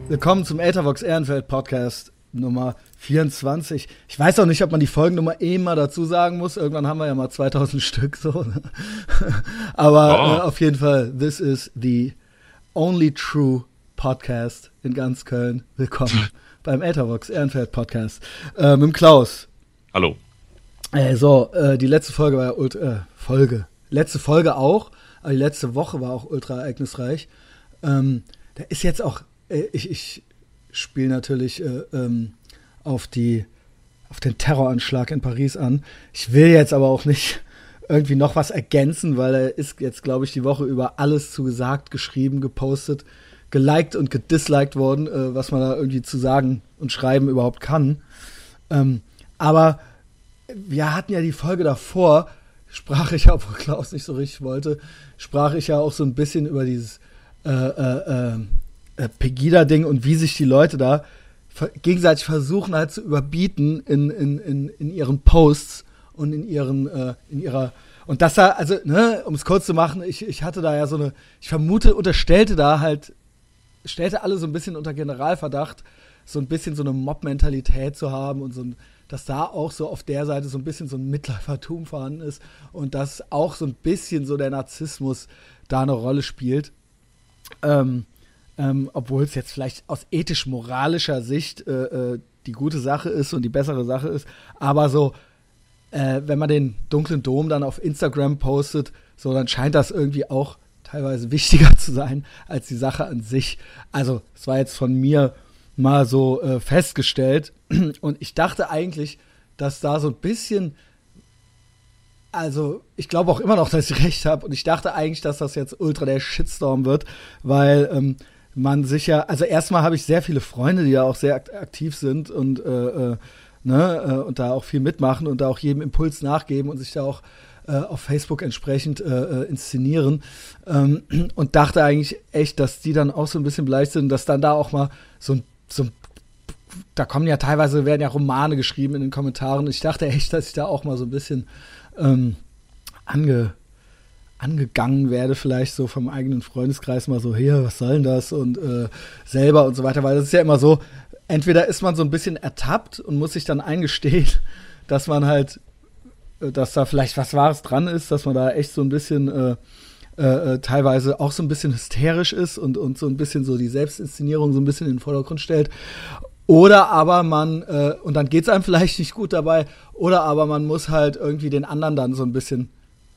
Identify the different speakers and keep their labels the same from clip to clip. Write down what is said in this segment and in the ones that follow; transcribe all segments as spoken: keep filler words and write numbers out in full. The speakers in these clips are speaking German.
Speaker 1: Willkommen zum Ethervox Ehrenfeld Podcast Nummer vierundzwanzig. Ich weiß auch nicht, ob man die Folgennummer eh mal dazu sagen muss. Irgendwann haben wir ja mal zweitausend Stück so. Aber oh. äh, auf jeden Fall, this is the only true podcast in ganz Köln. Willkommen beim Ethervox Ehrenfeld Podcast äh, mit dem Klaus.
Speaker 2: Hallo.
Speaker 1: Äh, so, äh, die letzte Folge war ja ultra, äh, Folge. Letzte Folge auch, aber die letzte Woche war auch ultra ereignisreich. Ähm, da ist jetzt auch, äh, ich, ich spiele natürlich äh, ähm, auf die, auf den Terroranschlag in Paris an. Ich will jetzt aber auch nicht irgendwie noch was ergänzen, weil er ist jetzt, glaube ich, die Woche über alles zu gesagt, geschrieben, gepostet, geliked und gedisliked worden, äh, was man da irgendwie zu sagen und schreiben überhaupt kann. Ähm, aber wir hatten ja die Folge davor, sprach ich ja, obwohl Klaus nicht so richtig wollte, sprach ich ja auch so ein bisschen über dieses äh, äh, äh, Pegida-Ding und wie sich die Leute da ver- gegenseitig versuchen halt zu überbieten in, in, in, in ihren Posts und in ihren, äh, in ihrer, und das da, also, ne, um es kurz zu machen, ich, ich hatte da ja so eine, ich vermute, unterstellte da halt, stellte alle so ein bisschen unter Generalverdacht, so ein bisschen so eine Mob-Mentalität zu haben und so ein, dass da auch so auf der Seite so ein bisschen so ein Mitläufertum vorhanden ist und dass auch so ein bisschen so der Narzissmus da eine Rolle spielt. Ähm, ähm, obwohl es jetzt vielleicht aus ethisch-moralischer Sicht äh, äh, die gute Sache ist und die bessere Sache ist. Aber so, äh, wenn man den dunklen Dom dann auf Instagram postet, so, dann scheint das irgendwie auch teilweise wichtiger zu sein als die Sache an sich. Also, es war jetzt von mir mal so äh, festgestellt. Und ich dachte eigentlich, dass da so ein bisschen, also ich glaube auch immer noch, dass ich recht habe. Und ich dachte eigentlich, dass das jetzt ultra der Shitstorm wird, weil ähm, man sich ja, also erstmal habe ich sehr viele Freunde, die ja auch sehr aktiv sind und, äh, äh, ne, äh, und da auch viel mitmachen und da auch jedem Impuls nachgeben und sich da auch äh, auf Facebook entsprechend äh, inszenieren. Ähm, und dachte eigentlich echt, dass die dann auch so ein bisschen beleidigt sind, dass dann da auch mal so ein so da kommen ja teilweise, werden ja Romane geschrieben in den Kommentaren. Ich dachte echt, dass ich da auch mal so ein bisschen ähm, ange, angegangen werde, vielleicht so vom eigenen Freundeskreis mal so, hier, was soll denn das? Und äh, selber und so weiter, weil das ist ja immer so, entweder ist man so ein bisschen ertappt und muss sich dann eingestehen, dass man halt, dass da vielleicht was Wahres dran ist, dass man da echt so ein bisschen äh, äh, teilweise auch so ein bisschen hysterisch ist und, und so ein bisschen so die Selbstinszenierung so ein bisschen in den Vordergrund stellt. Oder aber man, äh, und dann geht's einem vielleicht nicht gut dabei, oder aber man muss halt irgendwie den anderen dann so ein bisschen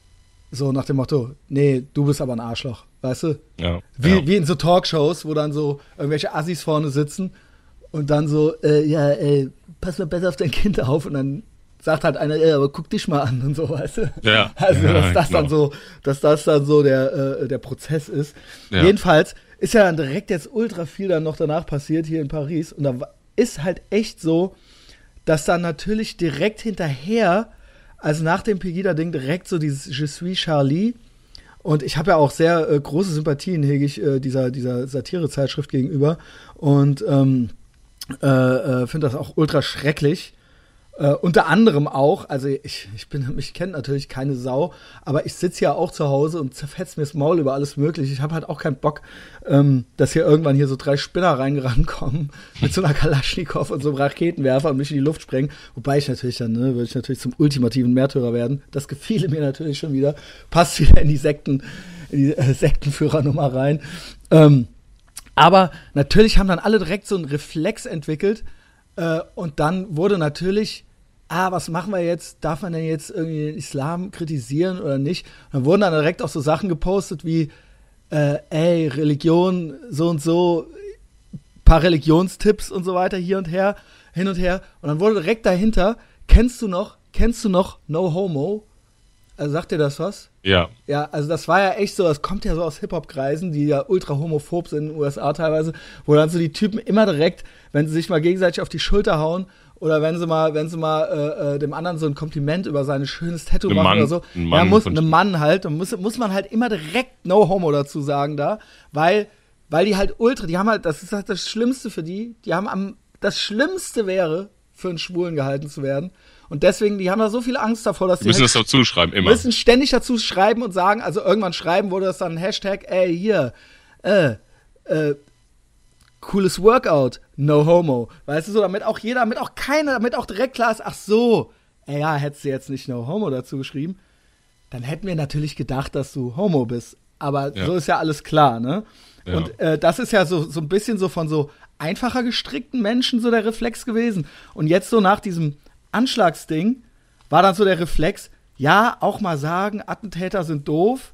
Speaker 1: so nach dem Motto, nee, du bist aber ein Arschloch, weißt du?
Speaker 2: Ja,
Speaker 1: wie,
Speaker 2: ja.
Speaker 1: wie in so Talkshows, wo dann so irgendwelche Assis vorne sitzen und dann so, äh, ja, ey, pass mal besser auf dein Kind auf und dann sagt halt einer, ey, aber guck dich mal an und so, weißt du?
Speaker 2: Ja.
Speaker 1: Also, dass
Speaker 2: ja,
Speaker 1: das
Speaker 2: genau.
Speaker 1: dann so, dass das dann so der, äh, der Prozess ist.
Speaker 2: Ja.
Speaker 1: Jedenfalls ist ja dann direkt jetzt ultra viel dann noch danach passiert hier in Paris und da ist halt echt so, dass dann natürlich direkt hinterher, also nach dem Pegida-Ding, direkt so dieses Je suis Charlie, und ich habe ja auch sehr äh, große Sympathien, hege ich äh, dieser, dieser Satire-Zeitschrift gegenüber und ähm, äh, äh, finde das auch ultra schrecklich. Uh, unter anderem auch, also ich, ich bin, mich kennt natürlich keine Sau, aber ich sitze ja auch zu Hause und zerfetze mir das Maul über alles Mögliche. Ich habe halt auch keinen Bock, ähm, dass hier irgendwann hier so drei Spinner reingerannt kommen mit so einer Kalaschnikow und so einem Raketenwerfer und mich in die Luft sprengen. Wobei ich natürlich dann, ne, würde ich natürlich zum ultimativen Märtyrer werden. Das gefiele mir natürlich schon wieder. Passt wieder in die Sekten, in die äh, Sektenführernummer rein. Ähm, aber natürlich haben dann alle direkt so einen Reflex entwickelt, äh, und dann wurde natürlich, ah, was machen wir jetzt? Darf man denn jetzt irgendwie den Islam kritisieren oder nicht? Und dann wurden dann direkt auch so Sachen gepostet wie, äh, ey, Religion, so und so, paar Religionstipps und so weiter, hier und her, hin und her. Und dann wurde direkt dahinter, kennst du noch, kennst du noch No Homo? Also sagt dir das was?
Speaker 2: Ja.
Speaker 1: Ja, also das war ja echt so, das kommt ja so aus Hip-Hop-Kreisen, die ja ultra homophob sind in den U S A teilweise, wo dann so die Typen immer direkt, wenn sie sich mal gegenseitig auf die Schulter hauen, oder wenn sie mal, wenn sie mal äh, äh, dem anderen so ein Kompliment über sein schönes Tattoo
Speaker 2: Ein
Speaker 1: machen
Speaker 2: Mann,
Speaker 1: oder so,
Speaker 2: ein Mann
Speaker 1: ja, muss
Speaker 2: von-
Speaker 1: einem Mann halt, dann muss, muss man halt immer direkt No Homo dazu sagen da, weil, weil die halt ultra, die haben halt, das ist halt das Schlimmste für die, die haben am, das Schlimmste wäre, für einen Schwulen gehalten zu werden. Und deswegen, die haben da so viel Angst davor, dass die
Speaker 2: müssen
Speaker 1: halt
Speaker 2: das dazu schreiben, immer.
Speaker 1: müssen ständig dazu schreiben und sagen, also irgendwann schreiben wurde das dann ein Hashtag, ey, hier, äh, äh, cooles Workout, no homo. Weißt du so, damit auch jeder, damit auch keiner, damit auch direkt klar ist, ach so, ey, ja, hättest du jetzt nicht no homo dazu geschrieben, dann hätten wir natürlich gedacht, dass du homo bist. Aber ja. so ist ja alles klar, ne? Ja. Und äh, das ist ja so, so ein bisschen so von so einfacher gestrickten Menschen so der Reflex gewesen. Und jetzt so nach diesem Anschlagsding war dann so der Reflex, ja, auch mal sagen, Attentäter sind doof,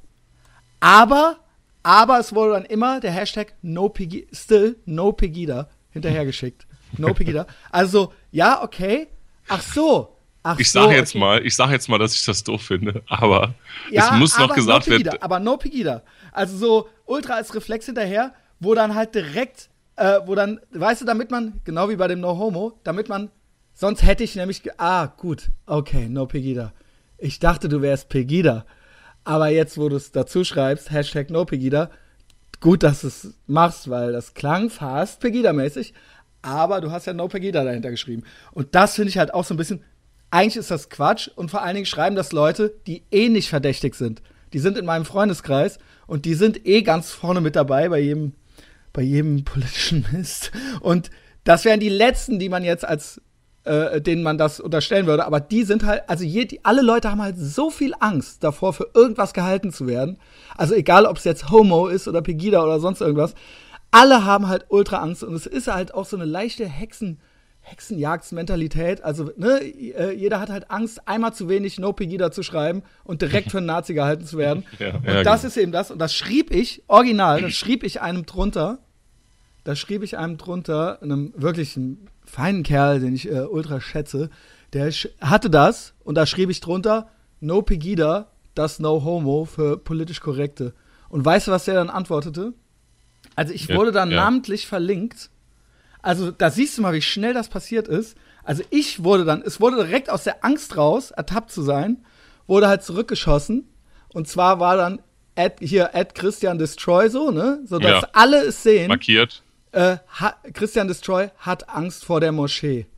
Speaker 1: aber, aber es wurde dann immer der Hashtag no Pegida, still no Pegida hinterhergeschickt. No Pegida. Also, ja, okay, ach so. Ach
Speaker 2: ich sage
Speaker 1: so,
Speaker 2: jetzt
Speaker 1: okay.
Speaker 2: mal, ich sage jetzt mal, dass ich das doof finde, aber
Speaker 1: ja,
Speaker 2: es muss noch gesagt
Speaker 1: no Pegida,
Speaker 2: werden.
Speaker 1: Aber no Pegida. Also so ultra als Reflex hinterher, wo dann halt direkt, äh, wo dann, weißt du, damit man, genau wie bei dem No Homo, damit man, sonst hätte ich nämlich, ge- ah, gut, okay, no Pegida. Ich dachte, du wärst Pegida. Aber jetzt, wo du es dazu schreibst, Hashtag no Pegida, gut, dass du es machst, weil das klang fast Pegida-mäßig, aber du hast ja no Pegida dahinter geschrieben. Und das finde ich halt auch so ein bisschen, eigentlich ist das Quatsch und vor allen Dingen schreiben das Leute, die eh nicht verdächtig sind. Die sind in meinem Freundeskreis und die sind eh ganz vorne mit dabei bei jedem, bei jedem politischen Mist. Und das wären die Letzten, die man jetzt als, äh, denen man das unterstellen würde. Aber die sind halt, also je, die, alle Leute haben halt so viel Angst davor, für irgendwas gehalten zu werden. Also egal, ob es jetzt Homo ist oder Pegida oder sonst irgendwas. Alle haben halt ultra Angst und es ist halt auch so eine leichte Hexen- Hexenjagdsmentalität, also ne, jeder hat halt Angst, einmal zu wenig No Pegida zu schreiben und direkt für einen Nazi gehalten zu werden. Ja, und ja, das genau. ist eben das, und das schrieb ich, original, das schrieb ich einem drunter, das schrieb ich einem drunter, einem wirklich feinen Kerl, den ich äh, ultra schätze, der sch- hatte das, und da schrieb ich drunter, No Pegida, das No Homo für politisch Korrekte. Und weißt du, was der dann antwortete? Also ich wurde dann ja, ja. namentlich verlinkt. Also, da siehst du mal, wie schnell das passiert ist. Also, ich wurde dann, es wurde direkt aus der Angst raus, ertappt zu sein, wurde halt zurückgeschossen. Und zwar war dann at, hier at Christian Destroy so, ne? So, dass ja. alle es sehen.
Speaker 2: Markiert.
Speaker 1: Äh, ha, Christian Destroy hat Angst vor der Moschee.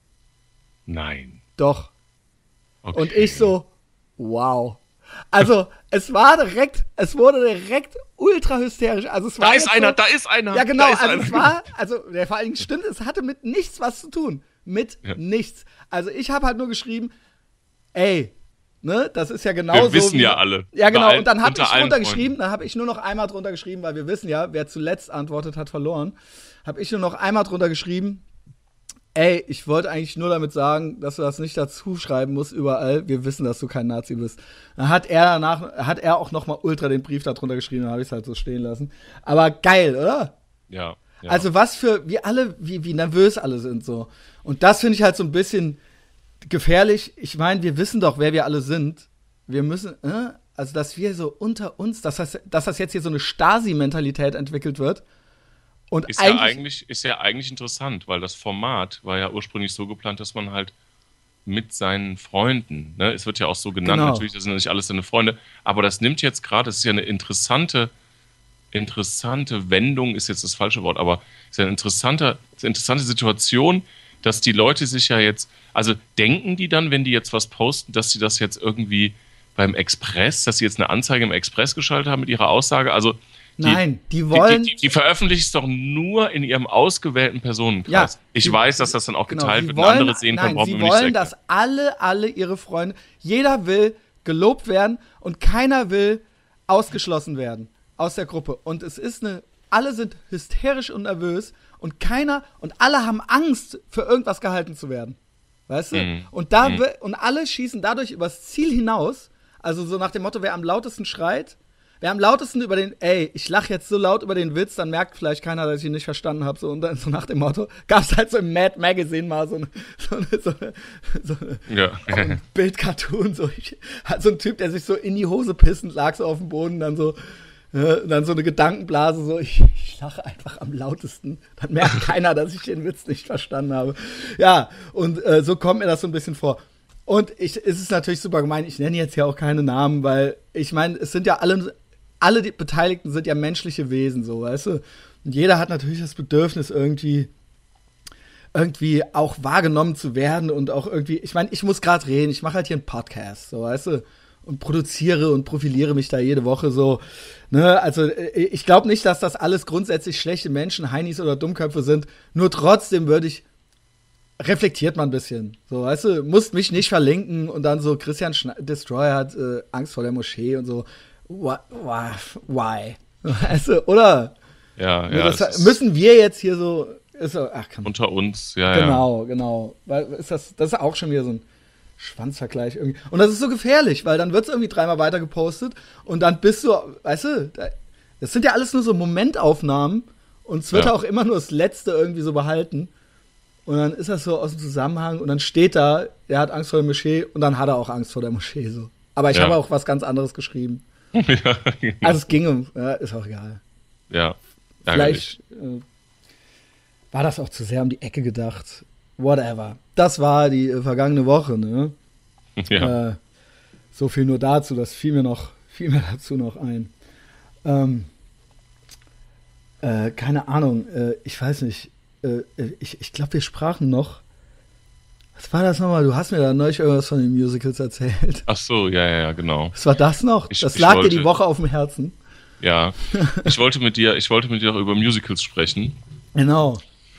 Speaker 2: Nein.
Speaker 1: Doch.
Speaker 2: Okay.
Speaker 1: Und ich so, wow. Also, es war direkt, es wurde direkt ultra hysterisch. Also, es war
Speaker 2: da ist einer,
Speaker 1: so,
Speaker 2: da ist einer.
Speaker 1: Ja, genau, also
Speaker 2: einer.
Speaker 1: es war, also, der vor allen Dingen stimmt, es hatte mit nichts was zu tun. Mit ja. nichts. Also, ich habe halt nur geschrieben, ey, ne, das ist ja genauso.
Speaker 2: Wir wissen
Speaker 1: wie,
Speaker 2: ja alle.
Speaker 1: Ja, genau,
Speaker 2: allen,
Speaker 1: und dann habe ich drunter
Speaker 2: Freunden.
Speaker 1: geschrieben, dann habe ich nur noch einmal drunter geschrieben, weil wir wissen ja, wer zuletzt antwortet, hat verloren. Habe ich nur noch einmal drunter geschrieben, ey, ich wollte eigentlich nur damit sagen, dass du das nicht dazu schreiben musst überall. Wir wissen, dass du kein Nazi bist. Dann hat er danach, hat er auch noch mal ultra den Brief da drunter geschrieben, dann habe ich es halt so stehen lassen. Aber geil, oder?
Speaker 2: Ja, ja.
Speaker 1: Also was für, wie alle, wie, wie nervös alle sind so. Und das finde ich halt so ein bisschen gefährlich. Ich meine, wir wissen doch, wer wir alle sind. Wir müssen, äh, also dass wir so unter uns, dass das, dass das jetzt hier so eine Stasi-Mentalität entwickelt wird. Und
Speaker 2: ist,
Speaker 1: eigentlich,
Speaker 2: ja eigentlich, ist ja eigentlich interessant, weil das Format war ja ursprünglich so geplant, dass man halt mit seinen Freunden, ne, es wird ja auch so genannt,
Speaker 1: genau.
Speaker 2: natürlich, das sind nicht alles seine Freunde, aber das nimmt jetzt gerade, das ist ja eine interessante, interessante Wendung, ist jetzt das falsche Wort, aber es ist ja eine interessante, eine interessante Situation, dass die Leute sich ja jetzt, also denken die dann, wenn die jetzt was posten, dass sie das jetzt irgendwie beim Express, dass sie jetzt eine Anzeige im Express geschaltet haben mit ihrer Aussage, also Die,
Speaker 1: Nein, die wollen.
Speaker 2: Die, die, die veröffentlichen es doch nur in ihrem ausgewählten Personenkreis. Ja, ich die, weiß, dass das dann auch geteilt genau, wird und andere sehen können, brauchen wir nicht
Speaker 1: Sie wollen, dass alle, alle ihre Freunde, jeder will gelobt werden und keiner will ausgeschlossen werden aus der Gruppe. Und es ist eine, alle sind hysterisch und nervös und keiner, und alle haben Angst, für irgendwas gehalten zu werden. Weißt du? Mm. Und, da mm. und alle schießen dadurch übers Ziel hinaus. Also so nach dem Motto, wer am lautesten schreit, wer am lautesten über den, ey, ich lache jetzt so laut über den Witz, dann merkt vielleicht keiner, dass ich ihn nicht verstanden habe. So, und dann so nach dem Motto, gab es halt so im Mad Magazine mal so eine, so eine, so eine, so eine
Speaker 2: ja.
Speaker 1: ein Bildcartoon, so, ich, halt so ein Typ, der sich so in die Hose pissend lag, so auf dem Boden, dann so, ja, dann so eine Gedankenblase, so, ich, ich lache einfach am lautesten. Dann merkt keiner, dass ich den Witz nicht verstanden habe. Ja, und äh, so kommt mir das so ein bisschen vor. Und ich, es ist natürlich super gemein, ich nenne jetzt ja auch keine Namen, weil ich meine, es sind ja alle, alle die Beteiligten sind ja menschliche Wesen, so, weißt du? Und jeder hat natürlich das Bedürfnis, irgendwie, irgendwie auch wahrgenommen zu werden und auch irgendwie, ich meine, ich muss gerade reden, ich mache halt hier einen Podcast, so, weißt du? und produziere und profiliere mich da jede Woche so. Ne? Also ich glaube nicht, dass das alles grundsätzlich schlechte Menschen, Heinis oder Dummköpfe sind. Nur trotzdem würde ich, reflektiert man ein bisschen. So, weißt du, musst mich nicht verlinken und dann so, Christian Schne- Destroyer hat äh, Angst vor der Moschee und so. Why? Why? Weißt du, oder?
Speaker 2: Ja, ja.
Speaker 1: Das müssen wir jetzt hier so, ist so ach, komm.
Speaker 2: Unter uns, ja,
Speaker 1: genau, ja. Genau, genau. Weil ist das, das ist auch schon wieder so ein Schwanzvergleich irgendwie. Und das ist so gefährlich, weil dann wird es irgendwie dreimal weiter gepostet und dann bist du, weißt du, das sind ja alles nur so Momentaufnahmen und es wird ja auch immer nur das Letzte irgendwie so behalten. Und dann ist das so aus dem Zusammenhang und dann steht da, er hat Angst vor der Moschee und dann hat er auch Angst vor der Moschee so. Aber ich ja. habe auch was ganz anderes geschrieben. Ja, genau. Also es ging um, ja, ist auch egal.
Speaker 2: Ja.
Speaker 1: Vielleicht äh, war das auch zu sehr um die Ecke gedacht. Whatever. Das war die äh, vergangene Woche, ne?
Speaker 2: Ja.
Speaker 1: Äh, so viel nur dazu, das fiel mir noch, fiel mir dazu noch ein. Ähm, äh, keine Ahnung, äh, ich weiß nicht. Äh, ich ich glaube, wir sprachen noch. Was war das nochmal? Du hast mir da neulich irgendwas von den Musicals erzählt.
Speaker 2: Ach so, ja, ja, ja, genau.
Speaker 1: Was war das noch?
Speaker 2: Ich,
Speaker 1: das
Speaker 2: ich
Speaker 1: lag
Speaker 2: wollte,
Speaker 1: dir die Woche auf dem Herzen.
Speaker 2: Ja, ich wollte mit dir, ich wollte mit dir auch über Musicals sprechen.
Speaker 1: Genau.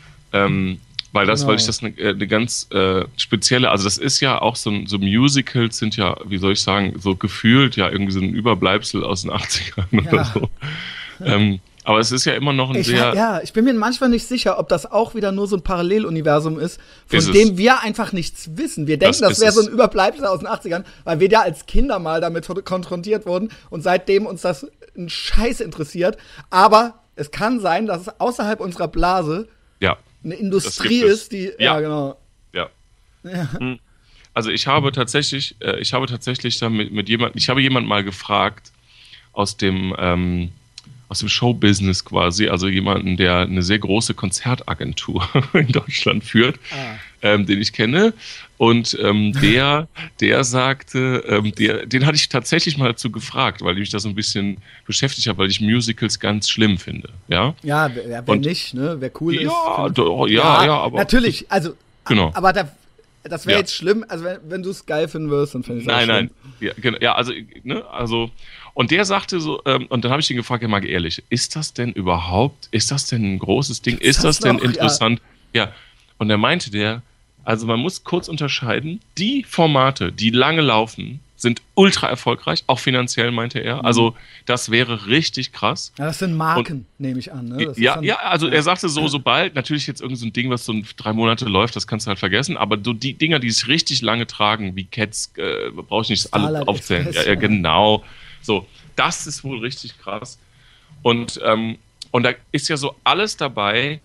Speaker 2: Ähm, weil das,
Speaker 1: genau.
Speaker 2: weil ich das eine, eine ganz äh, spezielle, also das ist ja auch so, so Musicals sind ja, wie soll ich sagen, so gefühlt ja irgendwie so ein Überbleibsel aus den achtzigern ja. oder so. ähm, aber es ist ja immer noch ein
Speaker 1: ich,
Speaker 2: sehr...
Speaker 1: Ja, ich bin mir manchmal nicht sicher, ob das auch wieder nur so ein Paralleluniversum ist, von
Speaker 2: ist
Speaker 1: dem wir einfach nichts wissen. Wir denken, das, das wäre so ein Überbleibsel aus den achtzigern, weil wir ja als Kinder mal damit konfrontiert wurden und seitdem uns das ein Scheiß interessiert. Aber es kann sein, dass es außerhalb unserer Blase
Speaker 2: ja,
Speaker 1: eine Industrie ist, die... Ja, ja genau.
Speaker 2: Ja. ja. Also ich habe tatsächlich, äh, ich habe tatsächlich da mit, mit jemandem, ich habe jemanden mal gefragt aus dem... Ähm, aus dem Showbusiness quasi, also jemanden, der eine sehr große Konzertagentur in Deutschland führt, ah. ähm, den ich kenne. Und ähm, der, der sagte, ähm, der, den hatte ich tatsächlich mal dazu gefragt, weil ich mich da so ein bisschen beschäftigt habe, weil ich Musicals ganz schlimm finde. Ja,
Speaker 1: ja wer, wer nicht, ne? Wer cool
Speaker 2: ja,
Speaker 1: ist.
Speaker 2: Do, ja, ja, ja, aber.
Speaker 1: Natürlich, also,
Speaker 2: genau.
Speaker 1: aber da, das wäre ja. jetzt schlimm, also wenn, wenn du es geil finden würdest, dann fände ich es auch schlimm.
Speaker 2: Nein, nein, ja, genau, ja, also, ne, also, und der sagte so, ähm, und dann habe ich ihn gefragt, ja mal ehrlich, ist das denn überhaupt, ist das denn ein großes Ding, ist das, das denn noch, interessant? Ja. ja, und er meinte der, also man muss kurz unterscheiden, die Formate, die lange laufen, sind ultra erfolgreich, auch finanziell, meinte er. Mhm. Also das wäre richtig krass.
Speaker 1: Ja, das sind Marken, und, nehme ich an. Ne? Das
Speaker 2: ja,
Speaker 1: dann,
Speaker 2: ja, also er sagte so, sobald, natürlich jetzt irgend so ein Ding, was so drei Monate läuft, das kannst du halt vergessen, aber so die Dinger, die es richtig lange tragen, wie Cats, äh, brauche ich nicht Starlight alle aufzählen. Express, ja, ja, genau. So, das ist wohl richtig krass. Und, ähm, und da ist ja so alles dabei,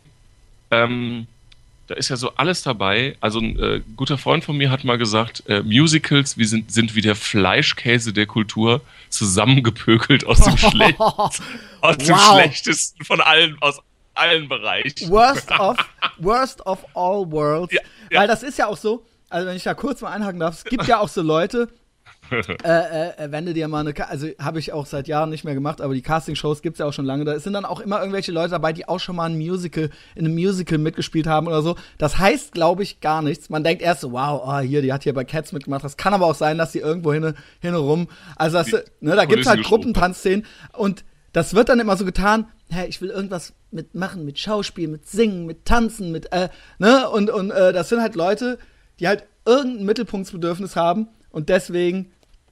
Speaker 2: ähm, da ist ja so alles dabei. Also ein äh, guter Freund von mir hat mal gesagt, äh, Musicals wir sind, sind wie der Fleischkäse der Kultur, zusammengepökelt aus dem, Schle- aus dem wow. schlechtesten von allen, aus allen Bereichen.
Speaker 1: Worst of, worst of all worlds.
Speaker 2: Ja, ja.
Speaker 1: Weil das ist ja auch so, also wenn ich da kurz mal einhaken darf, es gibt ja auch so Leute, äh, äh, wenn du dir mal eine, Ka- also habe ich auch seit Jahren nicht mehr gemacht, aber die Castingshows gibt es ja auch schon lange, da sind dann auch immer irgendwelche Leute dabei, die auch schon mal ein Musical, in einem Musical mitgespielt haben oder so. Das heißt, glaube ich, gar nichts. Man denkt erst so, wow, oh, hier, die hat hier bei Cats mitgemacht. Das kann aber auch sein, dass die irgendwo hin, hin rum, also das, ne, da gibt es halt Gruppentanzszenen und das wird dann immer so getan, hey, ich will irgendwas mitmachen, mit Schauspiel, mit Singen, mit Tanzen, mit, äh, ne, und, und äh, das sind halt Leute, die halt irgendein Mittelpunktsbedürfnis haben und deswegen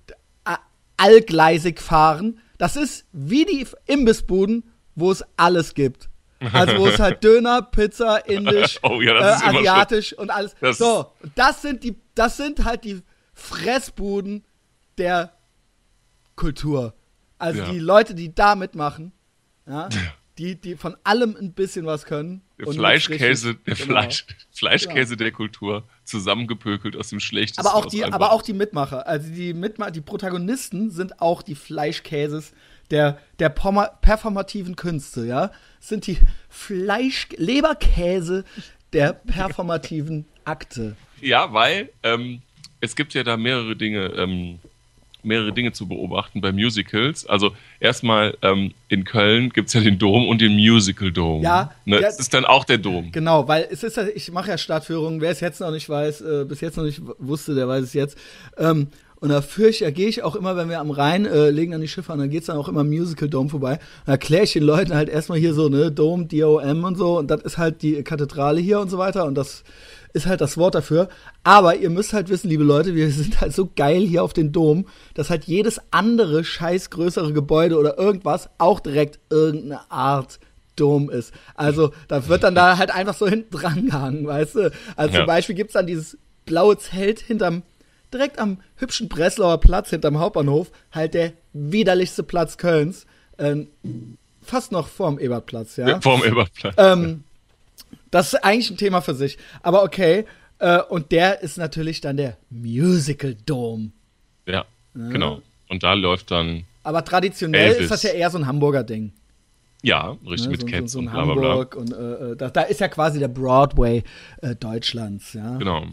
Speaker 1: allgleisig fahren. Das ist wie die Imbissbuden, wo es alles gibt. Also wo es halt Döner, Pizza, Indisch,
Speaker 2: oh, ja, das
Speaker 1: äh,
Speaker 2: ist
Speaker 1: Asiatisch und alles.
Speaker 2: Das
Speaker 1: so, das sind die, das sind halt die Fressbuden der Kultur. Also
Speaker 2: ja.
Speaker 1: die Leute, die da mitmachen, ja, die, die von allem ein bisschen was können.
Speaker 2: Der
Speaker 1: und
Speaker 2: Fleischkäse, der
Speaker 1: genau.
Speaker 2: Fleisch, Fleischkäse genau. der Kultur, zusammengepökelt aus dem Schlechtesten.
Speaker 1: Aber auch die, aber auch die Mitmacher, also die Mitmacher, die Protagonisten sind auch die Fleischkäses der, der Pommer, performativen Künste, ja. Das sind die Fleisch, Leberkäse der performativen Akte.
Speaker 2: Ja, weil ähm, es gibt ja da mehrere Dinge, ähm, mehrere Dinge zu beobachten bei Musicals. Also erstmal ähm, in Köln gibt es ja den Dom und den Musical Dom.
Speaker 1: Ja.
Speaker 2: Ne?
Speaker 1: Ja,
Speaker 2: es ist dann auch der Dom.
Speaker 1: Genau, weil es ist ja, ich mache ja Stadtführungen, wer es jetzt noch nicht weiß, äh, bis jetzt noch nicht wusste, der weiß es jetzt. Ähm, Und da führe ich, da gehe ich auch immer, wenn wir am Rhein äh, legen dann die Schiffe an, dann geht's dann auch immer im Musical Dome vorbei. Und da erkläre ich den Leuten halt erstmal hier so, ne, Dome, D O M und so. Und das ist halt die Kathedrale hier und so weiter. Und das ist halt das Wort dafür. Aber ihr müsst halt wissen, liebe Leute, wir sind halt so geil hier auf den Dom, dass halt jedes andere scheiß größere Gebäude oder irgendwas auch direkt irgendeine Art Dom ist. Also, da wird dann da halt einfach so hinten dran gehangen, weißt du? Also ja. Zum Beispiel gibt's dann dieses blaue Zelt hinterm, direkt am hübschen Breslauer Platz hinterm Hauptbahnhof, halt der widerlichste Platz Kölns. Ähm, fast noch vorm Ebertplatz, ja?
Speaker 2: ja vorm Ebertplatz.
Speaker 1: Ähm, das ist eigentlich ein Thema für sich. Aber okay, äh, und der ist natürlich dann der Musical Dome.
Speaker 2: Ja, ja, genau. Und da läuft dann
Speaker 1: Aber traditionell
Speaker 2: Elvis.
Speaker 1: Ist das ja eher so ein Hamburger Ding.
Speaker 2: Ja, richtig,
Speaker 1: ne?
Speaker 2: mit
Speaker 1: so,
Speaker 2: Cats
Speaker 1: so, so
Speaker 2: und
Speaker 1: ein
Speaker 2: bla bla bla.
Speaker 1: Hamburg und äh, da, da ist ja quasi der Broadway äh, Deutschlands, ja.
Speaker 2: Genau.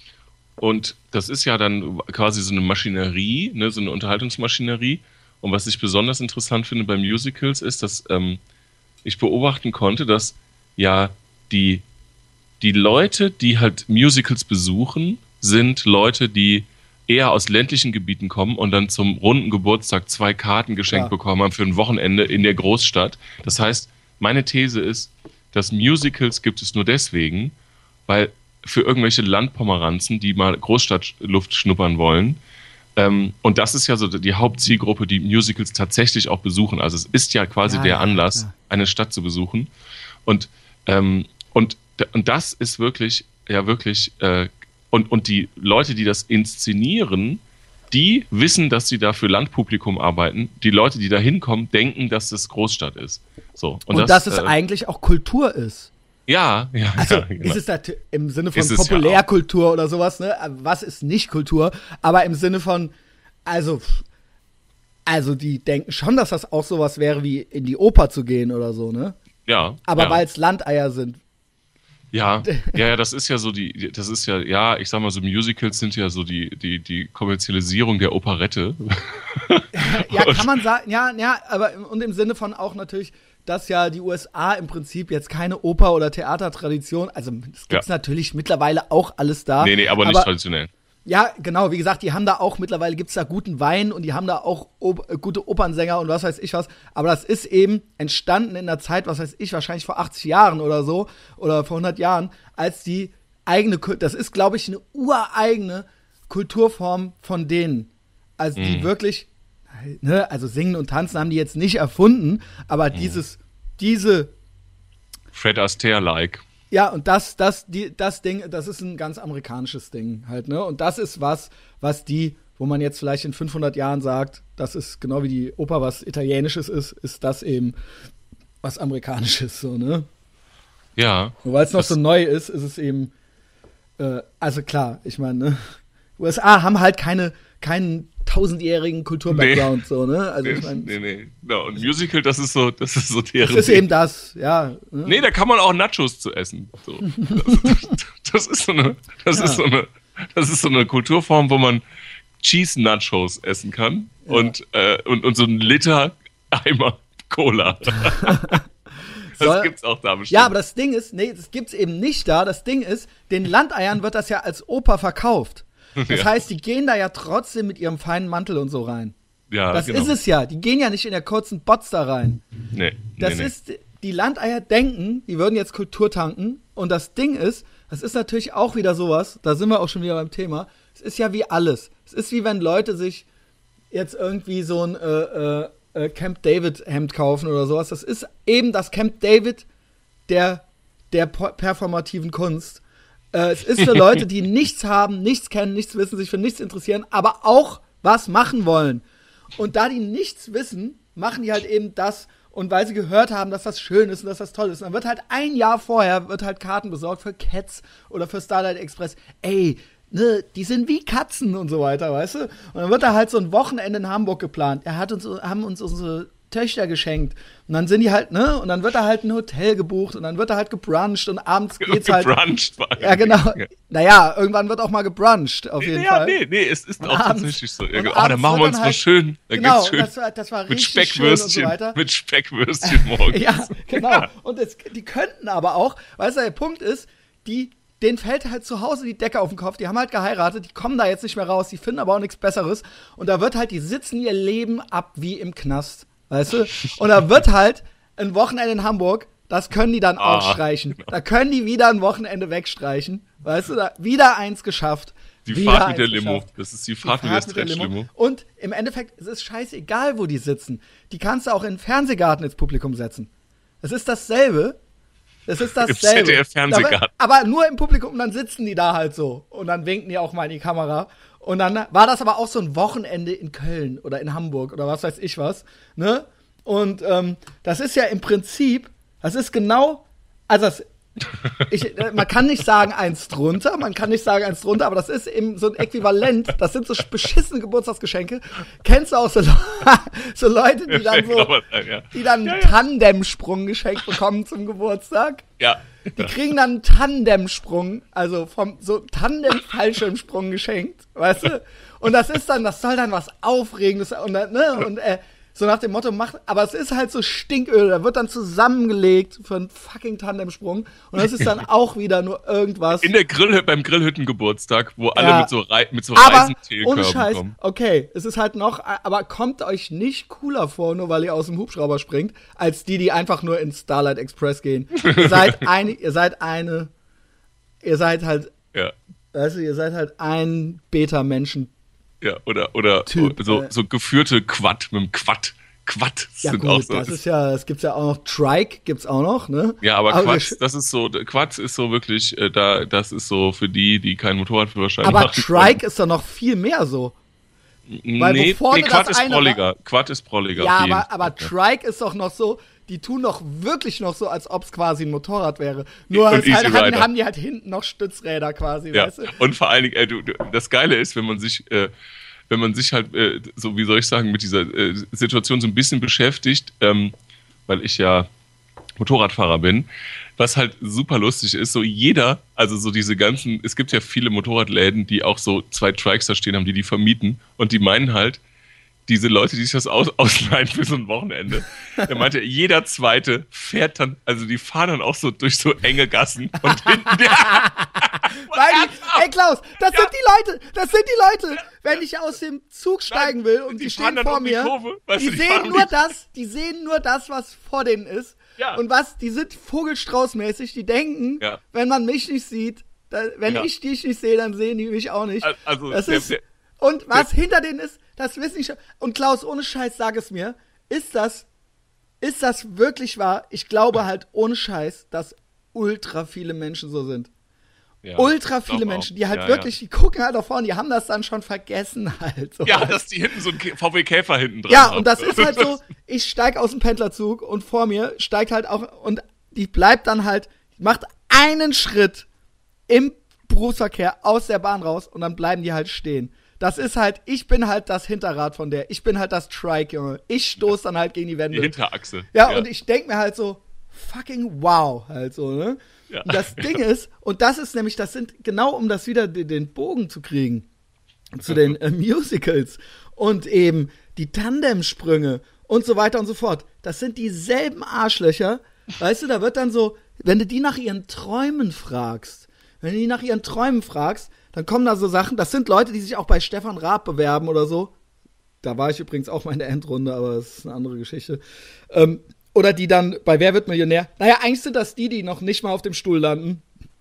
Speaker 2: Und das ist ja dann quasi so eine Maschinerie, ne, so eine Unterhaltungsmaschinerie. Und was ich besonders interessant finde bei Musicals ist, dass ähm, ich beobachten konnte, dass ja die, die Leute, die halt Musicals besuchen, sind Leute, die eher aus ländlichen Gebieten kommen und dann zum runden Geburtstag zwei Karten geschenkt ja. bekommen haben für ein Wochenende in der Großstadt. Das heißt, meine These ist, dass Musicals gibt es nur deswegen, weil für irgendwelche Landpomeranzen, die mal Großstadtluft schnuppern wollen, ähm, und das ist ja so die Hauptzielgruppe, die Musicals tatsächlich auch besuchen. Also es ist ja quasi
Speaker 1: ja,
Speaker 2: der
Speaker 1: ja,
Speaker 2: Anlass,
Speaker 1: ja.
Speaker 2: eine Stadt zu besuchen. Und, ähm, und, und das ist wirklich, ja wirklich, äh, und, und die Leute, die das inszenieren, die wissen, dass sie da für Landpublikum arbeiten. Die Leute, die da hinkommen, denken, dass das Großstadt ist. So,
Speaker 1: und, und das, dass es äh, eigentlich auch Kultur ist.
Speaker 2: Ja, ja.
Speaker 1: Also
Speaker 2: ja, genau.
Speaker 1: ist es da im Sinne von
Speaker 2: Ist
Speaker 1: Populärkultur ja oder sowas, ne? Was ist nicht Kultur? Aber im Sinne von, also, also die denken schon, dass das auch sowas wäre, wie in die Oper zu gehen oder so, ne?
Speaker 2: Ja.
Speaker 1: Aber
Speaker 2: ja.
Speaker 1: weil es Landeier sind.
Speaker 2: Ja, ja, ja, das ist ja so die, das ist ja, ja, ich sag mal so, Musicals sind ja so die, die, die Kommerzialisierung der Operette.
Speaker 1: Ja, kann man sagen, ja, ja, aber im, und im Sinne von auch natürlich, dass ja die U S A im Prinzip jetzt keine Oper- oder Theatertradition, also es gibt's ja. natürlich mittlerweile auch alles da.
Speaker 2: Nee, nee, aber, aber nicht traditionell.
Speaker 1: Ja, genau, wie gesagt, die haben da auch, mittlerweile gibt's da guten Wein und die haben da auch op- gute Opernsänger und was weiß ich was. Aber das ist eben entstanden in der Zeit, was weiß ich, wahrscheinlich vor achtzig Jahren oder so oder vor hundert Jahren, als die eigene, das ist, glaube ich, eine ureigene Kulturform von denen. Also die mhm. wirklich, ne, also singen und tanzen haben die jetzt nicht erfunden, aber mhm. dieses, diese
Speaker 2: Fred Astaire-like.
Speaker 1: Ja, und das, das, die, das Ding, das ist ein ganz amerikanisches Ding halt, ne? Und das ist was, was die, wo man jetzt vielleicht in fünfhundert Jahren sagt, das ist genau wie die Oper was Italienisches ist, ist das eben was Amerikanisches, so, ne?
Speaker 2: Ja.
Speaker 1: Und weil es noch so neu ist, ist es eben, äh, also klar, ich meine, ne? U S A haben halt keine, keinen tausendjährigen Kultur-Background, nee. so, ne? Also
Speaker 2: nee,
Speaker 1: ich meine.
Speaker 2: Nee, nee. No, und Musical, das ist so, das ist so deren.
Speaker 1: Das ist eben das, ja. Ne?
Speaker 2: Nee, da kann man auch Nachos zu essen. So. Das, das ist so eine, das ja. ist so eine, das ist so eine Kulturform, wo man Cheese Nachos essen kann ja. und, äh, und, und so ein Liter Eimer Cola. Das
Speaker 1: Soll,
Speaker 2: gibt's auch da bestimmt.
Speaker 1: Ja, aber das Ding ist, nee, das gibt's eben nicht da. Das Ding ist, den Landeiern wird das ja als Oper verkauft. Das ja. heißt, die gehen da ja trotzdem mit ihrem feinen Mantel und so rein.
Speaker 2: Ja,
Speaker 1: das
Speaker 2: genau.
Speaker 1: ist es ja. Die gehen ja nicht in der kurzen Bots da rein.
Speaker 2: Nee.
Speaker 1: Das
Speaker 2: nee,
Speaker 1: ist, die Landeier denken, die würden jetzt Kultur tanken. Und das Ding ist, das ist natürlich auch wieder sowas, da sind wir auch schon wieder beim Thema. Es ist ja wie alles. Es ist wie wenn Leute sich jetzt irgendwie so ein äh, äh, Camp David Hemd kaufen oder sowas. Das ist eben das Camp David der, der performativen Kunst. Es ist für Leute, die nichts haben, nichts kennen, nichts wissen, sich für nichts interessieren, aber auch was machen wollen. Und da die nichts wissen, machen die halt eben das. Und weil sie gehört haben, dass das schön ist und dass das toll ist, dann wird halt ein Jahr vorher wird halt Karten besorgt für Cats oder für Starlight Express. Ey, ne, die sind wie Katzen und so weiter, weißt du? Und dann wird da halt so ein Wochenende in Hamburg geplant. Er hat uns, haben uns unsere Töchter geschenkt. Und dann sind die halt, ne? Und dann wird da halt ein Hotel gebucht und dann wird da halt gebruncht und abends geht's halt.
Speaker 2: Gebruncht war
Speaker 1: ja, genau. Ja. Naja, irgendwann wird auch mal gebruncht, auf jeden
Speaker 2: ja,
Speaker 1: Fall.
Speaker 2: Ja, nee, nee, es ist
Speaker 1: und
Speaker 2: auch
Speaker 1: abends,
Speaker 2: tatsächlich so. Ja, oh, dann machen wir uns
Speaker 1: halt,
Speaker 2: mal schön. Dann
Speaker 1: genau,
Speaker 2: geht's schön.
Speaker 1: Das war, das war
Speaker 2: mit
Speaker 1: richtig
Speaker 2: Speckwürstchen,
Speaker 1: schön und so weiter.
Speaker 2: Mit Speckwürstchen morgens.
Speaker 1: Ja, genau. Ja. Und es, die könnten aber auch, weißt du, der Punkt ist, die denen fällt halt zu Hause die Decke auf den Kopf, die haben halt geheiratet, die kommen da jetzt nicht mehr raus, die finden aber auch nichts Besseres. Und da wird halt, die sitzen ihr Leben ab wie im Knast, weißt du? Und da wird halt ein Wochenende in Hamburg, das können die dann auch ah, streichen. Genau. Da können die wieder ein Wochenende wegstreichen, weißt du? Da, wieder eins geschafft.
Speaker 2: Die Fahrt mit der Limo. Geschafft. Das ist die Fahrt, die Fahrt mit der Stretch-Limo.
Speaker 1: Und im Endeffekt, es ist scheißegal, wo die sitzen. Die kannst du auch in den Fernsehgarten ins Publikum setzen. Es ist dasselbe. Es ist dasselbe. Im
Speaker 2: Z D F-Fernsehgarten.
Speaker 1: Aber, aber nur im Publikum. Und dann sitzen die da halt so. Und dann winken die auch mal in die Kamera. Und dann war das aber auch so ein Wochenende in Köln oder in Hamburg oder was weiß ich was. Ne? Und ähm, das ist ja im Prinzip, das ist genau, also das Ich, man kann nicht sagen eins drunter, man kann nicht sagen eins drunter, aber das ist eben so ein Äquivalent, das sind so beschissene Geburtstagsgeschenke. Kennst du auch so, so Leute, die dann so, die dann einen ja, ja. Tandemsprung geschenkt bekommen zum Geburtstag?
Speaker 2: Ja.
Speaker 1: Die kriegen dann einen Tandemsprung, also vom so Tandem-Fallschirmsprung geschenkt, weißt du? Und das ist dann, das soll dann was Aufregendes und, ne, und äh, so nach dem Motto, macht, aber es ist halt so Stinköl, da wird dann zusammengelegt für einen fucking Tandemsprung und das ist dann auch wieder nur irgendwas.
Speaker 2: In der Grill, beim Grillhüttengeburtstag, wo alle
Speaker 1: ja.
Speaker 2: mit so, Rei- mit so
Speaker 1: Reisenteelkörben Scheiß, kommen. Okay, es ist halt noch, aber kommt euch nicht cooler vor, nur weil ihr aus dem Hubschrauber springt, als die, die einfach nur ins Starlight Express gehen. ihr seid eine, ihr seid eine, ihr seid halt,
Speaker 2: ja.
Speaker 1: weißt du, ihr seid halt ein Beta-Menschen.
Speaker 2: Ja, oder, oder
Speaker 1: Typ,
Speaker 2: so,
Speaker 1: äh,
Speaker 2: so geführte Quad mit dem Quad. Quad
Speaker 1: ja,
Speaker 2: sind
Speaker 1: gut,
Speaker 2: auch so.
Speaker 1: Das ist ja, es gibt's ja auch noch, Trike gibt's auch noch, ne?
Speaker 2: Ja, aber,
Speaker 1: aber
Speaker 2: Quad, das ist so, Quad ist so wirklich, äh, da, das ist so für die, die keinen Motorradführerschein
Speaker 1: aber
Speaker 2: machen.
Speaker 1: Aber Trike können. Ist doch noch viel mehr so.
Speaker 2: Weil nee, nee Quad ist prolliger. Quad ist prolliger.
Speaker 1: Ja, aber, aber Trike ist doch noch so, die tun doch wirklich noch so, als ob es quasi ein Motorrad wäre. Nur halt, halt, haben, haben die halt hinten noch Stützräder quasi,
Speaker 2: ja.
Speaker 1: weißt du?
Speaker 2: Und vor allen Dingen, äh, du, du, das Geile ist, wenn man sich, äh, wenn man sich halt, äh, so wie soll ich sagen, mit dieser äh, Situation so ein bisschen beschäftigt, ähm, weil ich ja Motorradfahrer bin, was halt super lustig ist, so jeder, also so diese ganzen, es gibt ja viele Motorradläden, die auch so zwei Trikes da stehen haben, die die vermieten und die meinen halt, diese Leute, die sich das aus, ausleihen für so ein Wochenende, der meinte, jeder Zweite fährt dann, also die fahren dann auch so durch so enge Gassen und hinten der
Speaker 1: Weil die, ey Klaus, das ja. sind die Leute, das sind die Leute, wenn ich aus dem Zug steigen will und die, die stehen vor um mir, die, Kurve, weißt die, du, die sehen nur das, die sehen nur das, was vor denen ist ja. und was, die sind Vogelstrauß-mäßig, die denken, ja. wenn man mich nicht sieht, da, wenn ja. ich dich nicht sehe, dann sehen die mich auch nicht.
Speaker 2: Also,
Speaker 1: das
Speaker 2: der,
Speaker 1: ist,
Speaker 2: der,
Speaker 1: und was
Speaker 2: der,
Speaker 1: hinter denen ist, das wissen ich schon. Und Klaus, ohne Scheiß, sag es mir, ist das, ist das wirklich wahr? Ich glaube halt ohne Scheiß, dass ultra viele Menschen so sind. Ja, ultra viele Menschen, die halt ja, wirklich, ja. die gucken halt auf vorne, die haben das dann schon vergessen halt. So
Speaker 2: ja, dass die hinten so ein V W Käfer hinten dran
Speaker 1: Ja,
Speaker 2: haben.
Speaker 1: und das ist halt so, ich steig aus dem Pendlerzug und vor mir steigt halt auch, und die bleibt dann halt, macht einen Schritt im Berufsverkehr aus der Bahn raus und dann bleiben die halt stehen. Das ist halt, ich bin halt das Hinterrad von der, ich bin halt das Trike, Junge. Ich stoß dann halt gegen die Wände.
Speaker 2: Die Hinterachse.
Speaker 1: Ja, ja. Und ich denk mir halt so, fucking wow, halt so, ne? Ja. Und das Ding ist, und das ist nämlich, das sind, genau um das wieder den, den Bogen zu kriegen, zu den äh, Musicals und eben die Tandemsprünge und so weiter und so fort. Das sind dieselben Arschlöcher, weißt du, da wird dann so, wenn du die nach ihren Träumen fragst, wenn du die nach ihren Träumen fragst, dann kommen da so Sachen, das sind Leute, die sich auch bei Stefan Raab bewerben oder so. Da war ich übrigens auch mal in der Endrunde, aber das ist eine andere Geschichte. Ähm, oder die dann bei Wer wird Millionär? Naja, eigentlich sind das die, die noch nicht mal auf dem Stuhl landen,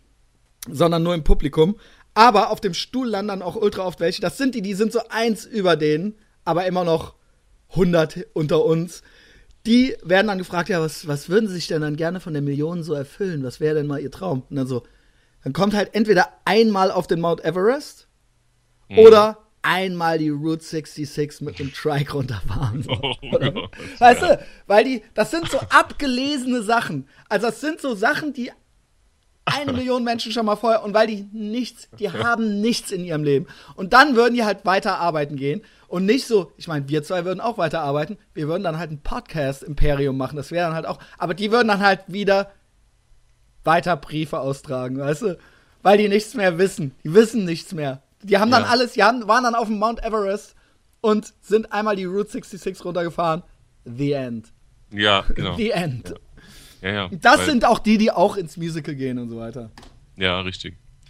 Speaker 1: sondern nur im Publikum. Aber auf dem Stuhl landen dann auch ultra oft welche. Das sind die, die sind so eins über denen, aber immer noch hundert unter uns. Die werden dann gefragt, ja, was, was würden sie sich denn dann gerne von der Million so erfüllen? Was wäre denn mal ihr Traum? Und dann so, dann kommt halt entweder einmal auf den Mount Everest mhm. oder einmal die Route sechsundsechzig mit dem Trike runterfahren. So. Oh, oh, weißt ja. du, weil die, das sind so abgelesene Sachen. Also das sind so Sachen, die eine Million Menschen schon mal vorher, und weil die nichts, die haben nichts in ihrem Leben. Und dann würden die halt weiter arbeiten gehen und nicht so, ich meine, wir zwei würden auch weiter arbeiten, wir würden dann halt ein Podcast-Imperium machen, das wäre dann halt auch, aber die würden dann halt wieder weiter Briefe austragen, weißt du? Weil die nichts mehr wissen. Die wissen nichts mehr. Die haben dann ja. alles, die haben, waren dann auf dem Mount Everest und sind einmal die Route sechsundsechzig runtergefahren. The End.
Speaker 2: Ja, genau.
Speaker 1: The End.
Speaker 2: Ja, ja. ja
Speaker 1: das sind auch die, die auch ins Musical gehen und so weiter.
Speaker 2: Ja, richtig.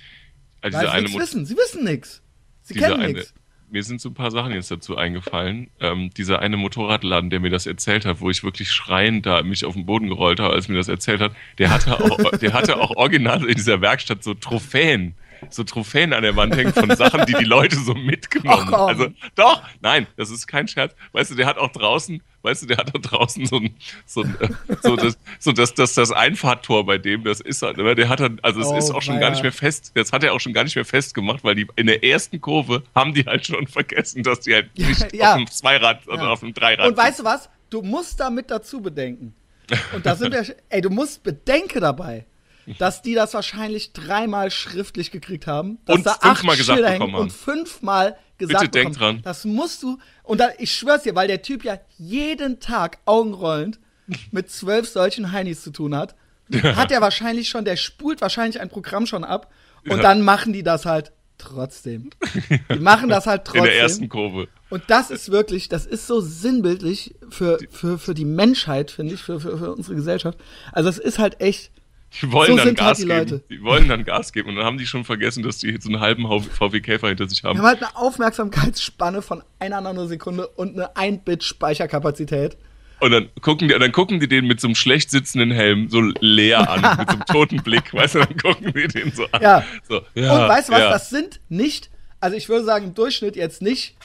Speaker 2: Also
Speaker 1: Weil
Speaker 2: diese
Speaker 1: sie
Speaker 2: eine
Speaker 1: nichts
Speaker 2: Mot-
Speaker 1: wissen. Sie wissen nichts. Sie
Speaker 2: diese
Speaker 1: kennen
Speaker 2: eine,
Speaker 1: nichts.
Speaker 2: mir sind so ein paar Sachen jetzt dazu eingefallen. Ähm, dieser eine Motorradladen, der mir das erzählt hat, wo ich wirklich schreiend da mich auf den Boden gerollt habe, als mir das erzählt hat, der hatte auch, der hatte auch original in dieser Werkstatt so Trophäen. So Trophäen an der Wand hängen von Sachen, die die Leute so mitgenommen
Speaker 1: Ach, komm.
Speaker 2: Also, doch, nein, das ist kein Scherz. Weißt du, der hat auch draußen, weißt du, der hat auch draußen so ein, so ein, äh, so das, so das, das, das Einfahrttor bei dem, das ist halt, der hat dann, also es
Speaker 1: Oh,
Speaker 2: ist auch schon
Speaker 1: weia.
Speaker 2: gar nicht mehr fest, das hat er auch schon gar nicht mehr festgemacht, weil die in der ersten Kurve haben die halt schon vergessen, dass die halt nicht
Speaker 1: Ja.
Speaker 2: auf einem Zweirad oder
Speaker 1: Ja.
Speaker 2: auf einem Dreirad
Speaker 1: Und weißt du was? Du musst damit dazu bedenken. Und da sind wir, ey, du musst bedenke dabei, dass die das wahrscheinlich dreimal schriftlich gekriegt haben, dass
Speaker 2: Und
Speaker 1: da acht
Speaker 2: fünfmal gesagt
Speaker 1: Schilder
Speaker 2: bekommen
Speaker 1: hängen und fünfmal gesagt
Speaker 2: Bitte denk
Speaker 1: bekommen.
Speaker 2: dran.
Speaker 1: Das musst du, und da, ich schwör's dir, weil der Typ ja jeden Tag augenrollend mit zwölf solchen Heinis zu tun hat, hat er wahrscheinlich schon, der spult wahrscheinlich ein Programm schon ab und
Speaker 2: Ja.
Speaker 1: dann machen die das halt trotzdem. Die machen das halt trotzdem.
Speaker 2: in der ersten Kurve.
Speaker 1: Und das ist wirklich, das ist so sinnbildlich für, für, für die Menschheit, finde ich, für, für, für unsere Gesellschaft. Also es ist halt echt,
Speaker 2: Die wollen
Speaker 1: So
Speaker 2: dann
Speaker 1: sind halt
Speaker 2: Gas
Speaker 1: die
Speaker 2: geben.
Speaker 1: Leute.
Speaker 2: Die wollen dann Gas geben und dann haben die schon vergessen, dass die so einen halben VW Käfer hinter sich
Speaker 1: wir
Speaker 2: haben.
Speaker 1: haben halt eine Aufmerksamkeitsspanne von einer Nanosekunde und eine ein Bit Speicherkapazität.
Speaker 2: Und dann gucken die, dann gucken die den mit so einem schlecht sitzenden Helm so leer an, mit so einem toten Blick, weißt du, dann gucken die den so an.
Speaker 1: Ja.
Speaker 2: So,
Speaker 1: Und weißt du was,
Speaker 2: ja.
Speaker 1: das sind nicht, also ich würde sagen im Durchschnitt jetzt nicht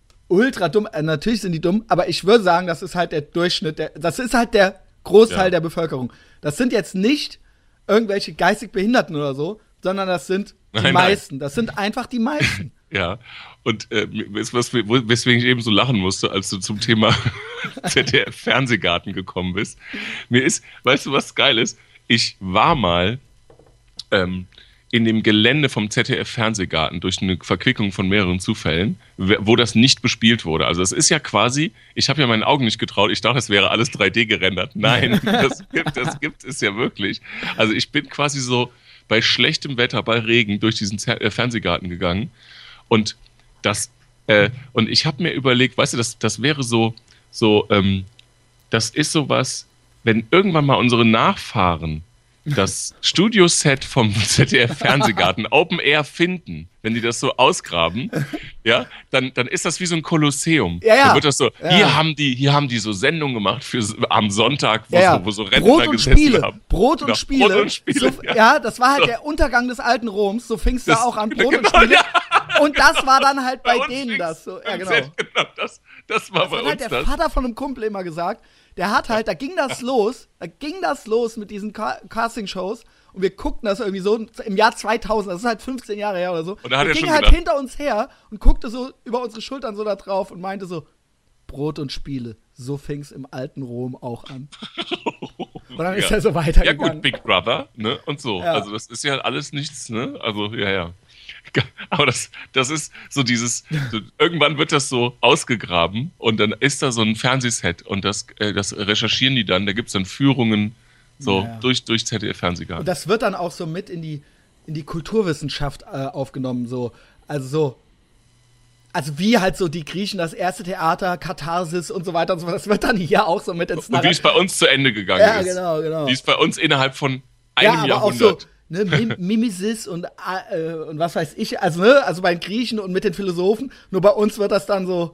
Speaker 1: ultra dumm, äh, natürlich sind die dumm, aber ich würde sagen, das ist halt der Durchschnitt, der, das ist halt der Großteil
Speaker 2: Ja.
Speaker 1: der Bevölkerung. Das sind jetzt nicht irgendwelche geistig Behinderten oder so, sondern das sind die
Speaker 2: Nein, nein.
Speaker 1: meisten. Das sind einfach die meisten.
Speaker 2: Ja, und äh, was, was, weswegen ich eben so lachen musste, als du zum Thema Z D F-Fernsehgarten gekommen bist. Mir ist, weißt du, was geil ist? Ich war mal ähm, in dem Gelände vom Z D F-Fernsehgarten durch eine Verquickung von mehreren Zufällen, wo das nicht bespielt wurde. Also es ist ja quasi, ich habe ja meinen Augen nicht getraut, ich dachte, es wäre alles drei D gerendert. Nein, das gibt, das gibt es ja wirklich. Also ich bin quasi so bei schlechtem Wetter, bei Regen durch diesen Z- äh, Fernsehgarten gegangen und das, äh, und ich habe mir überlegt, weißt du, das, das wäre so, so, ähm, das ist sowas, wenn irgendwann mal unsere Nachfahren das Studioset vom Z D F-Fernsehgarten Open Air finden, wenn die das so ausgraben, ja, dann, dann ist das wie so ein Kolosseum.
Speaker 1: Ja, ja.
Speaker 2: Dann wird das so,
Speaker 1: Ja.
Speaker 2: hier haben die, hier haben die so Sendungen gemacht für am Sonntag, wo,
Speaker 1: Ja, ja.
Speaker 2: so, wo so Rentner
Speaker 1: Brot und
Speaker 2: gesessen
Speaker 1: Spiele.
Speaker 2: haben.
Speaker 1: Brot und
Speaker 2: Genau,
Speaker 1: Spiele.
Speaker 2: Brot und Spiele,
Speaker 1: So,
Speaker 2: ja.
Speaker 1: ja. das war halt
Speaker 2: So.
Speaker 1: der Untergang des alten Roms. So fing es da
Speaker 2: Das-
Speaker 1: auch an. Brot und
Speaker 2: genau,
Speaker 1: Spiele.
Speaker 2: ja.
Speaker 1: Und das war dann halt bei,
Speaker 2: uns
Speaker 1: denen
Speaker 2: fing's
Speaker 1: das so. Ja,
Speaker 2: im
Speaker 1: genau.
Speaker 2: Set, genau, das, das war
Speaker 1: Das
Speaker 2: bei
Speaker 1: hat
Speaker 2: uns
Speaker 1: halt der
Speaker 2: das.
Speaker 1: Vater von einem Kumpel immer gesagt. Der hat halt, da ging das los, da ging das los mit diesen Ca- Casting-Shows und wir guckten das irgendwie so im Jahr zweitausend, das ist halt fünfzehn Jahre her oder so.
Speaker 2: Und da hat
Speaker 1: der
Speaker 2: er
Speaker 1: ging
Speaker 2: schon
Speaker 1: halt
Speaker 2: gedacht-
Speaker 1: hinter uns her und guckte so über unsere Schultern so da drauf und meinte so, Brot und Spiele, so fing's im alten Rom auch an. Und dann ist
Speaker 2: Ja.
Speaker 1: er so
Speaker 2: Ja
Speaker 1: weitergegangen.
Speaker 2: gut, Big Brother, ne, und so.
Speaker 1: Ja.
Speaker 2: Also das ist ja alles nichts, ne, also, ja, ja. Aber das, das ist so dieses, so, irgendwann wird das so ausgegraben und dann ist da so ein Fernsehset und das, äh, das recherchieren die dann, da gibt's dann Führungen so
Speaker 1: Ja, ja.
Speaker 2: durch, durch Z D F-Fernsehgarten.
Speaker 1: Und das wird dann auch so mit in die, in die Kulturwissenschaft äh, aufgenommen, so. Also so. Also wie halt so die Griechen, das erste Theater, Katharsis und so weiter und so fort. Das wird dann hier auch so mit ins
Speaker 2: Und wie es bei uns zu Ende gegangen
Speaker 1: Ja,
Speaker 2: ist.
Speaker 1: genau, genau.
Speaker 2: Wie es bei uns innerhalb von
Speaker 1: Ja,
Speaker 2: einem
Speaker 1: aber auch
Speaker 2: Jahrhundert.
Speaker 1: so, ne, Mim Mimesis und, äh, und was weiß ich, also, ne, also bei den Griechen und mit den Philosophen, nur bei uns wird das dann so,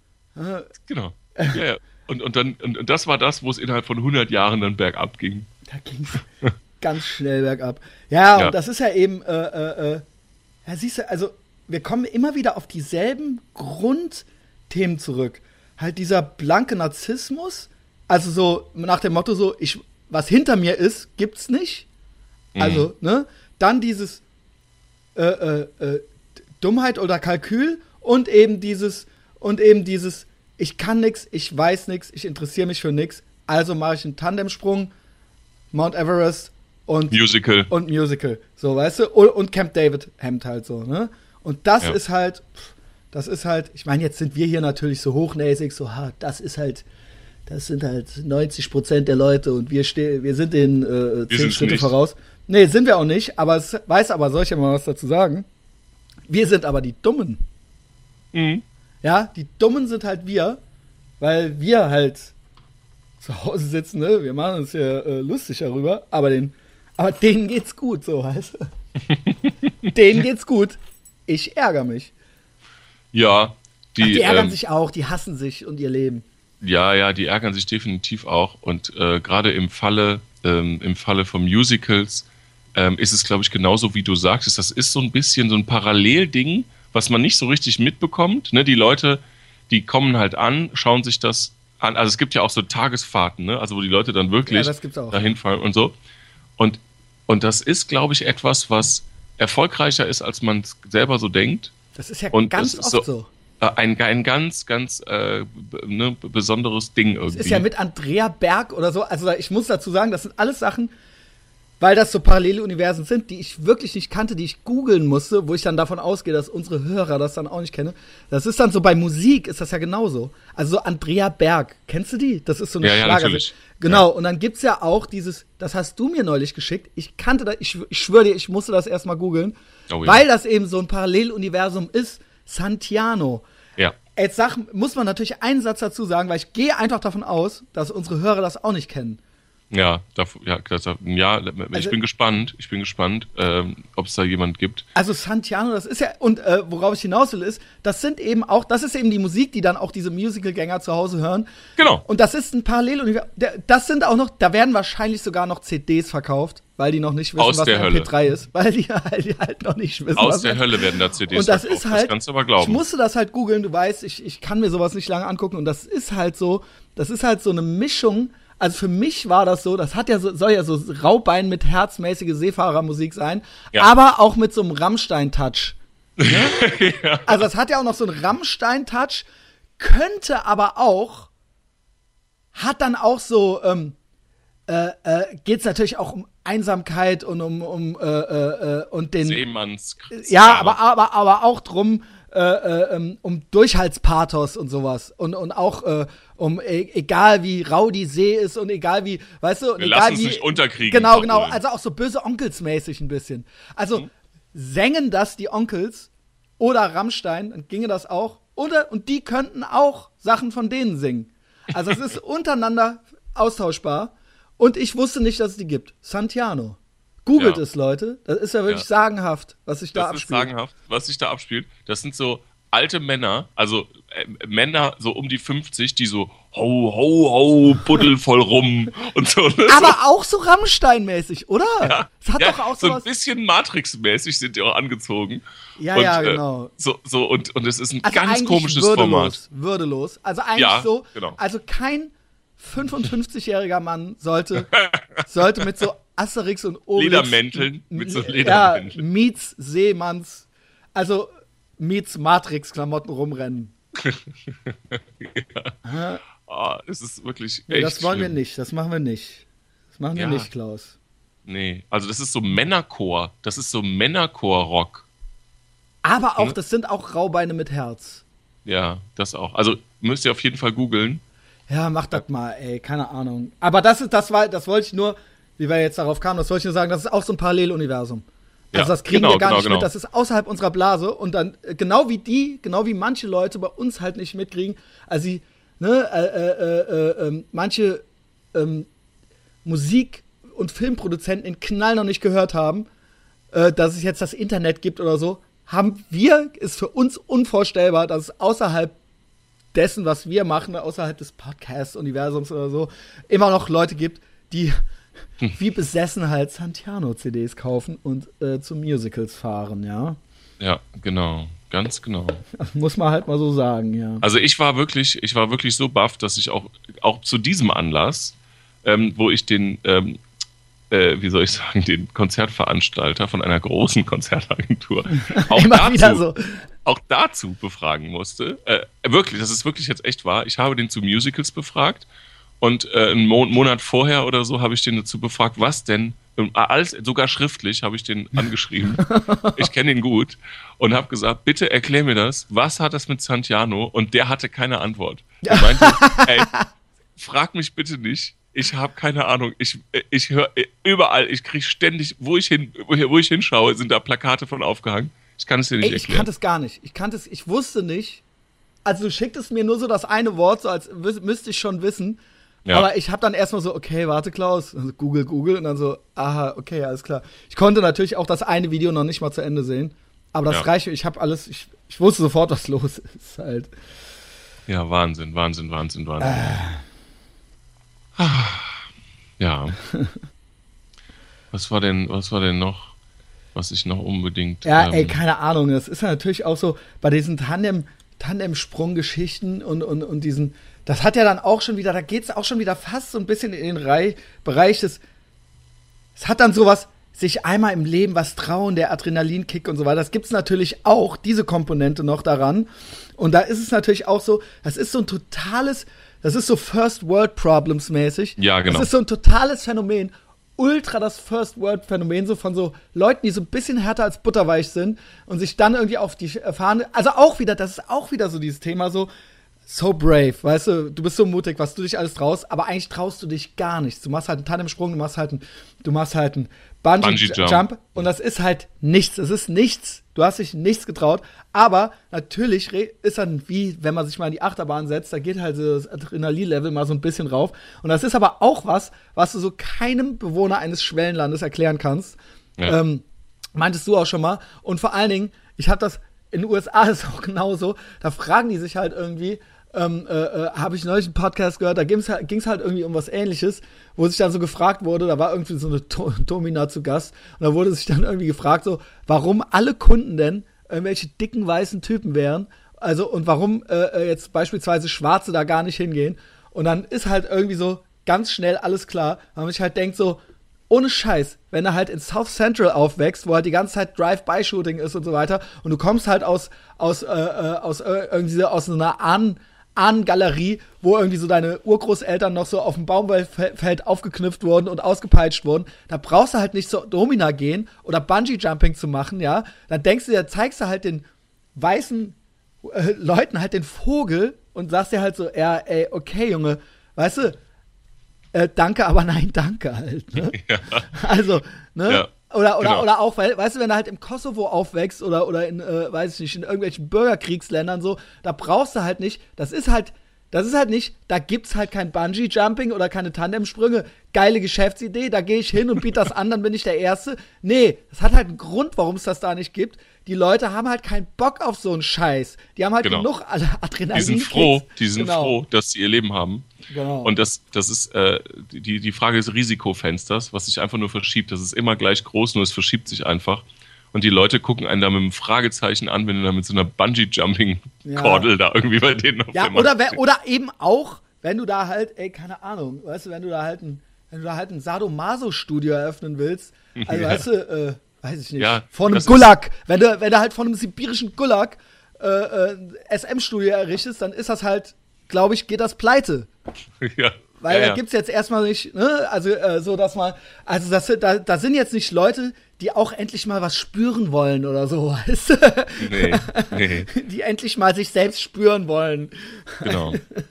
Speaker 2: Genau. Ja, ja. Und, und, dann, und, und das war das, wo es innerhalb von hundert Jahren dann bergab ging.
Speaker 1: da ging's ganz schnell bergab. Ja,
Speaker 2: Ja.
Speaker 1: und das ist ja eben, äh, äh, äh, ja, siehst du, also, wir kommen immer wieder auf dieselben Grundthemen zurück. Halt dieser blanke Narzissmus, also so nach dem Motto so, ich, was hinter mir ist, gibt's nicht. Also, ne, dann dieses äh, äh, äh, Dummheit oder Kalkül und eben dieses, und eben dieses, ich kann nix, ich weiß nix, ich interessiere mich für nix, also mache ich einen Tandemsprung, Mount Everest und
Speaker 2: Musical.
Speaker 1: und Musical, so, weißt du, und, und Camp David Hemd halt so, ne? Und das
Speaker 2: Ja.
Speaker 1: ist halt, pff, das ist halt, ich meine, jetzt sind wir hier natürlich so hochnäsig, so, ha, das ist halt, das sind halt neunzig Prozent der Leute und wir stehen, wir sind den äh, zehn
Speaker 2: sind's
Speaker 1: Schritte
Speaker 2: nicht.
Speaker 1: voraus. Nee, sind wir auch nicht, aber es weiß aber, soll ich ja mal was dazu sagen? Wir sind aber die Dummen.
Speaker 2: Mhm.
Speaker 1: Ja, die Dummen sind halt wir, weil wir halt zu Hause sitzen, ne? Wir machen uns ja äh, lustig darüber, aber den, aber denen geht's gut, so, weißt du? Denen geht's gut. Ich ärgere mich.
Speaker 2: Ja, die,
Speaker 1: Ach, die ärgern
Speaker 2: ähm,
Speaker 1: sich auch, die hassen sich und ihr Leben.
Speaker 2: Ja, ja, die ärgern sich definitiv auch. Und äh, gerade im Falle, ähm, im Falle von Musicals ähm, ist es, glaube ich, genauso wie du sagtest. Das ist so ein bisschen so ein Parallelding, was man nicht so richtig mitbekommt. Ne? Die Leute, die kommen halt an, schauen sich das an. Also es gibt ja auch so Tagesfahrten, ne? Also wo die Leute dann wirklich
Speaker 1: Ja, das gibt's auch.
Speaker 2: dahin fahren und so. Und, und das ist, glaube ich, etwas, was erfolgreicher ist, als man es selber so denkt.
Speaker 1: Das ist ja
Speaker 2: Und
Speaker 1: ganz
Speaker 2: das
Speaker 1: oft
Speaker 2: ist so.
Speaker 1: so.
Speaker 2: Ein, ein ganz, ganz äh, b- ne, besonderes Ding irgendwie.
Speaker 1: Das ist ja mit Andrea Berg oder so. Also ich muss dazu sagen, das sind alles Sachen, weil das so parallele Universen sind, die ich wirklich nicht kannte, die ich googeln musste, wo ich dann davon ausgehe, dass unsere Hörer das dann auch nicht kennen. Das ist dann so, bei Musik ist das ja genauso. Also so Andrea Berg, kennst du die? Das ist so eine
Speaker 2: Ja, ja,
Speaker 1: Schlager.
Speaker 2: natürlich.
Speaker 1: Genau,
Speaker 2: Ja.
Speaker 1: und dann gibt's ja auch dieses, das hast du mir neulich geschickt, ich kannte das, ich, ich schwöre dir, ich musste das erstmal googeln,
Speaker 2: Oh ja.
Speaker 1: weil das eben so ein Paralleluniversum ist, Santiano.
Speaker 2: Ja.
Speaker 1: Jetzt sag, muss man natürlich einen Satz dazu sagen, weil ich gehe einfach davon aus, dass unsere Hörer das auch nicht kennen.
Speaker 2: Ja, da, ja, das, ja, ich
Speaker 1: Also-
Speaker 2: bin gespannt. Ich bin gespannt, ähm, ob es da jemand gibt.
Speaker 1: Also Santiano, das ist ja, und äh, worauf ich hinaus will, ist, das sind eben auch, das ist eben die Musik, die dann auch diese Musical-Gänger zu Hause hören.
Speaker 2: Genau.
Speaker 1: Und das ist ein Paralleluniversum. Der- Das sind auch noch, da werden wahrscheinlich sogar noch C Ds verkauft, weil die noch nicht wissen,
Speaker 2: Aus
Speaker 1: was
Speaker 2: der
Speaker 1: ein
Speaker 2: Hölle.
Speaker 1: M P drei ist. Weil die, weil die halt noch nicht wissen,
Speaker 2: Aus
Speaker 1: was
Speaker 2: der
Speaker 1: ein-
Speaker 2: Hölle werden da C Ds
Speaker 1: Und das
Speaker 2: verkauft.
Speaker 1: ist halt,
Speaker 2: Das kannst du aber
Speaker 1: ich
Speaker 2: glauben.
Speaker 1: musste das halt googeln, du weißt, ich, ich kann mir sowas nicht lange angucken und das ist halt so, das ist halt so eine Mischung, also für mich war das so, das hat ja so, soll ja so Raubein mit herzmäßige Seefahrermusik sein,
Speaker 2: Ja.
Speaker 1: aber auch mit so einem Rammstein-Touch.
Speaker 2: Ja.
Speaker 1: Also das hat ja auch noch so einen Rammstein-Touch, könnte aber auch, hat dann auch so, ähm, äh, äh, geht's natürlich auch um Einsamkeit und um, um äh, äh, äh, und den
Speaker 2: Seemanns.
Speaker 1: ja, aber, aber, aber auch drum, äh, äh, ähm, um Durchhaltspathos und sowas. Und, und auch äh, um, e egal wie rau die See ist und egal wie, weißt du, und
Speaker 2: Wir
Speaker 1: egal
Speaker 2: lassen uns
Speaker 1: wie.
Speaker 2: nicht unterkriegen.
Speaker 1: Genau, genau.
Speaker 2: Paul.
Speaker 1: Also auch so böse Onkelsmäßig ein bisschen. Also
Speaker 2: Mhm.
Speaker 1: sängen das die Onkels oder Rammstein, dann ginge das auch. Oder, und die könnten auch Sachen von denen singen. Also es ist untereinander austauschbar. Und ich wusste nicht, dass es die gibt. Santiano. Googelt
Speaker 2: Ja.
Speaker 1: es, Leute. Das ist ja wirklich
Speaker 2: Ja.
Speaker 1: sagenhaft, was sich da
Speaker 2: Das ist
Speaker 1: abspielt.
Speaker 2: sagenhaft, was sich da abspielt. Das sind so alte Männer, also äh, Männer so um die fünfzig, die so ho, ho, ho, Buddel voll rum und so. Ne?
Speaker 1: Aber auch so Rammstein-mäßig, oder?
Speaker 2: Ja,
Speaker 1: Es hat
Speaker 2: ja,
Speaker 1: doch auch
Speaker 2: so ein
Speaker 1: sowas.
Speaker 2: bisschen Matrix-mäßig sind die auch angezogen.
Speaker 1: Ja,
Speaker 2: und,
Speaker 1: ja,
Speaker 2: äh,
Speaker 1: genau.
Speaker 2: so, so, und, und es ist ein
Speaker 1: Also
Speaker 2: ganz
Speaker 1: eigentlich
Speaker 2: komisches
Speaker 1: würdelos,
Speaker 2: Format.
Speaker 1: Würdelos. Also eigentlich
Speaker 2: Ja,
Speaker 1: so.
Speaker 2: genau.
Speaker 1: Also kein fünfundfünfzigjähriger Mann sollte, sollte mit so Asterix und Obelix.
Speaker 2: Ledermänteln, mit so
Speaker 1: Ja,
Speaker 2: Ledermänteln.
Speaker 1: Meets Seemanns. Also Meets Matrix-Klamotten rumrennen.
Speaker 2: Ah, es ist wirklich
Speaker 1: Nee,
Speaker 2: echt
Speaker 1: das wollen wir
Speaker 2: schlimm.
Speaker 1: nicht. Das machen wir nicht. Das machen wir
Speaker 2: Ja.
Speaker 1: nicht, Klaus.
Speaker 2: Nee, also das ist so Männerchor. Das ist so Männerchor-Rock.
Speaker 1: Aber auch,
Speaker 2: Hm?
Speaker 1: das sind auch Raubeine mit Herz.
Speaker 2: Ja, das auch. Also müsst ihr auf jeden Fall googeln.
Speaker 1: Ja, mach das mal, ey, keine Ahnung. Aber das ist, das war, das wollte ich nur, wie wir jetzt darauf kamen, das wollte ich nur sagen, das ist auch so ein Paralleluniversum. Also
Speaker 2: Ja,
Speaker 1: das kriegen
Speaker 2: genau,
Speaker 1: wir gar
Speaker 2: genau,
Speaker 1: nicht
Speaker 2: genau.
Speaker 1: mit, das ist außerhalb unserer Blase und dann, äh, genau wie die, genau wie manche Leute bei uns halt nicht mitkriegen, also sie, ne, äh, äh, äh, äh, manche ähm, Musik- und Filmproduzenten in Knall noch nicht gehört haben, äh, dass es jetzt das Internet gibt oder so, haben wir, ist für uns unvorstellbar, dass es außerhalb dessen, was wir machen, außerhalb des Podcast-Universums oder so, immer noch Leute gibt, die wie besessen halt Santiano-C Ds kaufen und äh, zu Musicals fahren, ja.
Speaker 2: Ja, genau. Ganz genau.
Speaker 1: Muss man halt mal so sagen, ja.
Speaker 2: Also ich war wirklich, ich war wirklich so baff, dass ich auch, auch zu diesem Anlass, ähm, wo ich den, ähm, äh, wie soll ich sagen, den Konzertveranstalter von einer großen Konzertagentur auch
Speaker 1: Immer wieder
Speaker 2: dazu,
Speaker 1: so.
Speaker 2: auch dazu befragen musste. Äh, wirklich, das ist wirklich jetzt echt wahr. Ich habe den zu Musicals befragt und äh, einen Mo Monat vorher oder so habe ich den dazu befragt, was denn, ähm, alles, sogar schriftlich habe ich den angeschrieben. Ich kenne ihn gut und habe gesagt, bitte erklär mir das, was hat das mit Santiano? Und der hatte keine Antwort. Er meinte, ey, frag mich bitte nicht. Ich habe keine Ahnung. Ich, ich höre überall, ich kriege ständig, wo ich, hin, wo ich hinschaue, sind da Plakate von aufgehangen. Ich kann es dir nicht
Speaker 1: Ey, ich
Speaker 2: erklären.
Speaker 1: kannte es gar nicht. Ich kannte es, ich wusste nicht. Also du schicktest mir nur so das eine Wort, so als wüs- müsste ich schon wissen.
Speaker 2: Ja.
Speaker 1: Aber ich habe dann erstmal so, okay, warte, Klaus, also Google, Google und dann so, aha, okay, alles klar. Ich konnte natürlich auch das eine Video noch nicht mal zu Ende sehen, aber das
Speaker 2: Ja.
Speaker 1: reicht mir. Ich habe alles, ich, ich wusste sofort, was los ist halt.
Speaker 2: Ja, Wahnsinn, Wahnsinn, Wahnsinn, Wahnsinn. Äh. Ja. Was war denn, was war denn noch, was ich noch unbedingt...
Speaker 1: Ja,
Speaker 2: ähm,
Speaker 1: ey, keine Ahnung. Das ist ja natürlich auch so bei diesen Tandem, Tandemsprung-Geschichten und, und, und diesen, das hat ja dann auch schon wieder, da geht es auch schon wieder fast so ein bisschen in den Rei- Bereich des, es hat dann sowas, sich einmal im Leben was trauen, der Adrenalinkick und so weiter. Das gibt's natürlich auch, diese Komponente noch daran. Und da ist es natürlich auch so, das ist so ein totales, das ist so First World Problems mäßig.
Speaker 2: Ja, genau.
Speaker 1: Das ist so ein totales Phänomen. Ultra das First World Phänomen, so von so Leuten, die so ein bisschen härter als butterweich sind und sich dann irgendwie auf die Fahne, also auch wieder, das ist auch wieder so dieses Thema so, so brave, weißt du, du bist so mutig, was du dich alles traust, aber eigentlich traust du dich gar nichts. Du machst halt einen Tandemsprung, du machst halt einen, du machst halt einen Bungee-Jump Bungee und das ist halt nichts, es ist nichts. Du hast dich nichts getraut, aber natürlich ist dann wie, wenn man sich mal in die Achterbahn setzt, da geht halt so das Adrenalin-Level mal so ein bisschen rauf. Und das ist aber auch was, was du so keinem Bewohner eines Schwellenlandes erklären kannst.
Speaker 2: Ja.
Speaker 1: Ähm, meintest du auch schon mal. Und vor allen Dingen, ich habe das, in den U S A ist auch genauso, da fragen die sich halt irgendwie, ähm, äh, äh, habe ich neulich einen Podcast gehört, da ging es halt, halt irgendwie um was Ähnliches, wo sich dann so gefragt wurde, da war irgendwie so eine Do- Domina zu Gast und da wurde sich dann irgendwie gefragt, so, warum alle Kunden denn irgendwelche dicken weißen Typen wären, also und warum äh, jetzt beispielsweise Schwarze da gar nicht hingehen. Und dann ist halt irgendwie so ganz schnell alles klar, weil man sich halt denkt so, ohne Scheiß, wenn er halt in South Central aufwächst, wo halt die ganze Zeit Drive-by-Shooting ist und so weiter und du kommst halt aus, aus, äh, aus, äh, irgendwie aus einer Ahnen- Ahnengalerie, wo irgendwie so deine Urgroßeltern noch so auf dem Baumwollfeld aufgeknüpft wurden und ausgepeitscht wurden, da brauchst du halt nicht zur Domina gehen oder Bungee-Jumping zu machen, ja. Dann denkst du dir, zeigst du halt den weißen äh, Leuten halt den Vogel und sagst dir halt so, ja, ey, okay, Junge, weißt du, äh, danke, aber nein, danke halt, ne?
Speaker 2: Ja.
Speaker 1: Also, ne?
Speaker 2: Ja.
Speaker 1: Oder, oder,
Speaker 2: Genau.
Speaker 1: oder auch, weil, weißt du, wenn du halt im Kosovo aufwächst oder, oder in, äh, weiß ich nicht, in irgendwelchen Bürgerkriegsländern so, da brauchst du halt nicht, das ist halt, das ist halt nicht, da gibt's halt kein Bungee-Jumping oder keine Tandemsprünge, geile Geschäftsidee, da gehe ich hin und biete das an, dann bin ich der Erste. Nee, das hat halt einen Grund, warum es das da nicht gibt. Die Leute haben halt keinen Bock auf so einen Scheiß. Die haben halt
Speaker 2: Genau.
Speaker 1: genug Adrenalin.
Speaker 2: Die sind froh, die sind
Speaker 1: Genau.
Speaker 2: froh, dass sie ihr Leben haben.
Speaker 1: Genau.
Speaker 2: Und das, das ist äh, die, die Frage des Risikofensters, was sich einfach nur verschiebt. Das ist immer gleich groß, nur es verschiebt sich einfach. Und die Leute gucken einen da mit einem Fragezeichen an, wenn du da mit so einer Bungee-Jumping-Kordel
Speaker 1: Ja.
Speaker 2: da irgendwie bei denen auf
Speaker 1: Ja,
Speaker 2: der
Speaker 1: oder,
Speaker 2: Matte
Speaker 1: we- oder eben auch, wenn du da halt, ey, keine Ahnung, weißt du, wenn du da halt ein, wenn du da halt ein Sadomaso-Studio eröffnen willst, also
Speaker 2: Ja.
Speaker 1: weißt du, äh, weiß ich nicht,
Speaker 2: Ja,
Speaker 1: von einem
Speaker 2: das
Speaker 1: Gulag, wenn du, wenn du halt von einem sibirischen Gulag äh, äh, S M-Studio errichtest, dann ist das halt, glaube ich, geht das pleite.
Speaker 2: Ja.
Speaker 1: Weil
Speaker 2: ja,
Speaker 1: da
Speaker 2: ja.
Speaker 1: gibt's jetzt erstmal nicht, ne, also äh, so, dass man, also das, da, da sind jetzt nicht Leute, die auch endlich mal was spüren wollen oder so, weißt du?
Speaker 2: Nee, nee.
Speaker 1: Die endlich mal sich selbst spüren wollen.
Speaker 2: Genau.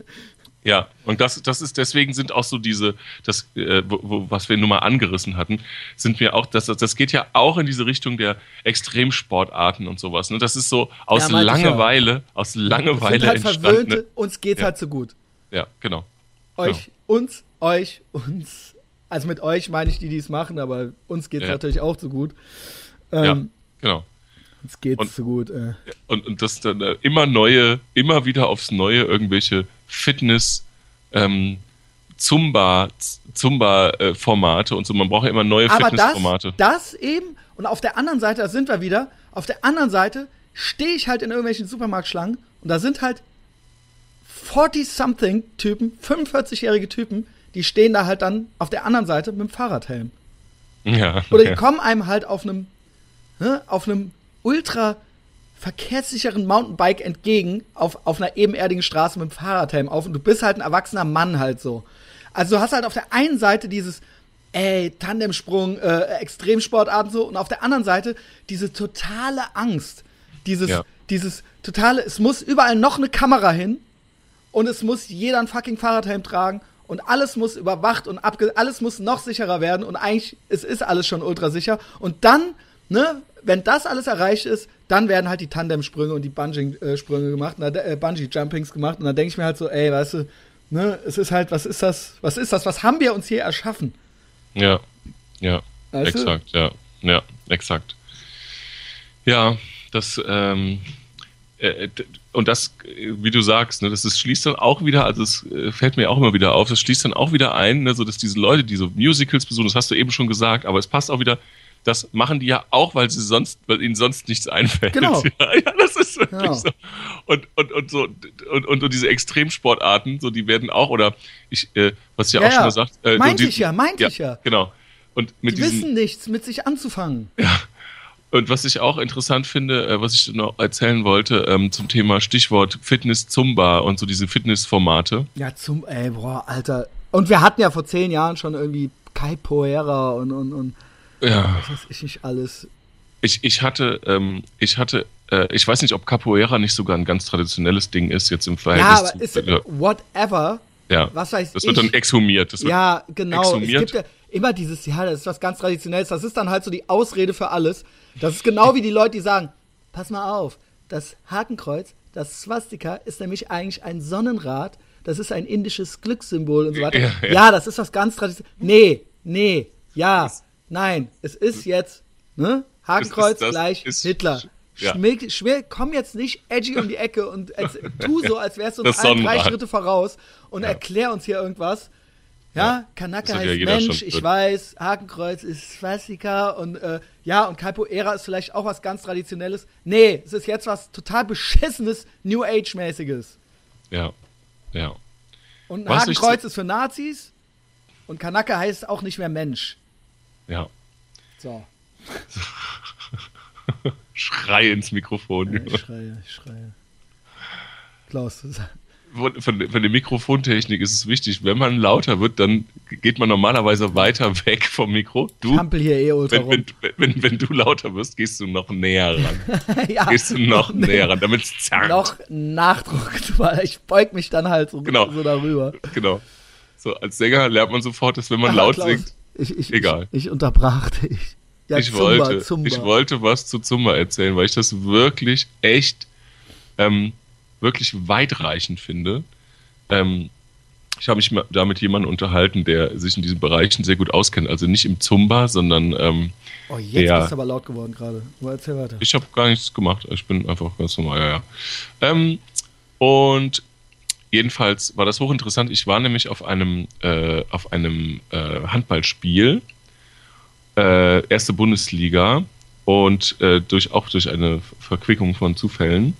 Speaker 2: Ja, und das, das ist, deswegen sind auch so diese, das, äh, wo, wo, was wir nun mal angerissen hatten, sind wir auch, das, das geht ja auch in diese Richtung der Extremsportarten und sowas. Ne? Das ist so aus
Speaker 1: Ja, meinte ich ja.
Speaker 2: Langeweile, aus Langeweile
Speaker 1: sind halt
Speaker 2: entstanden.
Speaker 1: Verwöhnte, uns geht's
Speaker 2: Ja.
Speaker 1: halt so gut.
Speaker 2: Ja, genau.
Speaker 1: Euch, uns, euch, uns. Also mit euch meine ich die, die es machen, aber uns geht's
Speaker 2: Ja.
Speaker 1: natürlich auch so gut.
Speaker 2: Ja,
Speaker 1: Ähm,
Speaker 2: genau.
Speaker 1: uns geht's
Speaker 2: Und-
Speaker 1: so gut. Äh.
Speaker 2: Und, und das dann äh, immer neue, immer wieder aufs Neue irgendwelche Fitness, ähm, Zumba, Zumba-Formate und so. Man braucht ja immer neue
Speaker 1: Aber das,
Speaker 2: Fitnessformate.
Speaker 1: das eben, und auf der anderen Seite, da sind wir wieder, auf der anderen Seite stehe ich halt in irgendwelchen Supermarktschlangen und da sind halt vierzig-something-Typen, fünfundvierzig-jährige Typen, die stehen da halt dann auf der anderen Seite mit dem Fahrradhelm.
Speaker 2: Ja,
Speaker 1: Oder die
Speaker 2: ja.
Speaker 1: kommen einem halt auf einem, ne, auf einem ultra verkehrssicheren Mountainbike entgegen, auf, auf einer ebenerdigen Straße mit dem Fahrradhelm auf und du bist halt ein erwachsener Mann halt so. Also du hast halt auf der einen Seite dieses, ey, Tandemsprung, äh, Extremsportarten so und auf der anderen Seite diese totale Angst, dieses,
Speaker 2: Ja.
Speaker 1: dieses totale, es muss überall noch eine Kamera hin und es muss jeder ein fucking Fahrradhelm tragen und alles muss überwacht und abge alles muss noch sicherer werden und eigentlich es ist alles schon ultra sicher und dann, ne, wenn das alles erreicht ist, dann werden halt die Tandemsprünge und die Bungee-Sprünge gemacht, äh, Bungee-Jumpings gemacht und dann denke ich mir halt so, ey, weißt du, ne, es ist halt, was ist das, was ist das, was haben wir uns hier erschaffen?
Speaker 2: Ja, ja, weißt exakt, du? ja, ja, exakt. Ja, das, ähm, äh, und das, wie du sagst, ne, das ist, schließt dann auch wieder, also es äh, fällt mir auch immer wieder auf, das schließt dann auch wieder ein, ne, so dass diese Leute, die so Musicals besuchen, das hast du eben schon gesagt, aber es passt auch wieder, das machen die ja auch, weil sie sonst, weil ihnen sonst nichts einfällt.
Speaker 1: Genau.
Speaker 2: Ja, ja, das ist wirklich
Speaker 1: genau.
Speaker 2: so. Und, und, und so, und, und, und diese Extremsportarten, so, die werden auch, oder ich, äh, was ich ja, ja auch schon gesagt, äh,
Speaker 1: meinte
Speaker 2: so,
Speaker 1: ich ja, meinte
Speaker 2: ja,
Speaker 1: ich ja.
Speaker 2: Genau. Und mit
Speaker 1: die
Speaker 2: diesen,
Speaker 1: wissen nichts, mit sich anzufangen.
Speaker 2: Ja. Und was ich auch interessant finde, äh, was ich noch erzählen wollte, ähm, zum Thema Stichwort Fitness Zumba und so diese Fitnessformate.
Speaker 1: Ja, zum, ey, boah, Alter. Und wir hatten ja vor zehn Jahren schon irgendwie Capoeira und, und, und
Speaker 2: ja.
Speaker 1: was weiß ich nicht alles.
Speaker 2: Ich, ich hatte, ähm, ich hatte, äh, ich weiß nicht, ob Capoeira nicht sogar ein ganz traditionelles Ding ist, jetzt im Verhältnis
Speaker 1: ja, aber
Speaker 2: zu,
Speaker 1: ist,
Speaker 2: äh,
Speaker 1: whatever,
Speaker 2: ja.
Speaker 1: was weiß
Speaker 2: das
Speaker 1: ich.
Speaker 2: wird dann exhumiert. Das wird
Speaker 1: ja, genau.
Speaker 2: Exhumiert.
Speaker 1: Es gibt ja immer dieses, ja, das ist was ganz Traditionelles, das ist dann halt so die Ausrede für alles. Das ist genau wie die Leute, die sagen, pass mal auf, das Hakenkreuz, das Swastika ist nämlich eigentlich ein Sonnenrad, das ist ein indisches Glückssymbol und so weiter.
Speaker 2: Ja, ja.
Speaker 1: ja das ist was ganz Traditionelles. Nee, nee, ja, nein, es ist jetzt, ne? Hakenkreuz
Speaker 2: das,
Speaker 1: gleich
Speaker 2: ist,
Speaker 1: Hitler.
Speaker 2: Ja.
Speaker 1: Schmick, schmick, komm jetzt nicht edgy um die Ecke und als, tu so, als wärst du uns
Speaker 2: Das
Speaker 1: allen drei
Speaker 2: Sonnenrad.
Speaker 1: Schritte voraus und
Speaker 2: Ja.
Speaker 1: erklär uns hier irgendwas. Ja,
Speaker 2: Ja.
Speaker 1: Kanaka
Speaker 2: Das hat ja
Speaker 1: heißt
Speaker 2: jeder
Speaker 1: Mensch,
Speaker 2: schon
Speaker 1: ich
Speaker 2: gehört.
Speaker 1: weiß, Hakenkreuz ist Swastika und äh, ja, und Capoeira ist vielleicht auch was ganz Traditionelles. Nee, es ist jetzt was total beschissenes, New Age-mäßiges.
Speaker 2: Ja, ja.
Speaker 1: Und ein
Speaker 2: Was ich
Speaker 1: Hakenkreuz
Speaker 2: so-
Speaker 1: ist für Nazis und Kanaka heißt auch nicht mehr Mensch.
Speaker 2: Ja.
Speaker 1: So,
Speaker 2: Schrei ins Mikrofon.
Speaker 1: ja, ich schreie, ich schreie. Klaus, das-
Speaker 2: Von, von, von der Mikrofontechnik ist es wichtig, wenn man lauter wird, dann geht man normalerweise weiter weg vom Mikro.
Speaker 1: ich
Speaker 2: Du,
Speaker 1: hampel hier eh ultra
Speaker 2: wenn,
Speaker 1: rum.
Speaker 2: wenn, wenn, wenn du lauter wirst, gehst du noch näher ran.
Speaker 1: ja,
Speaker 2: Gehst du noch näher ran, damit es zerrt.
Speaker 1: noch Nachdruck, weil ich beug mich dann halt so,
Speaker 2: Genau.
Speaker 1: so darüber.
Speaker 2: Genau. So, als Sänger lernt man sofort, dass wenn man
Speaker 1: Aha,
Speaker 2: laut
Speaker 1: Klaus,
Speaker 2: singt,
Speaker 1: ich, ich,
Speaker 2: egal.
Speaker 1: Ich, ich unterbrach dich. Ja,
Speaker 2: ich,
Speaker 1: Zumba,
Speaker 2: wollte,
Speaker 1: Zumba.
Speaker 2: ich wollte was zu Zumba erzählen, weil ich das wirklich echt, ähm, wirklich weitreichend finde. Ähm, ich habe mich mal da mit jemandem unterhalten, der sich in diesen Bereichen sehr gut auskennt. Also nicht im Zumba, sondern ähm,
Speaker 1: Oh, jetzt
Speaker 2: der,
Speaker 1: bist du aber laut geworden gerade. Aber erzähl weiter.
Speaker 2: ich habe gar nichts gemacht. Ich bin einfach ganz normal, ja, ja. Ähm, und jedenfalls war das hochinteressant. Ich war nämlich auf einem, äh, auf einem äh, Handballspiel, äh, erste Bundesliga und äh, durch, auch durch eine Verquickung von Zufällen.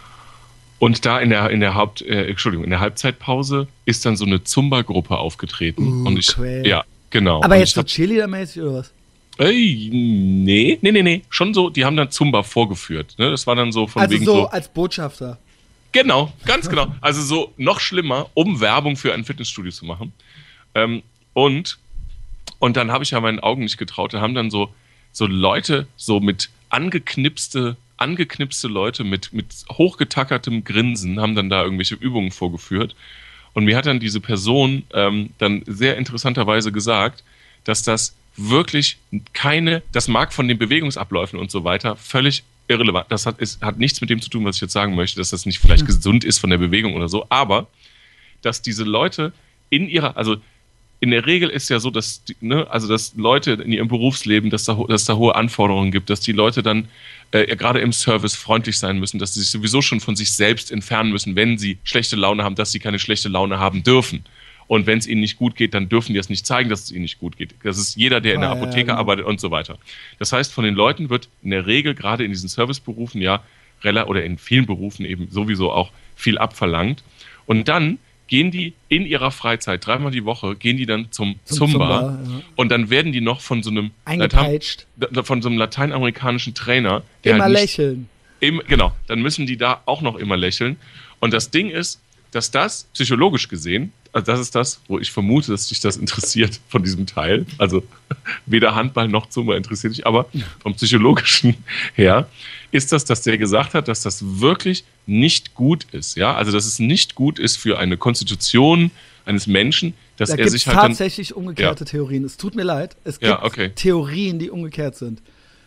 Speaker 2: Und da in der, in der Haupt, äh, Entschuldigung, in der Halbzeitpause ist dann so eine Zumba-Gruppe aufgetreten.
Speaker 1: Uh,
Speaker 2: und ich,
Speaker 1: Quell.
Speaker 2: ja, genau.
Speaker 1: Aber
Speaker 2: und
Speaker 1: jetzt
Speaker 2: ich
Speaker 1: so
Speaker 2: hab,
Speaker 1: Cheerleader-mäßig oder was?
Speaker 2: ey, nee, nee, nee, nee, schon so, die haben dann Zumba vorgeführt. Ne? Das war dann so von
Speaker 1: Also
Speaker 2: wegen
Speaker 1: so,
Speaker 2: so,
Speaker 1: als Botschafter.
Speaker 2: genau, ganz genau. Also so noch schlimmer, um Werbung für ein Fitnessstudio zu machen. Ähm, und, und dann habe ich ja meinen Augen nicht getraut. Da haben dann so, so Leute, so mit angeknipste, angeknipste Leute mit, mit hochgetackertem Grinsen, haben dann da irgendwelche Übungen vorgeführt. Und mir hat dann diese Person ähm, dann sehr interessanterweise gesagt, dass das wirklich keine, das mag von den Bewegungsabläufen und so weiter völlig irrelevant. Das hat, ist, hat nichts mit dem zu tun, was ich jetzt sagen möchte, dass das nicht vielleicht gesund ist von der Bewegung oder so, aber dass diese Leute in ihrer, also in der Regel ist ja so, dass, die, ne, also dass Leute in ihrem Berufsleben, dass da, dass da hohe Anforderungen gibt, dass die Leute dann äh, gerade im Service freundlich sein müssen, dass sie sich sowieso schon von sich selbst entfernen müssen, wenn sie schlechte Laune haben, dass sie keine schlechte Laune haben dürfen. Und wenn es ihnen nicht gut geht, dann dürfen die es nicht zeigen, dass es ihnen nicht gut geht. Das ist jeder, der in der
Speaker 1: Ah, ja,
Speaker 2: Apotheke
Speaker 1: genau.
Speaker 2: arbeitet und so weiter. Das heißt, von den Leuten wird in der Regel, gerade in diesen Serviceberufen, ja, rela- oder in vielen Berufen eben sowieso auch viel abverlangt. Und dann gehen die in ihrer Freizeit, dreimal die Woche, gehen die dann zum,
Speaker 1: Zum
Speaker 2: Zumba,
Speaker 1: Zumba, ja.
Speaker 2: und dann werden die noch von so einem
Speaker 1: Eingepeitscht.
Speaker 2: Latein- von so einem lateinamerikanischen Trainer, der
Speaker 1: Immer
Speaker 2: halt nicht,
Speaker 1: lächeln.
Speaker 2: Im, genau, dann müssen die da auch noch immer lächeln. Und das Ding ist, dass das psychologisch gesehen, also das ist das, wo ich vermute, dass dich das interessiert von diesem Teil. Also weder Handball noch Zumba interessiert dich, aber vom psychologischen her ist das, dass der gesagt hat, dass das wirklich nicht gut ist. Ja, also dass es nicht gut ist für eine Konstitution eines Menschen, dass
Speaker 1: Da
Speaker 2: er
Speaker 1: gibt es
Speaker 2: sich halt dann,
Speaker 1: tatsächlich umgekehrte
Speaker 2: Ja.
Speaker 1: Theorien. Es tut mir leid. Es gibt
Speaker 2: Ja, okay.
Speaker 1: Theorien, die umgekehrt sind.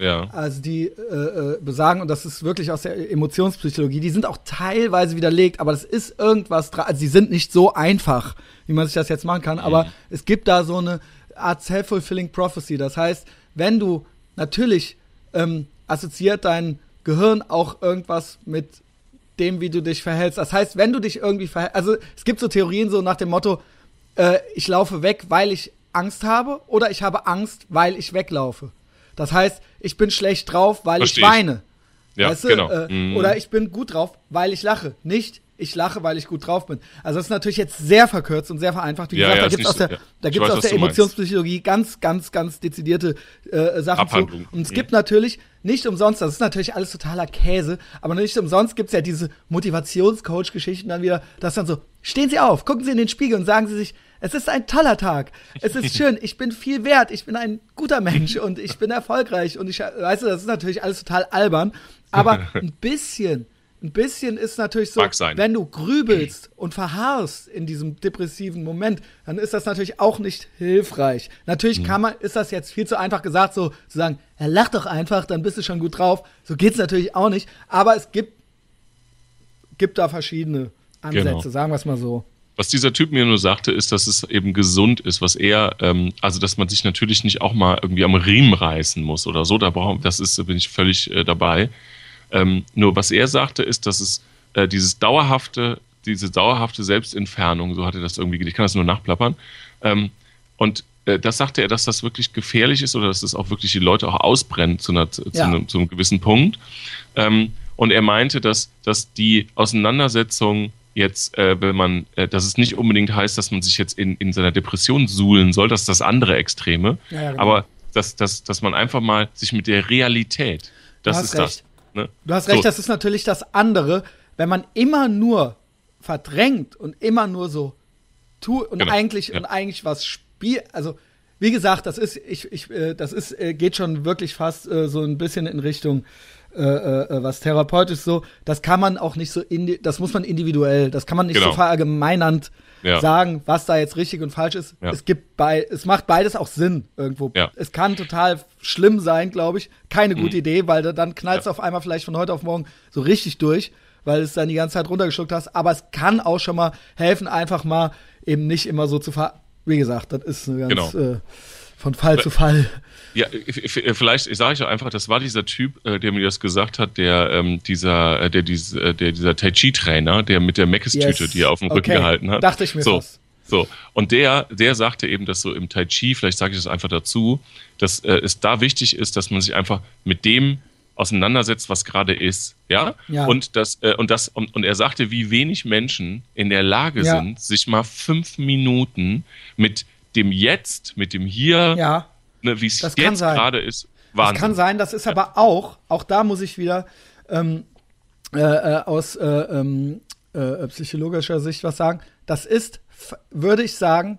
Speaker 2: Ja.
Speaker 1: Also die äh, besagen, und das ist wirklich aus der Emotionspsychologie, die sind auch teilweise widerlegt, aber das ist irgendwas dran. Also die sind nicht so einfach, wie man sich das jetzt machen kann, mhm. aber es gibt da so eine Art self-fulfilling prophecy. Das heißt, wenn du natürlich ähm, assoziiert dein Gehirn auch irgendwas mit dem, wie du dich verhältst. Das heißt, wenn du dich irgendwie verhältst, also es gibt so Theorien so nach dem Motto, äh, ich laufe weg, weil ich Angst habe, oder ich habe Angst, weil ich weglaufe. Das heißt, ich bin schlecht drauf, weil
Speaker 2: Versteh
Speaker 1: ich weine.
Speaker 2: Ja,
Speaker 1: weißt du?
Speaker 2: genau.
Speaker 1: Äh,
Speaker 2: mhm.
Speaker 1: Oder ich bin gut drauf, weil ich lache. Nicht, ich lache, weil ich gut drauf bin. Also das ist natürlich jetzt sehr verkürzt und sehr vereinfacht. Wie
Speaker 2: ja,
Speaker 1: gesagt,
Speaker 2: ja,
Speaker 1: da gibt es aus der,
Speaker 2: ja.
Speaker 1: da gibt's
Speaker 2: weiß,
Speaker 1: aus der Emotionspsychologie ganz, ganz, ganz dezidierte äh, Sachen zu. Und es
Speaker 2: mhm.
Speaker 1: gibt natürlich nicht umsonst, das ist natürlich alles totaler Käse, aber nicht umsonst gibt es ja diese Motivationscoach-Geschichten dann wieder, dass dann so, stehen Sie auf, gucken Sie in den Spiegel und sagen Sie sich, es ist ein toller Tag, es ist schön, ich bin viel wert, ich bin ein guter Mensch und ich bin erfolgreich und ich, weißt du, das ist natürlich alles total albern, aber ein bisschen, ein bisschen ist natürlich so, wenn du grübelst und verharrst in diesem depressiven Moment, dann ist das natürlich auch nicht hilfreich. Natürlich mhm. kann man, ist das jetzt viel zu einfach gesagt, so zu sagen, ja, lach doch einfach, dann bist du schon gut drauf. So geht's natürlich auch nicht, aber es gibt, gibt da verschiedene Ansätze, genau. Sagen wir es mal so.
Speaker 2: Was dieser Typ mir nur sagte, ist, dass es eben gesund ist, was er, ähm, also dass man sich natürlich nicht auch mal irgendwie am Riemen reißen muss oder so, da brauch, das ist, da bin ich völlig äh, dabei. Ähm, nur was er sagte, ist, dass es äh, dieses dauerhafte, diese dauerhafte Selbstentfernung, so hat er das irgendwie, ich kann das nur nachplappern, ähm, und äh, das sagte er, dass das wirklich gefährlich ist oder dass es auch wirklich die Leute auch ausbrennt zu, einer, zu,
Speaker 1: ja.
Speaker 2: einem, zu einem gewissen Punkt. Ähm, und er meinte, dass, dass die Auseinandersetzung jetzt, äh, wenn man, äh, dass es nicht unbedingt heißt, dass man sich jetzt in, in seiner Depression suhlen soll, das ist das andere Extreme, ja, ja, genau. aber dass, dass, dass man einfach mal sich mit der Realität, das ist
Speaker 1: recht.
Speaker 2: das. Ne?
Speaker 1: Du hast recht, so. Das ist natürlich das andere, wenn man immer nur verdrängt und immer nur so tut und genau. eigentlich ja. und eigentlich was spielt, also wie gesagt, das ist, ich, ich, äh, das ist, äh, geht schon wirklich fast äh, so ein bisschen in Richtung Äh, äh, was therapeutisch so, das kann man auch nicht so, indi- das muss man individuell, das kann man nicht genau. so verallgemeinernd ja. sagen, was da jetzt richtig und falsch ist. Ja. Es gibt bei, es macht beides auch Sinn irgendwo. Ja. Es kann total schlimm sein, glaube ich, keine gute mhm. Idee, weil da, dann knallst du ja. auf einmal vielleicht von heute auf morgen so richtig durch, weil es dann die ganze Zeit runtergeschluckt hast, aber es kann auch schon mal helfen, einfach mal eben nicht immer so zu ver... Wie gesagt, das ist eine ganz... Genau. Äh, von Fall zu Fall.
Speaker 2: Ja, vielleicht sage ich auch einfach, das war dieser Typ, der mir das gesagt hat, der ähm, dieser, der, dieser, der dieser Tai Chi Trainer, der mit der Meckes-Tüte, yes. die er auf dem Rücken okay. gehalten hat.
Speaker 1: Dachte ich mir
Speaker 2: so,
Speaker 1: fast.
Speaker 2: So, und der, der sagte eben, dass so im Tai Chi, vielleicht sage ich das einfach dazu, dass äh, es da wichtig ist, dass man sich einfach mit dem auseinandersetzt, was gerade ist, ja,
Speaker 1: ja.
Speaker 2: und das äh, und das und, und er sagte, wie wenig Menschen in der Lage ja. sind, sich mal fünf Minuten mit dem Jetzt, mit dem Hier,
Speaker 1: ja,
Speaker 2: ne, wie es jetzt gerade ist, Wahnsinn.
Speaker 1: Das kann sein, das ist aber auch, auch da muss ich wieder ähm, äh, aus äh, ähm, äh, psychologischer Sicht was sagen, das ist, würde ich sagen,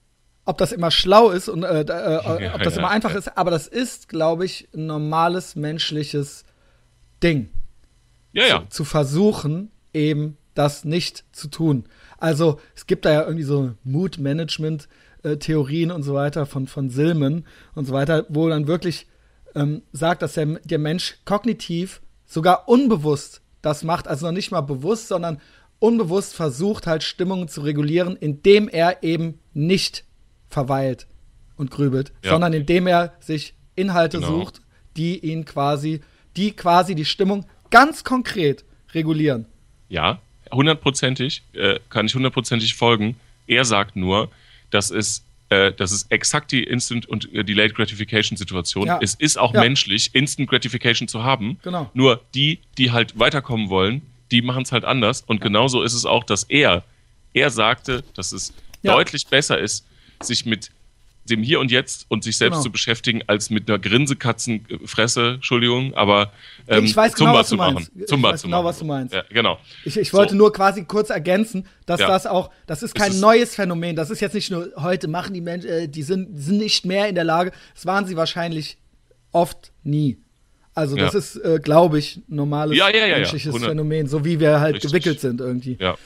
Speaker 1: ob das immer schlau ist und äh, äh, ja, ob das ja, immer einfach ja. ist, aber das ist, glaube ich, ein normales menschliches Ding.
Speaker 2: Ja, ja.
Speaker 1: Zu, zu versuchen, eben das nicht zu tun. Also, es gibt da ja irgendwie so Mood-Management- Theorien und so weiter von, von Silman und so weiter, wo dann wirklich ähm, sagt, dass der, der Mensch kognitiv sogar unbewusst das macht, also noch nicht mal bewusst, sondern unbewusst versucht halt Stimmungen zu regulieren, indem er eben nicht verweilt und grübelt, ja. sondern indem er sich Inhalte genau. sucht, die ihn quasi, die quasi die Stimmung ganz konkret regulieren.
Speaker 2: Ja, hundertprozentig, äh, kann ich hundertprozentig folgen. Er sagt nur, das ist, äh, das ist exakt die Instant- und äh, Delayed Gratification-Situation. Ja. Es ist auch ja. menschlich, Instant Gratification zu haben.
Speaker 1: Genau.
Speaker 2: Nur die, die halt weiterkommen wollen, die machen es halt anders. Und ja. genauso ist es auch, dass er, er sagte, dass es ja. deutlich besser ist, sich mit dem Hier und Jetzt und sich selbst genau. zu beschäftigen, als mit einer Grinsekatzenfresse, Entschuldigung, aber ähm,
Speaker 1: ich weiß
Speaker 2: Zumba
Speaker 1: genau, was
Speaker 2: zu
Speaker 1: du
Speaker 2: machen.
Speaker 1: Meinst.
Speaker 2: Zumba
Speaker 1: ich weiß
Speaker 2: zu
Speaker 1: genau,
Speaker 2: machen.
Speaker 1: was du meinst.
Speaker 2: Ja, genau.
Speaker 1: Ich, ich wollte
Speaker 2: so.
Speaker 1: nur quasi kurz ergänzen, dass
Speaker 2: ja.
Speaker 1: das auch, das ist kein ist neues Phänomen. Das ist jetzt nicht nur, heute machen die Menschen, äh, die sind, sind nicht mehr in der Lage. Das waren sie wahrscheinlich oft nie. Also das ja. ist, äh, glaube ich, ein normales
Speaker 2: ja, ja, ja,
Speaker 1: menschliches
Speaker 2: ja.
Speaker 1: Phänomen, so wie wir halt
Speaker 2: Richtig.
Speaker 1: gewickelt sind irgendwie.
Speaker 2: Ja.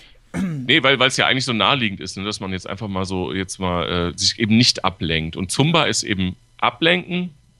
Speaker 2: Nee, weil es ja eigentlich so naheliegend ist, ne, dass man jetzt einfach mal so jetzt mal äh, sich eben nicht ablenkt. Und Zumba ist eben ablenken,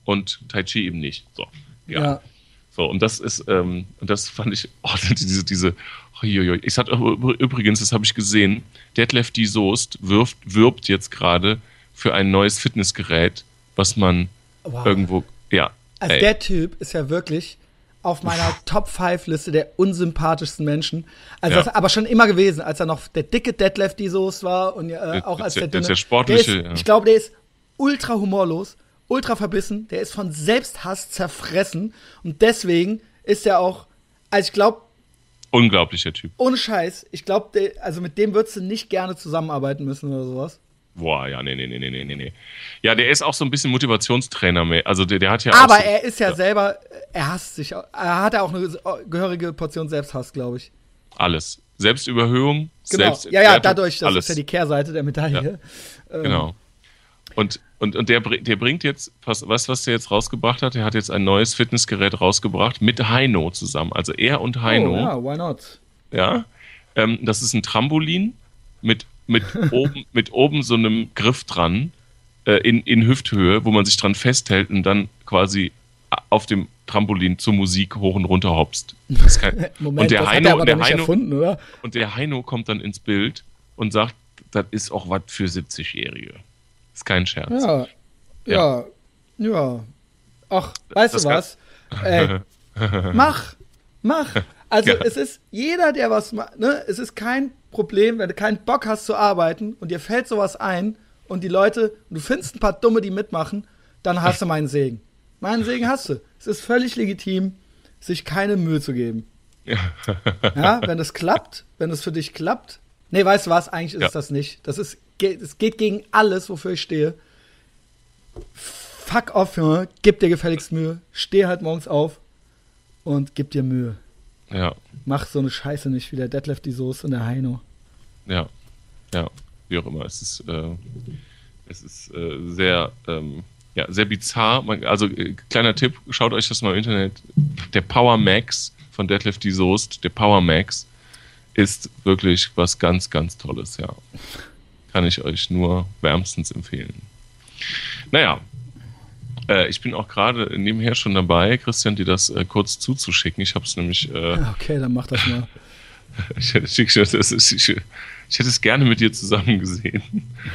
Speaker 2: und Tai Chi eben nicht. So, ja.
Speaker 1: Ja.
Speaker 2: So, und das ist, ähm, und das fand ich, oh, diese, diese, oh, ich hatte übrigens, das habe ich gesehen, Detlef D. Soest wirft, wirbt jetzt gerade für ein neues Fitnessgerät, was man wow. irgendwo, ja.
Speaker 1: Also ey. Der Typ ist ja wirklich auf meiner Top fünf Liste der unsympathischsten Menschen. Also ja. das aber schon immer gewesen, als er noch der dicke Detlef D. Soest war und äh, auch als der, der dünne.
Speaker 2: Der sportliche,
Speaker 1: der ist,
Speaker 2: ja.
Speaker 1: Ich glaube, der ist ultra humorlos, ultra verbissen, der ist von Selbsthass zerfressen und deswegen ist er auch, also ich glaube,
Speaker 2: unglaublicher Typ.
Speaker 1: Ohne Scheiß, ich glaube, also mit dem würdest du nicht gerne zusammenarbeiten müssen oder sowas.
Speaker 2: Boah, ja, nee, nee, nee, nee, nee, nee. Ja, der ist auch so ein bisschen Motivationstrainer mehr. Also der, der hat ja
Speaker 1: Aber
Speaker 2: auch so,
Speaker 1: er ist ja,
Speaker 2: ja
Speaker 1: selber, er hasst sich, er hat ja auch eine gehörige Portion Selbsthass, glaube ich.
Speaker 2: Alles. Selbstüberhöhung,
Speaker 1: genau.
Speaker 2: Selbstentwertung,
Speaker 1: ja, ja, dadurch, das
Speaker 2: alles.
Speaker 1: Ist ja die Kehrseite der Medaille.
Speaker 2: Ja. Ähm. Genau. Und, und, und der, der bringt jetzt, was, weißt du, was der jetzt rausgebracht hat? Er hat jetzt ein neues Fitnessgerät rausgebracht mit Heino zusammen. Also er und Heino.
Speaker 1: Oh, ja, why not?
Speaker 2: Ja. Ähm, das ist ein Trampolin mit, mit, oben, mit oben so einem Griff dran, äh, in, in Hüfthöhe, wo man sich dran festhält und dann quasi auf dem Trampolin zur Musik hoch und runter hopst. Das kein,
Speaker 1: Moment,
Speaker 2: und der
Speaker 1: das
Speaker 2: Heino,
Speaker 1: hat er aber
Speaker 2: und der
Speaker 1: doch nicht
Speaker 2: Heino,
Speaker 1: erfunden, oder?
Speaker 2: Und der Heino kommt dann ins Bild und sagt, das ist auch was für siebzig-Jährige. Ist kein Scherz.
Speaker 1: Ja, ja, ja. ja. Ach, weißt das du was? Ey, mach, mach. Also ja. Es ist jeder, der was macht, ne? Es ist kein Problem, wenn du keinen Bock hast zu arbeiten und dir fällt sowas ein und die Leute, du findest ein paar Dumme, die mitmachen, dann hast du meinen Segen. Meinen Segen hast du. Es ist völlig legitim, sich keine Mühe zu geben.
Speaker 2: Ja,
Speaker 1: ja wenn es klappt, wenn es für dich klappt. Nee, weißt du was? Eigentlich ist ja. es das nicht. Das ist, es geht gegen alles, wofür ich stehe. Fuck off, Junge. Gib dir gefälligst Mühe. Steh halt morgens auf und gib dir Mühe.
Speaker 2: Ja.
Speaker 1: Mach so eine Scheiße nicht wie der Detlef D. Soest und der Heino.
Speaker 2: Ja, ja, wie auch immer. Es ist, äh, es ist äh, sehr, ähm, ja, sehr bizarr. Man, also, äh, kleiner Tipp, schaut euch das mal im Internet. Der Power Max von Detlef D. Soest, der Power Max, ist wirklich was ganz, ganz Tolles, ja. Kann ich euch nur wärmstens empfehlen. Naja, äh, ich bin auch gerade nebenher schon dabei, Christian, dir das äh, kurz zuzuschicken. Ich habe es nämlich... Äh,
Speaker 1: okay, dann mach das mal.
Speaker 2: ich, ich, ich, ich, ich hätte es gerne mit dir zusammen gesehen.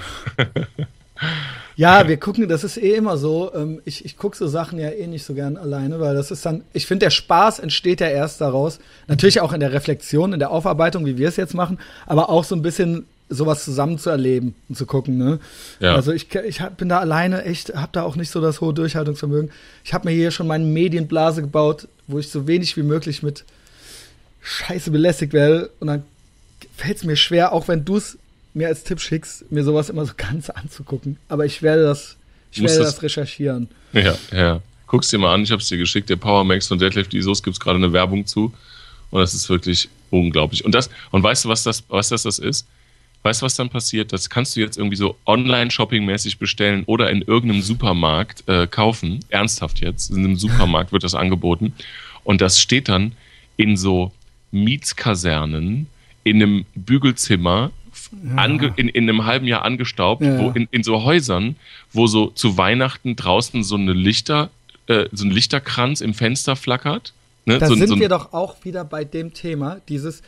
Speaker 1: Ja, wir gucken, das ist eh immer so. Ähm, ich ich gucke so Sachen ja eh nicht so gern alleine, weil das ist dann, ich finde, der Spaß entsteht ja erst daraus. Natürlich auch in der Reflexion, in der Aufarbeitung, wie wir es jetzt machen, aber auch so ein bisschen sowas zusammen zu erleben und zu gucken, ne? Ja. Also ich, ich hab, bin da alleine echt, hab da auch nicht so das hohe Durchhaltungsvermögen. Ich habe mir hier schon meine Medienblase gebaut, wo ich so wenig wie möglich mit Scheiße belästigt werde. Und dann fällt es mir schwer, auch wenn du es mir als Tipp schickst, mir sowas immer so ganz anzugucken. Aber ich werde das, ich werde das, das recherchieren.
Speaker 2: Ja, ja. Guck's dir mal an, ich hab's dir geschickt. Der Power Max von Detlef D. Soest gibt's gerade eine Werbung zu. Und das ist wirklich unglaublich. Und das, und weißt du, was das, was das, das ist? Weißt du, was dann passiert? Das kannst du jetzt irgendwie so Online-Shopping-mäßig bestellen oder in irgendeinem Supermarkt äh, kaufen. Ernsthaft jetzt. In einem Supermarkt wird das angeboten. Und das steht dann in so Mietskasernen, in einem Bügelzimmer, ja. ange, in, in einem halben Jahr angestaubt, ja. wo in, in so Häusern, wo so zu Weihnachten draußen so eine Lichter, äh, so ein Lichterkranz im Fenster flackert. Ne?
Speaker 1: Da
Speaker 2: so,
Speaker 1: sind
Speaker 2: so
Speaker 1: wir doch auch wieder bei dem Thema, dieses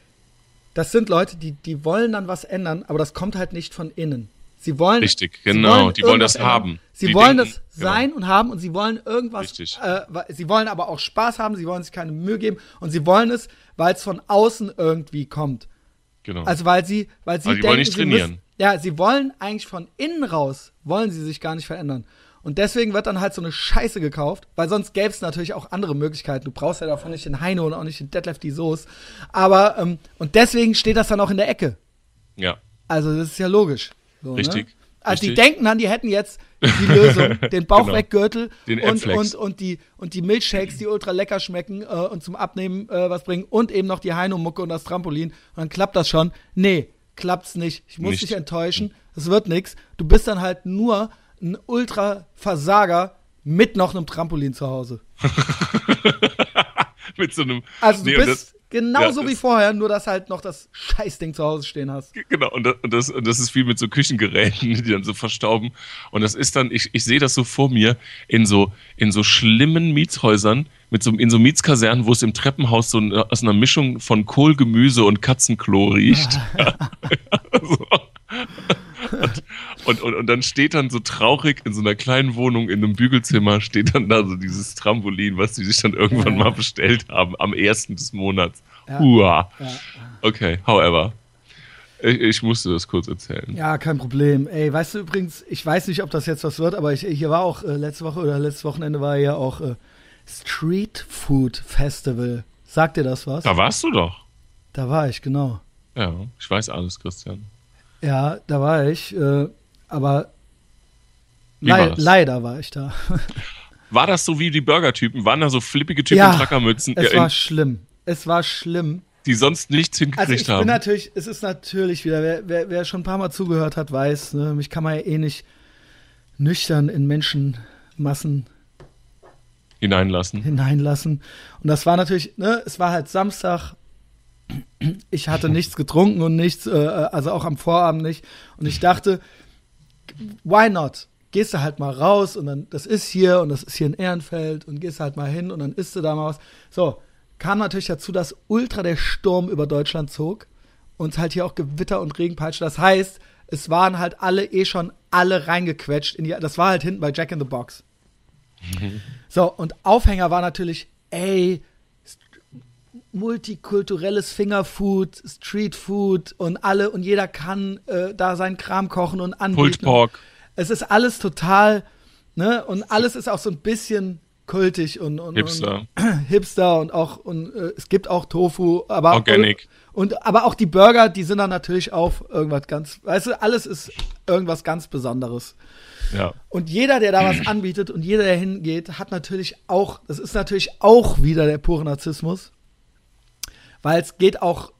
Speaker 1: Das sind Leute, die, die wollen dann was ändern, aber das kommt halt nicht von innen. Sie wollen,
Speaker 2: Richtig, genau, wollen die wollen das ändern. haben.
Speaker 1: Sie
Speaker 2: die
Speaker 1: wollen
Speaker 2: denken,
Speaker 1: das sein genau. und haben und sie wollen irgendwas,
Speaker 2: Richtig.
Speaker 1: Äh, sie wollen aber auch Spaß haben, sie wollen sich keine Mühe geben und sie wollen es, weil es von außen irgendwie kommt.
Speaker 2: Genau.
Speaker 1: Also weil sie, weil sie
Speaker 2: aber die
Speaker 1: denken,
Speaker 2: wollen nicht trainieren.
Speaker 1: Sie müssen, ja, sie wollen eigentlich von innen raus, wollen sie sich gar nicht verändern. Und deswegen wird dann halt so eine Scheiße gekauft, weil sonst gäbe es natürlich auch andere Möglichkeiten. Du brauchst ja davon nicht den Heino und auch nicht den Detlef D. Soest. Aber, ähm, und deswegen steht das dann auch in der Ecke.
Speaker 2: Ja.
Speaker 1: Also das ist ja logisch. So,
Speaker 2: Richtig.
Speaker 1: Ne? Also
Speaker 2: Richtig.
Speaker 1: die denken dann, die hätten jetzt die Lösung, den Bauchweggürtel
Speaker 2: genau.
Speaker 1: und, und, und, die, und die Milchshakes, die ultra lecker schmecken äh, und zum Abnehmen äh, was bringen und eben noch die Heino-Mucke und das Trampolin. Und dann klappt das schon. Nee, klappt's nicht. Ich muss
Speaker 2: nicht.
Speaker 1: dich enttäuschen. Es wird nix. Du bist dann halt nur ein Ultra-Versager mit noch einem Trampolin zu Hause.
Speaker 2: mit so einem...
Speaker 1: Also du
Speaker 2: nee,
Speaker 1: bist,
Speaker 2: das,
Speaker 1: Genauso
Speaker 2: Ja,
Speaker 1: wie
Speaker 2: das-
Speaker 1: vorher, nur dass halt noch das Scheißding zu Hause stehen hast.
Speaker 2: Genau, und das, und, das, und das ist wie mit so Küchengeräten, die dann so verstauben. Und das ist dann, ich, ich sehe das so vor mir, in so, in so schlimmen Mietshäusern, mit so, in so Mietskasernen, wo es im Treppenhaus so eine, aus einer Mischung von Kohl, Gemüse und Katzenklo riecht. so. Und, und, und, und dann steht dann so traurig in so einer kleinen Wohnung in einem Bügelzimmer, steht dann da so dieses Trampolin, was die sich dann irgendwann
Speaker 1: Ja.
Speaker 2: mal bestellt haben, am ersten des Monats.
Speaker 1: Ja.
Speaker 2: Hua.
Speaker 1: Ja.
Speaker 2: Okay, however. Ich, ich musste das kurz erzählen.
Speaker 1: Ja, kein Problem. Ey, weißt du übrigens, ich weiß nicht, ob das jetzt was wird, aber ich, hier war auch äh, letzte Woche oder letztes Wochenende war ja auch äh, Street Food Festival. Sagt dir das was?
Speaker 2: Da warst du doch.
Speaker 1: Da war ich, genau.
Speaker 2: Ja, ich weiß alles, Christian.
Speaker 1: Ja, da war ich, äh, aber
Speaker 2: Wie
Speaker 1: lei-
Speaker 2: war's?
Speaker 1: leider war ich da.
Speaker 2: War das so wie die Burger-Typen? Waren da so flippige Typen
Speaker 1: Ja,
Speaker 2: in Trackermützen,
Speaker 1: Es
Speaker 2: die,
Speaker 1: war schlimm. Es war schlimm.
Speaker 2: die sonst nichts
Speaker 1: Also
Speaker 2: hingekriegt
Speaker 1: ich bin
Speaker 2: haben?
Speaker 1: natürlich, es ist natürlich wieder, wer, wer, wer schon ein paar Mal zugehört hat, weiß, ne, mich kann man ja eh nicht nüchtern in Menschenmassen
Speaker 2: Hineinlassen.
Speaker 1: hineinlassen. Und das war natürlich, ne, es war halt Samstag. Ich hatte nichts getrunken und nichts, äh, also auch am Vorabend nicht. Und ich dachte, why not? Gehst du halt mal raus und dann, das ist hier und das ist hier in Ehrenfeld und gehst halt mal hin und dann isst du da mal was. So, kam natürlich dazu, dass ultra der Sturm über Deutschland zog und halt hier auch Gewitter und Regenpeitsche. Das heißt, es waren halt alle eh schon alle reingequetscht. In die, das war halt hinten bei Jack in the Box. So, und Aufhänger war natürlich, ey, multikulturelles Fingerfood, Streetfood und alle und jeder kann äh, da seinen Kram kochen und anbieten.
Speaker 2: Pulled Pork.
Speaker 1: Es ist alles total, ne, und alles ist auch so ein bisschen kultig und, und
Speaker 2: Hipster.
Speaker 1: und Hipster und auch und äh, es gibt auch Tofu, aber
Speaker 2: Organic.
Speaker 1: und aber auch die Burger, die sind dann natürlich auch irgendwas ganz, weißt du, alles ist irgendwas ganz Besonderes.
Speaker 2: Ja.
Speaker 1: Und jeder, der da was anbietet und jeder, der hingeht, hat natürlich auch, das ist natürlich auch wieder der pure Narzissmus, weil es geht auch,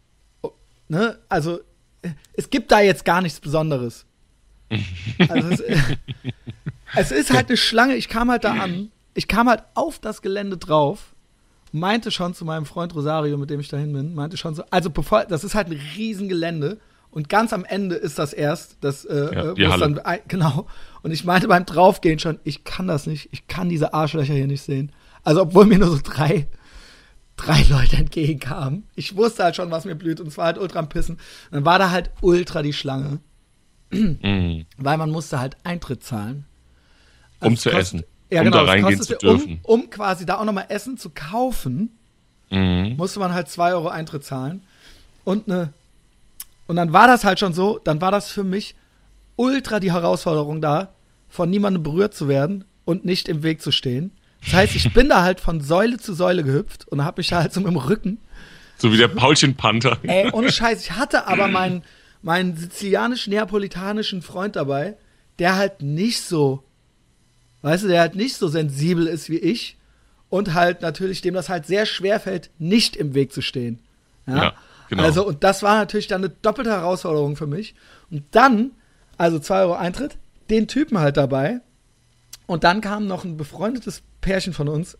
Speaker 1: ne, also es gibt da jetzt gar nichts Besonderes. Also es, es ist halt eine Schlange, ich kam halt da an, ich kam halt auf das Gelände drauf, meinte schon zu meinem Freund Rosario, mit dem ich dahin bin, meinte schon so, also bevor, das ist halt ein Riesengelände und ganz am Ende ist das erst, das, äh,
Speaker 2: Ja,
Speaker 1: äh,
Speaker 2: die
Speaker 1: wo es
Speaker 2: Halle.
Speaker 1: dann, genau, und ich meinte beim Draufgehen schon, ich kann das nicht, ich kann diese Arschlöcher hier nicht sehen. Also obwohl mir nur so drei, drei Leute entgegenkamen. Ich wusste halt schon, was mir blüht und es war halt ultra am Pissen. Und dann war da halt ultra die Schlange,
Speaker 2: Mhm.
Speaker 1: weil man musste halt Eintritt zahlen.
Speaker 2: Um
Speaker 1: es
Speaker 2: zu
Speaker 1: kostet-
Speaker 2: essen.
Speaker 1: Ja,
Speaker 2: Um
Speaker 1: genau,
Speaker 2: da
Speaker 1: es
Speaker 2: reingehen
Speaker 1: kostete,
Speaker 2: zu dürfen.
Speaker 1: Um, um quasi da auch nochmal Essen zu kaufen,
Speaker 2: Mhm.
Speaker 1: musste man halt zwei Euro Eintritt zahlen. Und ne, und dann war das halt schon so, dann war das für mich ultra die Herausforderung da, von niemandem berührt zu werden und nicht im Weg zu stehen. Das heißt, ich bin da halt von Säule zu Säule gehüpft und habe mich da halt so mit dem Rücken.
Speaker 2: So wie der Paulchen-Panther.
Speaker 1: Ey, ohne Scheiß, ich hatte aber meinen, meinen sizilianisch-neapolitanischen Freund dabei, der halt nicht so, weißt du, der halt nicht so sensibel ist wie ich und halt natürlich dem das halt sehr schwer fällt, nicht im Weg zu stehen. Ja,
Speaker 2: Ja, genau.
Speaker 1: Also, und das war natürlich dann eine doppelte Herausforderung für mich. Und dann, also zwei Euro Eintritt, den Typen halt dabei. Und dann kam noch ein befreundetes Pärchen von uns.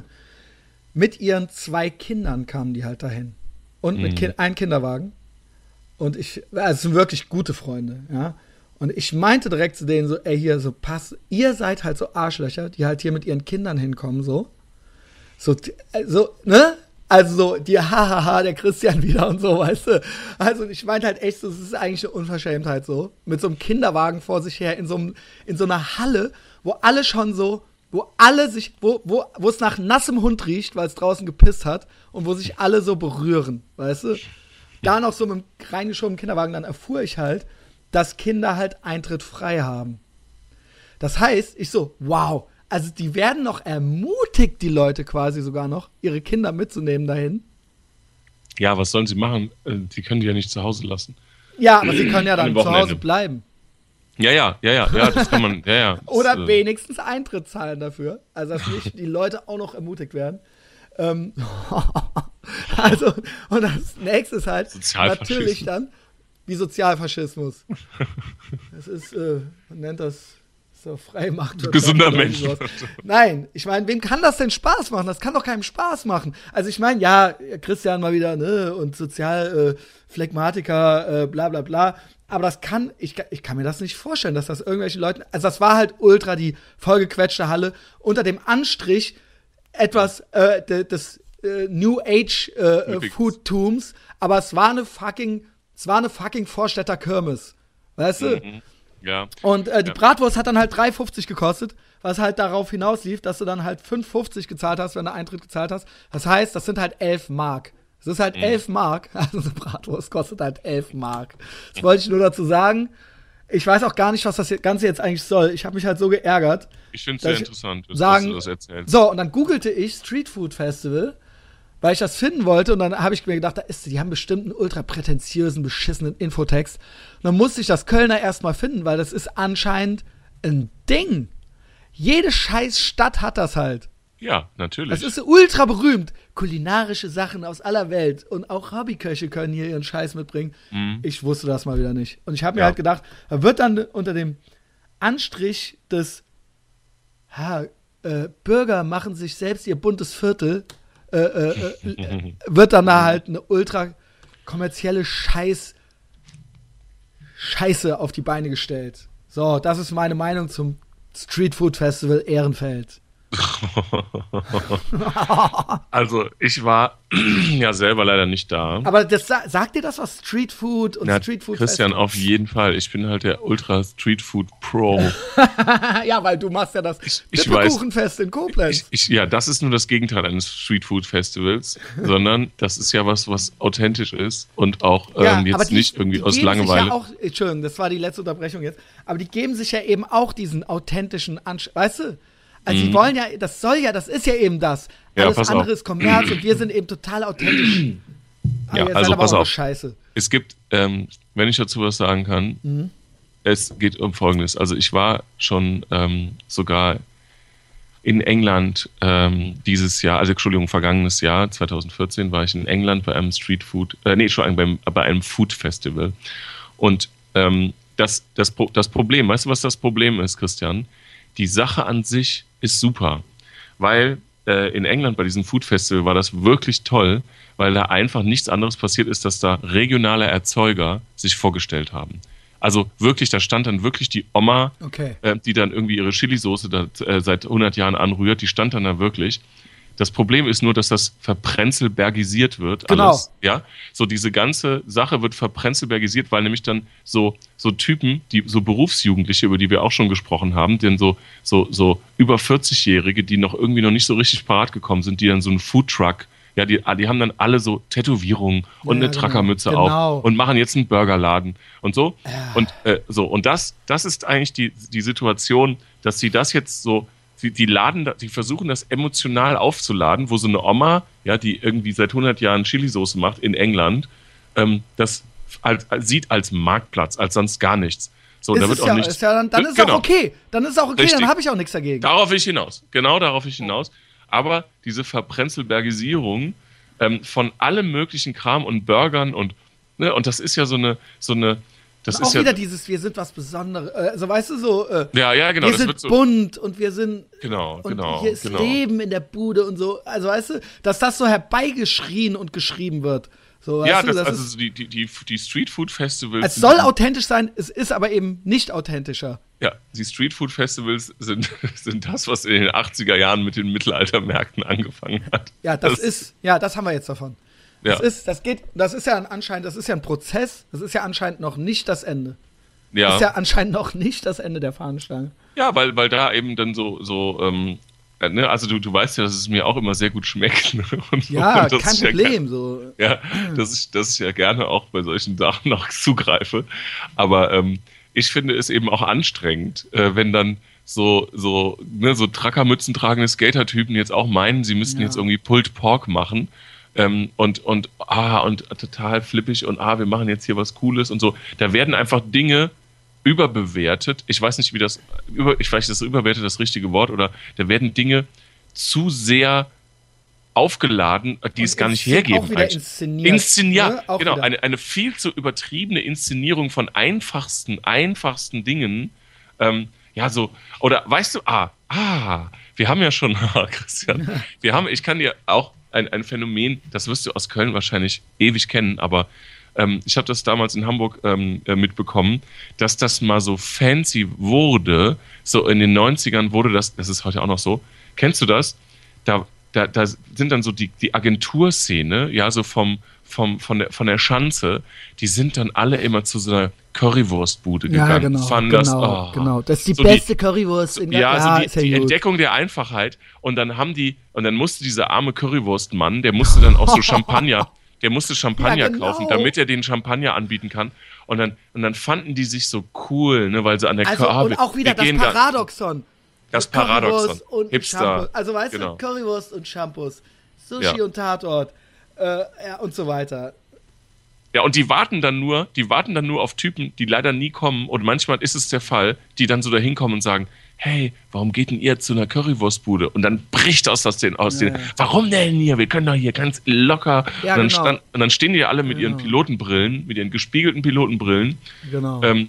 Speaker 1: Mit ihren zwei Kindern kamen die halt dahin. Und mit
Speaker 2: Mhm.
Speaker 1: kind, einem Kinderwagen. Und ich, also es sind wirklich gute Freunde, ja. Und ich meinte direkt zu denen so, ey, hier, so pass, ihr seid halt so Arschlöcher, die halt hier mit ihren Kindern hinkommen, so. So, so, ne? Also so, die hahaha, der Christian wieder und so, weißt du. Also ich meinte halt echt, so, das ist eigentlich eine Unverschämtheit so. Mit so einem Kinderwagen vor sich her in so, einem, in so einer Halle, wo alle schon so, wo alle sich, wo, wo, wo es nach nassem Hund riecht, weil es draußen gepisst hat und wo sich alle so berühren, weißt du. Da noch so mit dem reingeschobenen Kinderwagen, dann erfuhr ich halt, dass Kinder halt Eintritt frei haben. Das heißt, ich so, wow, also die werden noch ermutigt, die Leute quasi sogar noch, ihre Kinder mitzunehmen dahin.
Speaker 2: Ja, was sollen sie machen? Äh, Die können die ja nicht zu Hause lassen.
Speaker 1: Ja, aber sie können ja
Speaker 2: An
Speaker 1: dann
Speaker 2: dem
Speaker 1: zu Hause
Speaker 2: Wochenende.
Speaker 1: bleiben.
Speaker 2: Ja, ja, ja, ja, ja, das kann man, ja, ja. Das,
Speaker 1: Oder
Speaker 2: äh,
Speaker 1: wenigstens Eintritt zahlen dafür. Also, dass nicht die Leute auch noch ermutigt werden. Ähm, also, und das nächste ist halt
Speaker 2: Sozialfaschismus.
Speaker 1: natürlich dann wie Sozialfaschismus. Das ist, äh, man nennt das So frei macht.
Speaker 2: Gesunder Mensch.
Speaker 1: Nein, ich meine, wem kann das denn Spaß machen? Das kann doch keinem Spaß machen. Also ich meine, ja, Christian mal wieder, ne, und Sozial, äh, Phlegmatiker, äh, bla bla bla. Aber das kann, ich, ich kann mir das nicht vorstellen, dass das irgendwelchen Leuten, also das war halt ultra die vollgequetschte Halle unter dem Anstrich etwas äh, de, des äh, New Age äh, Foodtums, aber es war eine fucking, es war eine fucking Vorstädter Kirmes, weißt du?
Speaker 2: Mhm. Ja.
Speaker 1: Und äh, die
Speaker 2: ja.
Speaker 1: Bratwurst hat dann halt drei fünfzig gekostet, was halt darauf hinauslief, dass du dann halt fünf fünfzig gezahlt hast, wenn du Eintritt gezahlt hast. Das heißt, das sind halt elf Mark. Das ist halt mhm. elf Mark. Also eine Bratwurst kostet halt elf Mark. Das wollte ich nur dazu sagen. Ich weiß auch gar nicht, was das Ganze jetzt eigentlich soll. Ich habe mich halt so geärgert.
Speaker 2: Ich finde es sehr interessant, dass
Speaker 1: sagen,
Speaker 2: du das erzählst.
Speaker 1: So, und dann googelte ich Street Food Festival, weil ich das finden wollte. Und dann habe ich mir gedacht, da ist, die haben bestimmt einen ultra prätentiösen, beschissenen Infotext. Und dann musste ich das Kölner erstmal finden, weil das ist anscheinend ein Ding. Jede scheiß Stadt hat das halt.
Speaker 2: Ja, natürlich.
Speaker 1: Das ist ultra berühmt. Kulinarische Sachen aus aller Welt. Und auch Hobbyköche können hier ihren Scheiß mitbringen. Mhm. Ich wusste das mal wieder nicht. Und ich habe mir ja. halt gedacht, da wird dann unter dem Anstrich des ha, äh, Bürger machen sich selbst ihr buntes Viertel, äh, äh, äh, wird dann da halt eine ultra kommerzielle Scheiß Scheiße auf die Beine gestellt. So, das ist meine Meinung zum Street Food Festival Ehrenfeld.
Speaker 2: Also, ich war ja selber leider nicht da.
Speaker 1: Aber das, sagt dir das was? Street Food und
Speaker 2: ja,
Speaker 1: Street Food
Speaker 2: Christian,
Speaker 1: Festival?
Speaker 2: Auf jeden Fall. Ich bin halt der Ultra Street Food Pro.
Speaker 1: Ja, weil du machst ja das
Speaker 2: ich, ich weiß,
Speaker 1: Kuchenfest in Koblenz.
Speaker 2: Ich, ich, ja, das ist nur das Gegenteil eines Street Food Festivals, sondern das ist ja was, was authentisch ist und auch
Speaker 1: ja,
Speaker 2: ähm, jetzt
Speaker 1: die,
Speaker 2: nicht irgendwie
Speaker 1: die
Speaker 2: aus
Speaker 1: geben
Speaker 2: Langeweile.
Speaker 1: Sich ja auch, Entschuldigung, das war die letzte Unterbrechung jetzt, aber die geben sich ja eben auch diesen authentischen Anspruch, weißt du? Also die wollen ja, das soll ja, das ist ja eben das. Alles
Speaker 2: ja,
Speaker 1: andere
Speaker 2: auf.
Speaker 1: ist Kommerz und wir sind eben total authentisch.
Speaker 2: Ah, ja,
Speaker 1: jetzt
Speaker 2: also
Speaker 1: aber
Speaker 2: pass
Speaker 1: auch
Speaker 2: auf.
Speaker 1: Scheiße.
Speaker 2: Es gibt, ähm, wenn ich dazu was sagen kann, mhm. es geht um Folgendes. Also ich war schon ähm, sogar in England ähm, dieses Jahr, also Entschuldigung, vergangenes Jahr, zwanzig vierzehn, war ich in England bei einem Street Food, äh, nee, Entschuldigung, beim, bei einem Food Festival. Und ähm, das, das, das Problem, weißt du, was das Problem ist, Christian? Die Sache an sich ist super, weil äh, in England bei diesem Food Festival war das wirklich toll, weil da einfach nichts anderes passiert ist, dass da regionale Erzeuger sich vorgestellt haben. Also wirklich, da stand dann wirklich die Oma,
Speaker 1: okay.
Speaker 2: äh, die dann irgendwie ihre Chili-Soße da, äh, seit hundert Jahren anrührt, die stand dann da wirklich. Das Problem ist nur, dass das verprenzelbergisiert wird.
Speaker 1: Genau.
Speaker 2: Alles, ja? So diese ganze Sache wird verprenzelbergisiert, weil nämlich dann so, so Typen, die so Berufsjugendliche, über die wir auch schon gesprochen haben, denn so, so, so über vierzig-Jährige, die noch irgendwie noch nicht so richtig parat gekommen sind, die dann so einen Foodtruck, ja, die, die haben dann alle so Tätowierungen und ja, eine genau. Truckermütze
Speaker 1: genau.
Speaker 2: auf und machen jetzt einen Burgerladen und so.
Speaker 1: Ja.
Speaker 2: Und äh, so, und das, das ist eigentlich die, die Situation, dass sie das jetzt so. Die, die laden, die versuchen das emotional aufzuladen, wo so eine Oma, ja, die irgendwie seit hundert Jahren Chili-Soße macht in England, ähm, das als, als, sieht als Marktplatz, als sonst gar nichts. So,
Speaker 1: ist
Speaker 2: da wird
Speaker 1: es
Speaker 2: auch
Speaker 1: ja,
Speaker 2: nichts.
Speaker 1: Ist ja dann dann ist es
Speaker 2: genau.
Speaker 1: auch okay. Dann ist es auch okay,
Speaker 2: Richtig.
Speaker 1: Dann habe ich auch nichts dagegen.
Speaker 2: Darauf will ich hinaus. Genau darauf will ich hinaus. Aber diese Verprenzelbergisierung ähm, von allem möglichen Kram und Burgern und, ne, und das ist ja so eine, so eine Das
Speaker 1: und auch
Speaker 2: ist ja
Speaker 1: wieder dieses, wir sind was Besonderes. Also weißt du so, äh,
Speaker 2: ja, ja, genau,
Speaker 1: wir
Speaker 2: das
Speaker 1: sind
Speaker 2: wird so,
Speaker 1: bunt und wir sind
Speaker 2: genau,
Speaker 1: und
Speaker 2: genau,
Speaker 1: hier ist
Speaker 2: genau.
Speaker 1: Leben in der Bude und so. Also weißt du, dass das so herbeigeschrien und geschrieben wird. So, weißt
Speaker 2: ja,
Speaker 1: du,
Speaker 2: das,
Speaker 1: das
Speaker 2: also
Speaker 1: ist,
Speaker 2: die, die, die, die Street Food Festivals.
Speaker 1: es soll authentisch sein, es ist aber eben nicht authentischer.
Speaker 2: Ja, die Street Food Festivals sind, sind das, was in den achtziger Jahren mit den Mittelaltermärkten angefangen hat.
Speaker 1: Ja, das, das ist, ja, das haben wir jetzt davon. Das
Speaker 2: ja.
Speaker 1: ist, das geht, das ist ja ein anscheinend, das ist ja ein Prozess, das ist ja anscheinend noch nicht das Ende.
Speaker 2: Ja.
Speaker 1: Das ist ja anscheinend noch nicht das Ende der Fahnenstange.
Speaker 2: Ja, weil, weil da eben dann so, so ähm, ne, also du, du weißt ja, dass es mir auch immer sehr gut schmeckt. Ne? Und,
Speaker 1: ja,
Speaker 2: und
Speaker 1: kein Problem.
Speaker 2: Ja,
Speaker 1: so.
Speaker 2: ja, dass ich, dass ich ja gerne auch bei solchen Sachen noch zugreife. Aber ähm, ich finde es eben auch anstrengend, äh, wenn dann so, so, ne, so Truckermützen tragende Skater-Typen jetzt auch meinen, sie müssten ja. jetzt irgendwie Pulled Pork machen. Ähm, und, und, ah, und total flippig und ah, wir machen jetzt hier was Cooles und so. Da werden einfach Dinge überbewertet. Ich weiß nicht, wie das, über, ich weiß, das überbewertet das richtige Wort, oder da werden Dinge zu sehr aufgeladen, die und es gar nicht hergeben.
Speaker 1: Auch wieder inszeniert.
Speaker 2: Inszeniert,
Speaker 1: ne? Auch
Speaker 2: genau.
Speaker 1: Wieder.
Speaker 2: Eine, eine viel zu übertriebene Inszenierung von einfachsten, einfachsten Dingen, ähm, ja, so, oder weißt du, ah, ah, wir haben ja schon, Christian, wir haben, ich kann dir auch ein, ein Phänomen, das wirst du aus Köln wahrscheinlich ewig kennen, aber ähm, ich habe das damals in Hamburg ähm, äh, mitbekommen, dass das mal so fancy wurde, so in den neunzigern wurde das, das ist heute auch noch so, kennst du das? Da, da, da sind dann so die, die Agenturszene, ja, so vom, vom, von, der, von der Schanze, die sind dann alle immer zu so einer Currywurstbude
Speaker 1: Ja,
Speaker 2: gegangen.
Speaker 1: genau,
Speaker 2: Fanden
Speaker 1: genau,
Speaker 2: das, oh,
Speaker 1: genau. Das ist die
Speaker 2: so
Speaker 1: beste Currywurst in der
Speaker 2: Ja,
Speaker 1: ja,
Speaker 2: so
Speaker 1: ist
Speaker 2: die,
Speaker 1: ja
Speaker 2: die
Speaker 1: gut.
Speaker 2: Entdeckung der Einfachheit. Und dann haben die, und dann musste dieser arme Currywurstmann, der musste dann auch so Champagner, der musste Champagner
Speaker 1: Ja, genau.
Speaker 2: kaufen, damit er den Champagner anbieten kann. Und dann, und dann fanden die sich so cool, ne, weil sie an der
Speaker 1: Also,
Speaker 2: Kör-
Speaker 1: und auch wieder
Speaker 2: wir
Speaker 1: das
Speaker 2: gehen gar-
Speaker 1: Paradoxon.
Speaker 2: Das
Speaker 1: Currywurst
Speaker 2: Paradoxon.
Speaker 1: und
Speaker 2: Hipster.
Speaker 1: Shampoo. Also weißt
Speaker 2: Genau.
Speaker 1: du, Currywurst und Shampoos, Sushi
Speaker 2: Ja.
Speaker 1: und Tatort äh, ja, und so weiter.
Speaker 2: Ja, und die warten dann nur, die warten dann nur auf Typen, die leider nie kommen. Und manchmal ist es der Fall, die dann so da hinkommen und sagen, hey, warum geht denn ihr zu einer Currywurstbude? Und dann bricht aus, aus den, aus
Speaker 1: Ja,
Speaker 2: den,
Speaker 1: ja.
Speaker 2: warum denn hier? Wir können doch hier ganz locker.
Speaker 1: Ja,
Speaker 2: und, dann
Speaker 1: genau.
Speaker 2: stand, und dann stehen die alle mit ihren
Speaker 1: Genau.
Speaker 2: Pilotenbrillen, mit ihren gespiegelten Pilotenbrillen,
Speaker 1: Genau.
Speaker 2: ähm,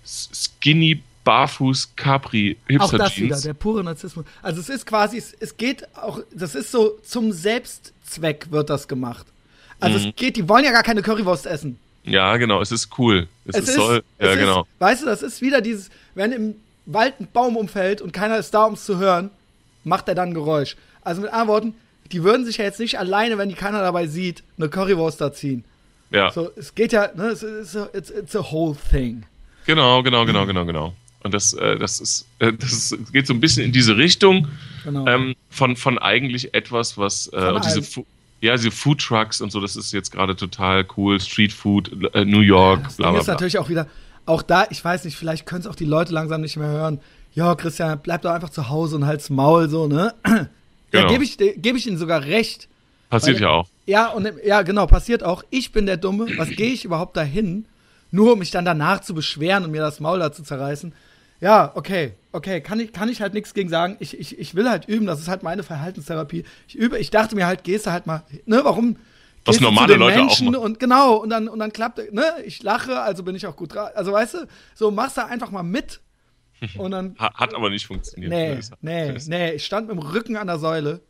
Speaker 2: skinny, barfuß, Capri,
Speaker 1: Auch das wieder,
Speaker 2: Hipster-Jeans.
Speaker 1: der pure Narzissmus. Also es ist quasi, es, es geht auch, das ist so, zum Selbstzweck wird das gemacht. Also
Speaker 2: Mhm.
Speaker 1: es geht, die wollen ja gar keine Currywurst essen.
Speaker 2: Ja, genau, es ist cool. Es,
Speaker 1: Es
Speaker 2: ist soll, ja,
Speaker 1: es
Speaker 2: genau.
Speaker 1: Ist, weißt du, das ist wieder dieses, wenn im Wald ein Baum umfällt und keiner ist da, um es zu hören, macht er dann ein Geräusch. Also mit anderen Worten, die würden sich ja jetzt nicht alleine, wenn die keiner dabei sieht, eine Currywurst da ziehen.
Speaker 2: Ja,
Speaker 1: So, es geht ja, ne, es ist a, it's, it's a whole thing.
Speaker 2: genau, genau, genau, genau, genau. Und das, äh, das ist, äh, das ist, geht so ein bisschen in diese Richtung.
Speaker 1: Genau.
Speaker 2: Ähm, von, von eigentlich etwas, was äh,
Speaker 1: Von
Speaker 2: und diese,
Speaker 1: allem.
Speaker 2: Fu- ja, diese Food Trucks und so, das ist jetzt gerade total cool. Street Food, äh, New York,
Speaker 1: Das
Speaker 2: bla
Speaker 1: Ding
Speaker 2: bla
Speaker 1: ist
Speaker 2: bla.
Speaker 1: natürlich auch wieder, auch da, ich weiß nicht, vielleicht können es auch die Leute langsam nicht mehr hören. Ja, Christian, bleib doch einfach zu Hause und halt's Maul, so, ne? Ja,
Speaker 2: Genau.
Speaker 1: gebe ich, geb ich ihnen sogar recht.
Speaker 2: Passiert
Speaker 1: weil-
Speaker 2: ja auch.
Speaker 1: Ja, und ja, genau, passiert auch. Ich bin der Dumme. Was gehe ich überhaupt dahin? Nur um mich dann danach zu beschweren und mir das Maul da zu zerreißen. Ja, okay, okay, kann ich, kann ich halt nichts gegen sagen. Ich, ich, ich will halt üben, das ist halt meine Verhaltenstherapie. Ich übe, ich dachte mir halt, gehst du halt mal, ne, warum?
Speaker 2: Was
Speaker 1: gehst du
Speaker 2: normale
Speaker 1: zu den
Speaker 2: Leute auch
Speaker 1: Menschen
Speaker 2: machen.
Speaker 1: und genau, und dann, und dann klappt, ne, ich lache, also bin ich auch gut dran. Also weißt du, so machst du einfach mal mit. Und dann,
Speaker 2: Ha- Hat aber nicht funktioniert.
Speaker 1: nee,
Speaker 2: Ist-
Speaker 1: nee,
Speaker 2: ist-
Speaker 1: nee, ich stand mit dem Rücken an der Säule.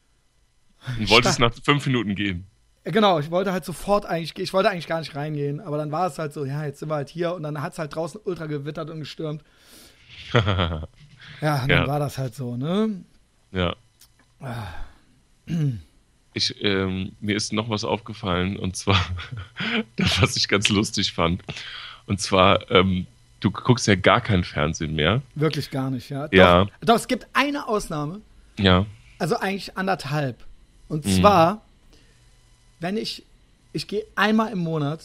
Speaker 2: Und wolltest nach fünf Minuten gehen.
Speaker 1: Genau, ich wollte halt sofort eigentlich, ich wollte eigentlich gar nicht reingehen, aber dann war es halt so, ja, jetzt sind wir halt hier und dann hat es halt draußen ultra gewittert und gestürmt. Ja, und dann
Speaker 2: Ja.
Speaker 1: war das halt so, ne?
Speaker 2: Ja. Ich, ähm, mir ist noch was aufgefallen, und zwar, das, was ich ganz lustig fand. Und zwar, ähm, du guckst ja gar kein Fernsehen mehr.
Speaker 1: Wirklich gar nicht, ja.
Speaker 2: Ja.
Speaker 1: Doch, doch, es gibt eine Ausnahme,
Speaker 2: Ja.
Speaker 1: also eigentlich anderthalb. Und
Speaker 2: Mhm.
Speaker 1: zwar, wenn ich, ich gehe einmal im Monat,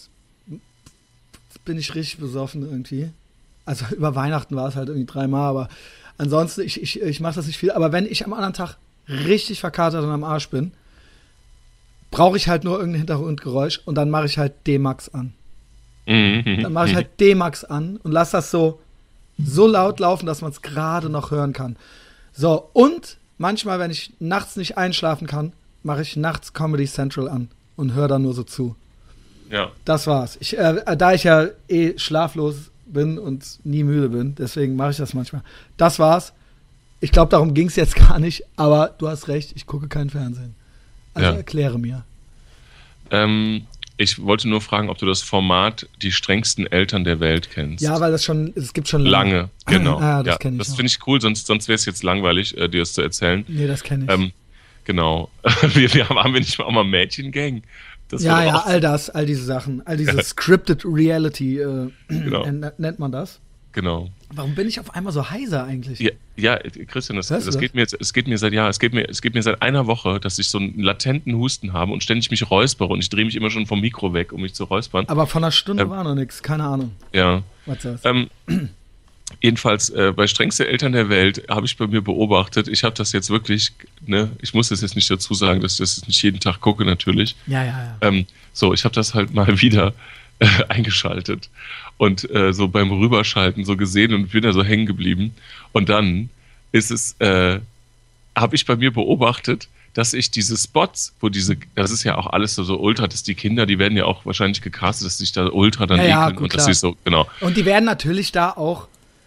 Speaker 1: bin ich richtig besoffen irgendwie. Also über Weihnachten war es halt irgendwie dreimal, aber ansonsten, ich, ich, ich mache das nicht viel. Aber wenn ich am anderen Tag richtig verkatert und am Arsch bin, brauche ich halt nur irgendein Hintergrundgeräusch und dann mache ich halt D-Max an.
Speaker 2: Mhm.
Speaker 1: Dann mache ich halt D-Max an und lasse das so, so laut laufen, dass man es gerade noch hören kann. So, und manchmal, wenn ich nachts nicht einschlafen kann, mache ich nachts Comedy Central an und höre dann nur so zu.
Speaker 2: Ja.
Speaker 1: Das war's. Ich, äh, da ich ja eh schlaflos bin und nie müde bin, deswegen mache ich das manchmal. Das war's. Ich glaube, darum ging es jetzt gar nicht, aber du hast recht, ich gucke kein Fernsehen. Also
Speaker 2: Ja.
Speaker 1: erkläre mir.
Speaker 2: Ähm, ich wollte nur fragen, ob du das Format Die strengsten Eltern der Welt kennst.
Speaker 1: Ja, weil das schon, es gibt schon
Speaker 2: Lange, genau.
Speaker 1: Ah, das
Speaker 2: ja,
Speaker 1: kenn ich
Speaker 2: das
Speaker 1: noch.
Speaker 2: finde ich cool, sonst, sonst wäre es jetzt langweilig, äh, dir das zu erzählen.
Speaker 1: Nee, das kenne ich.
Speaker 2: Ähm, genau. wir, wir haben, haben wir nicht mal auch mal Mädchengang? Das
Speaker 1: ja,
Speaker 2: war doch
Speaker 1: ja,
Speaker 2: auch-
Speaker 1: all das, all diese Sachen, all diese Scripted Reality äh,
Speaker 2: Genau.
Speaker 1: nen- nennt man das.
Speaker 2: Genau.
Speaker 1: Warum bin ich auf einmal so heiser eigentlich?
Speaker 2: Ja, ja, Christian, das,
Speaker 1: Hörst du
Speaker 2: das
Speaker 1: das?
Speaker 2: geht mir jetzt, es geht mir seit Jahr, es geht mir, es geht mir seit einer Woche, dass ich so einen latenten Husten habe und ständig mich räuspere und ich drehe mich immer schon vom Mikro weg, um mich zu räuspern.
Speaker 1: Aber von einer Stunde
Speaker 2: Ähm,
Speaker 1: war noch nichts, keine Ahnung.
Speaker 2: Ja.
Speaker 1: Was das?
Speaker 2: Ähm, jedenfalls, äh, bei strengste Eltern der Welt habe ich bei mir beobachtet, ich habe das jetzt wirklich, ne, ich muss das jetzt nicht dazu sagen, dass ich das nicht jeden Tag gucke, natürlich.
Speaker 1: Ja, ja, ja.
Speaker 2: Ähm, so, ich habe das halt mal wieder äh, eingeschaltet und äh, so beim Rüberschalten so gesehen und bin da so hängen geblieben. Und dann ist es, äh, habe ich bei mir beobachtet, dass ich diese Spots, wo diese, das ist ja auch alles so, so ultra, dass die Kinder, die werden ja auch wahrscheinlich gecastet, dass sich da ultra dann
Speaker 1: Ja, ja,
Speaker 2: ekeln
Speaker 1: gut,
Speaker 2: und dass
Speaker 1: klar.
Speaker 2: sie so, genau.
Speaker 1: Und die werden natürlich da auch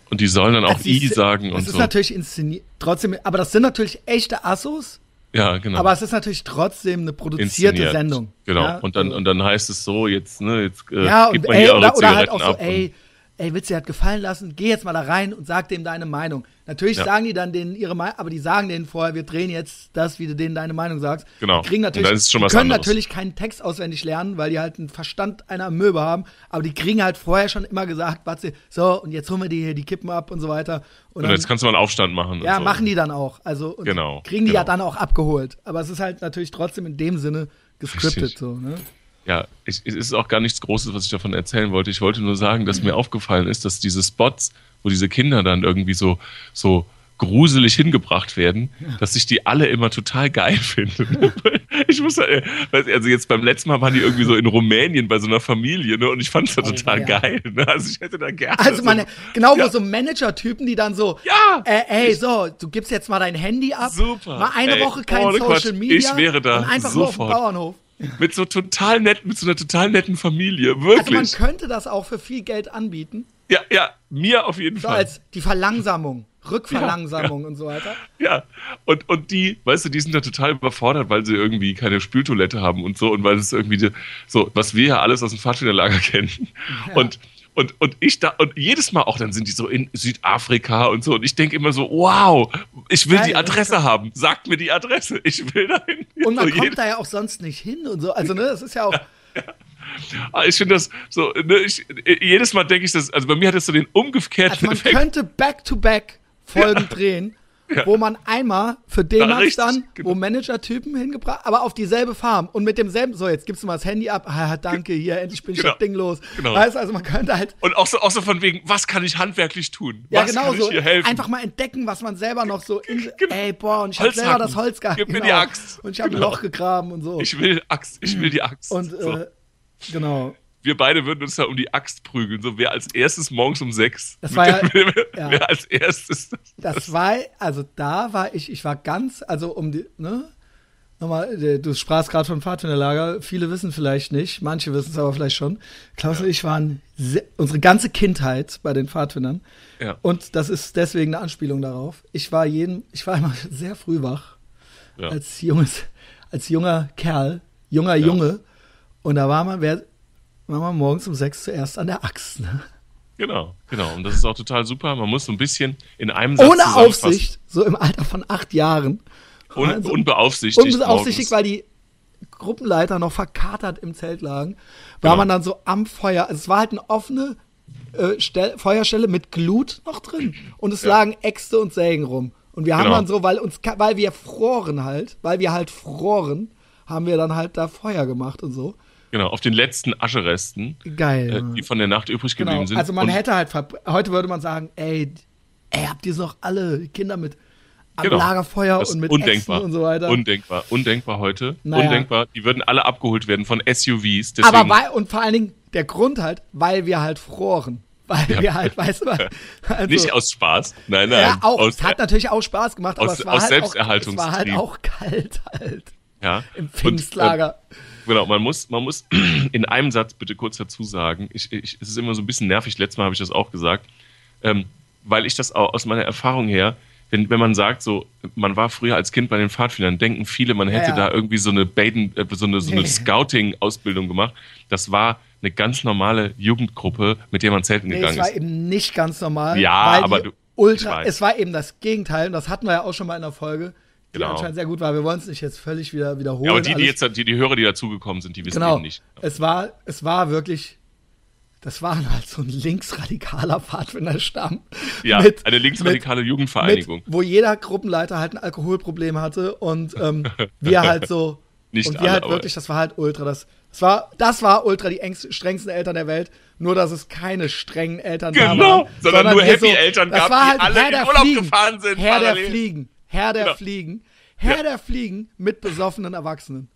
Speaker 2: Und die sollen dann auch
Speaker 1: Also
Speaker 2: I
Speaker 1: die-
Speaker 2: sagen
Speaker 1: Das
Speaker 2: und
Speaker 1: ist
Speaker 2: so.
Speaker 1: natürlich inszeniert, trotzdem, aber das sind natürlich echte Assos,
Speaker 2: Ja, genau.
Speaker 1: aber es ist natürlich trotzdem eine produzierte
Speaker 2: Inszeniert.
Speaker 1: Sendung.
Speaker 2: Genau.
Speaker 1: Ja,
Speaker 2: und, dann,
Speaker 1: also-
Speaker 2: und dann heißt es so, jetzt, ne, jetzt äh,
Speaker 1: Ja,
Speaker 2: gebt
Speaker 1: und
Speaker 2: mal
Speaker 1: ey,
Speaker 2: hier eure
Speaker 1: oder, oder halt
Speaker 2: Zigaretten
Speaker 1: auch so,
Speaker 2: ab.
Speaker 1: ey, ey, willst du dir das gefallen lassen? Geh jetzt mal da rein und sag dem deine Meinung. Natürlich
Speaker 2: Ja.
Speaker 1: sagen die dann denen ihre Meinung, aber die sagen denen vorher, wir drehen jetzt das, wie du denen deine Meinung sagst.
Speaker 2: Genau.
Speaker 1: Die kriegen natürlich,
Speaker 2: Und dann ist es schon
Speaker 1: die
Speaker 2: was
Speaker 1: können
Speaker 2: anderes.
Speaker 1: natürlich keinen Text auswendig lernen, weil die halt einen Verstand einer Möwe haben, aber die kriegen halt vorher schon immer gesagt, was sie, so, und jetzt holen wir die hier die Kippen ab und so weiter. Und
Speaker 2: und
Speaker 1: dann,
Speaker 2: jetzt kannst du mal einen Aufstand machen.
Speaker 1: ja,
Speaker 2: und so.
Speaker 1: machen die dann auch. Also und
Speaker 2: Genau,
Speaker 1: kriegen die
Speaker 2: genau.
Speaker 1: ja dann auch abgeholt. Aber es ist halt natürlich trotzdem in dem Sinne gescriptet.
Speaker 2: Richtig.
Speaker 1: So, ne?
Speaker 2: Ja, ich, es ist auch gar nichts Großes, was ich davon erzählen wollte. Ich wollte nur sagen, dass mir aufgefallen ist, dass diese Spots, wo diese Kinder dann irgendwie so, so gruselig hingebracht werden, dass ich die alle immer total geil finde. Ich muss ja, also jetzt beim letzten Mal waren die irgendwie so in Rumänien bei so einer Familie, ne? Und ich fand es da
Speaker 1: Oh,
Speaker 2: total
Speaker 1: ja.
Speaker 2: geil. Ne? Also ich hätte da gerne.
Speaker 1: Also meine, genau,
Speaker 2: ja.
Speaker 1: wo so Manager-Typen, die dann so,
Speaker 2: Ja.
Speaker 1: äh, ey, so, du gibst jetzt mal dein Handy ab,
Speaker 2: Super.
Speaker 1: mal eine
Speaker 2: Ey,
Speaker 1: Woche kein
Speaker 2: ohne
Speaker 1: Social
Speaker 2: Quatsch.
Speaker 1: Media
Speaker 2: Ich wäre da
Speaker 1: und einfach nur auf dem
Speaker 2: sofort.
Speaker 1: Bauernhof.
Speaker 2: Mit so total nett, mit so einer total netten Familie,
Speaker 1: Also
Speaker 2: wirklich.
Speaker 1: man könnte das auch für viel Geld anbieten,
Speaker 2: ja, ja, mir auf jeden
Speaker 1: so
Speaker 2: Fall.
Speaker 1: als die Verlangsamung, Rückverlangsamung
Speaker 2: Ja,
Speaker 1: und so weiter.
Speaker 2: Ja, und, und die, weißt du, die sind da total überfordert, weil sie irgendwie keine Spültoilette haben und so und weil es irgendwie die, so, was wir ja alles aus dem Pfadfinderlager kennen.
Speaker 1: Ja.
Speaker 2: Und, und, und ich da, und jedes Mal auch, dann sind die so in Südafrika und so und ich denke immer so, wow, ich will
Speaker 1: Geil,
Speaker 2: die
Speaker 1: ne?
Speaker 2: Adresse haben, sagt mir die Adresse, ich will dahin.
Speaker 1: Und man
Speaker 2: so
Speaker 1: kommt
Speaker 2: jede-
Speaker 1: da ja auch sonst nicht hin und so. Also, ne, das ist ja auch,
Speaker 2: Ah, ich finde das so, ne, ich, jedes Mal denke ich das, also bei mir hat das so den umgekehrten
Speaker 1: also man
Speaker 2: Effekt.
Speaker 1: könnte back-to-back Folgen drehen,
Speaker 2: Ja.
Speaker 1: wo man einmal für D-Max
Speaker 2: richtig,
Speaker 1: dann,
Speaker 2: genau.
Speaker 1: wo Manager-Typen hingebracht, aber auf dieselbe Farm und mit demselben, so, jetzt gibst du mal das Handy ab, ah, danke, hier, endlich bin ich
Speaker 2: Genau.
Speaker 1: das Ding los.
Speaker 2: Genau.
Speaker 1: Weißt du, also man könnte halt,
Speaker 2: Und auch so, auch so von wegen, was kann ich handwerklich tun?
Speaker 1: ja
Speaker 2: was
Speaker 1: genau
Speaker 2: kann
Speaker 1: so,
Speaker 2: ich hier helfen?
Speaker 1: einfach mal entdecken, was man selber noch so, in,
Speaker 2: Genau.
Speaker 1: ey, boah, und ich hab
Speaker 2: Holz
Speaker 1: selber
Speaker 2: hacken.
Speaker 1: das Holz gehabt.
Speaker 2: Gib mir die Axt.
Speaker 1: Und ich habe
Speaker 2: Genau.
Speaker 1: ein Loch gegraben und so.
Speaker 2: Ich will Axt, ich will die Axt.
Speaker 1: und,
Speaker 2: so.
Speaker 1: äh, genau.
Speaker 2: Wir beide würden uns da um die Axt prügeln. So, wer als erstes morgens um sechs.
Speaker 1: Das war ja-
Speaker 2: wer,
Speaker 1: ja.
Speaker 2: wer als erstes.
Speaker 1: Das war, also da war ich, ich war ganz, also um die, ne? Nochmal, äh, du sprachst gerade vom Pfadfinderlager, viele wissen vielleicht nicht, manche wissen es aber vielleicht schon. Klaus und ich waren se- unsere ganze Kindheit bei den Pfadfindern.
Speaker 2: Ja.
Speaker 1: Und das ist deswegen eine Anspielung darauf. Ich war jeden, ich war immer sehr früh wach,
Speaker 2: Ja.
Speaker 1: als junges, als junger Kerl, junger Junge. Und da war man, wer, war man morgens um sechs zuerst an der Axt, ne?
Speaker 2: Genau, genau. Und das ist auch total super. Man muss so ein bisschen in einem Satz
Speaker 1: Ohne
Speaker 2: zusammenfassen.
Speaker 1: Aufsicht, so im Alter von acht Jahren.
Speaker 2: Un
Speaker 1: Also-
Speaker 2: unbeaufsichtigt.
Speaker 1: Unbeaufsichtigt,
Speaker 2: morgens.
Speaker 1: weil die Gruppenleiter noch verkatert im Zelt lagen, war
Speaker 2: Genau.
Speaker 1: man dann so am Feuer. Also es war halt eine offene äh, Stell Feuerstelle mit Glut noch drin. Und es
Speaker 2: Ja.
Speaker 1: lagen Äxte und Sägen rum. Und wir haben
Speaker 2: Genau.
Speaker 1: dann so, weil uns, ka- weil wir froren halt, weil wir halt froren, haben wir dann halt da Feuer gemacht und so.
Speaker 2: Genau, auf den letzten Ascheresten,
Speaker 1: Geil.
Speaker 2: äh, die von der Nacht übrig geblieben
Speaker 1: Genau.
Speaker 2: sind.
Speaker 1: Also man
Speaker 2: Und-
Speaker 1: hätte halt, verbr- heute würde man sagen, ey, ey, habt ihr noch alle die Kinder mit am
Speaker 2: Genau.
Speaker 1: Lagerfeuer
Speaker 2: Das
Speaker 1: und
Speaker 2: ist
Speaker 1: mit
Speaker 2: undenkbar.
Speaker 1: Äxten und so weiter.
Speaker 2: Undenkbar, undenkbar heute.
Speaker 1: Naja.
Speaker 2: Undenkbar. Die würden alle abgeholt werden von S U Vs. Deswegen,
Speaker 1: Aber weil, und vor allen Dingen der Grund halt, weil wir halt froren. Weil
Speaker 2: Ja.
Speaker 1: wir halt, weißt du, also,
Speaker 2: nicht aus Spaß. Nein, nein.
Speaker 1: ja, auch.
Speaker 2: Aus,
Speaker 1: Es hat natürlich auch Spaß gemacht, aber
Speaker 2: aus-
Speaker 1: es war
Speaker 2: aus
Speaker 1: halt auch, es war halt
Speaker 2: Selbsterhaltungstrieb.
Speaker 1: auch kalt halt.
Speaker 2: ja.
Speaker 1: Im
Speaker 2: Und,
Speaker 1: Pfingstlager.
Speaker 2: äh, Genau, man muss, man muss in einem Satz bitte kurz dazu sagen, ich, ich, es ist immer so ein bisschen nervig, letztes Mal habe ich das auch gesagt, ähm, weil ich das auch aus meiner Erfahrung her, wenn, wenn man sagt, so, man war früher als Kind bei den Pfadfindern, denken viele, man hätte
Speaker 1: Ja, ja.
Speaker 2: da irgendwie so eine Baden, äh, so eine, so eine
Speaker 1: Nee.
Speaker 2: Scouting-Ausbildung gemacht. Das war eine ganz normale Jugendgruppe, mit der man zelten
Speaker 1: Nee, es
Speaker 2: gegangen
Speaker 1: war
Speaker 2: ist.
Speaker 1: eben nicht ganz normal.
Speaker 2: Ja,
Speaker 1: weil
Speaker 2: aber
Speaker 1: die
Speaker 2: du- ich
Speaker 1: Ultra,
Speaker 2: weiß.
Speaker 1: es war eben das Gegenteil, und das hatten wir ja auch schon mal in der Folge, die
Speaker 2: Genau.
Speaker 1: anscheinend sehr gut war. Wir wollen es nicht jetzt völlig wieder wiederholen.
Speaker 2: Ja, aber die, die
Speaker 1: alles.
Speaker 2: jetzt, die, die Hörer, die dazugekommen sind, die wissen
Speaker 1: Genau.
Speaker 2: eben nicht.
Speaker 1: Es war, es war wirklich, das war halt so ein linksradikaler Pfadfinderstamm.
Speaker 2: Ja,
Speaker 1: mit-
Speaker 2: eine linksradikale Jugendvereinigung.
Speaker 1: Mit, wo jeder Gruppenleiter halt ein Alkoholproblem hatte und ähm, wir halt so,
Speaker 2: Nicht
Speaker 1: und wir
Speaker 2: alle,
Speaker 1: halt
Speaker 2: aber-
Speaker 1: wirklich, das war halt ultra, das, das war, das war ultra die engst, strengsten Eltern der Welt, nur dass es keine strengen Eltern da waren.
Speaker 2: Genau, sondern nur
Speaker 1: wir
Speaker 2: happy Eltern
Speaker 1: das
Speaker 2: gab,
Speaker 1: war
Speaker 2: die
Speaker 1: halt
Speaker 2: alle
Speaker 1: Herr
Speaker 2: in
Speaker 1: der
Speaker 2: Urlaub
Speaker 1: Fliegen,
Speaker 2: gefahren sind,
Speaker 1: Herr der
Speaker 2: parallel.
Speaker 1: Fliegen, Herr der
Speaker 2: Genau.
Speaker 1: Fliegen, Herr
Speaker 2: Ja.
Speaker 1: der Fliegen mit besoffenen Erwachsenen.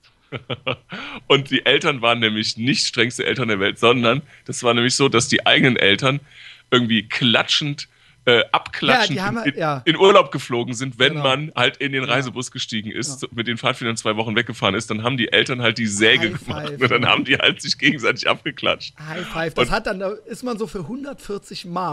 Speaker 2: Und die Eltern waren nämlich nicht strengste Eltern der Welt, sondern das war nämlich so, dass die eigenen Eltern irgendwie klatschend, äh, abklatschend
Speaker 1: Ja, die haben-
Speaker 2: in, in,
Speaker 1: ja.
Speaker 2: in Urlaub geflogen sind, wenn
Speaker 1: Genau.
Speaker 2: man halt in den Reisebus gestiegen ist, mit den Pfadfindern zwei Wochen weggefahren ist, dann haben die Eltern halt die Säge
Speaker 1: High
Speaker 2: gemacht
Speaker 1: five,
Speaker 2: und dann
Speaker 1: ja.
Speaker 2: haben die halt sich gegenseitig abgeklatscht.
Speaker 1: High Five, das
Speaker 2: Und-
Speaker 1: hat dann, da ist man so für hundertvierzig Mark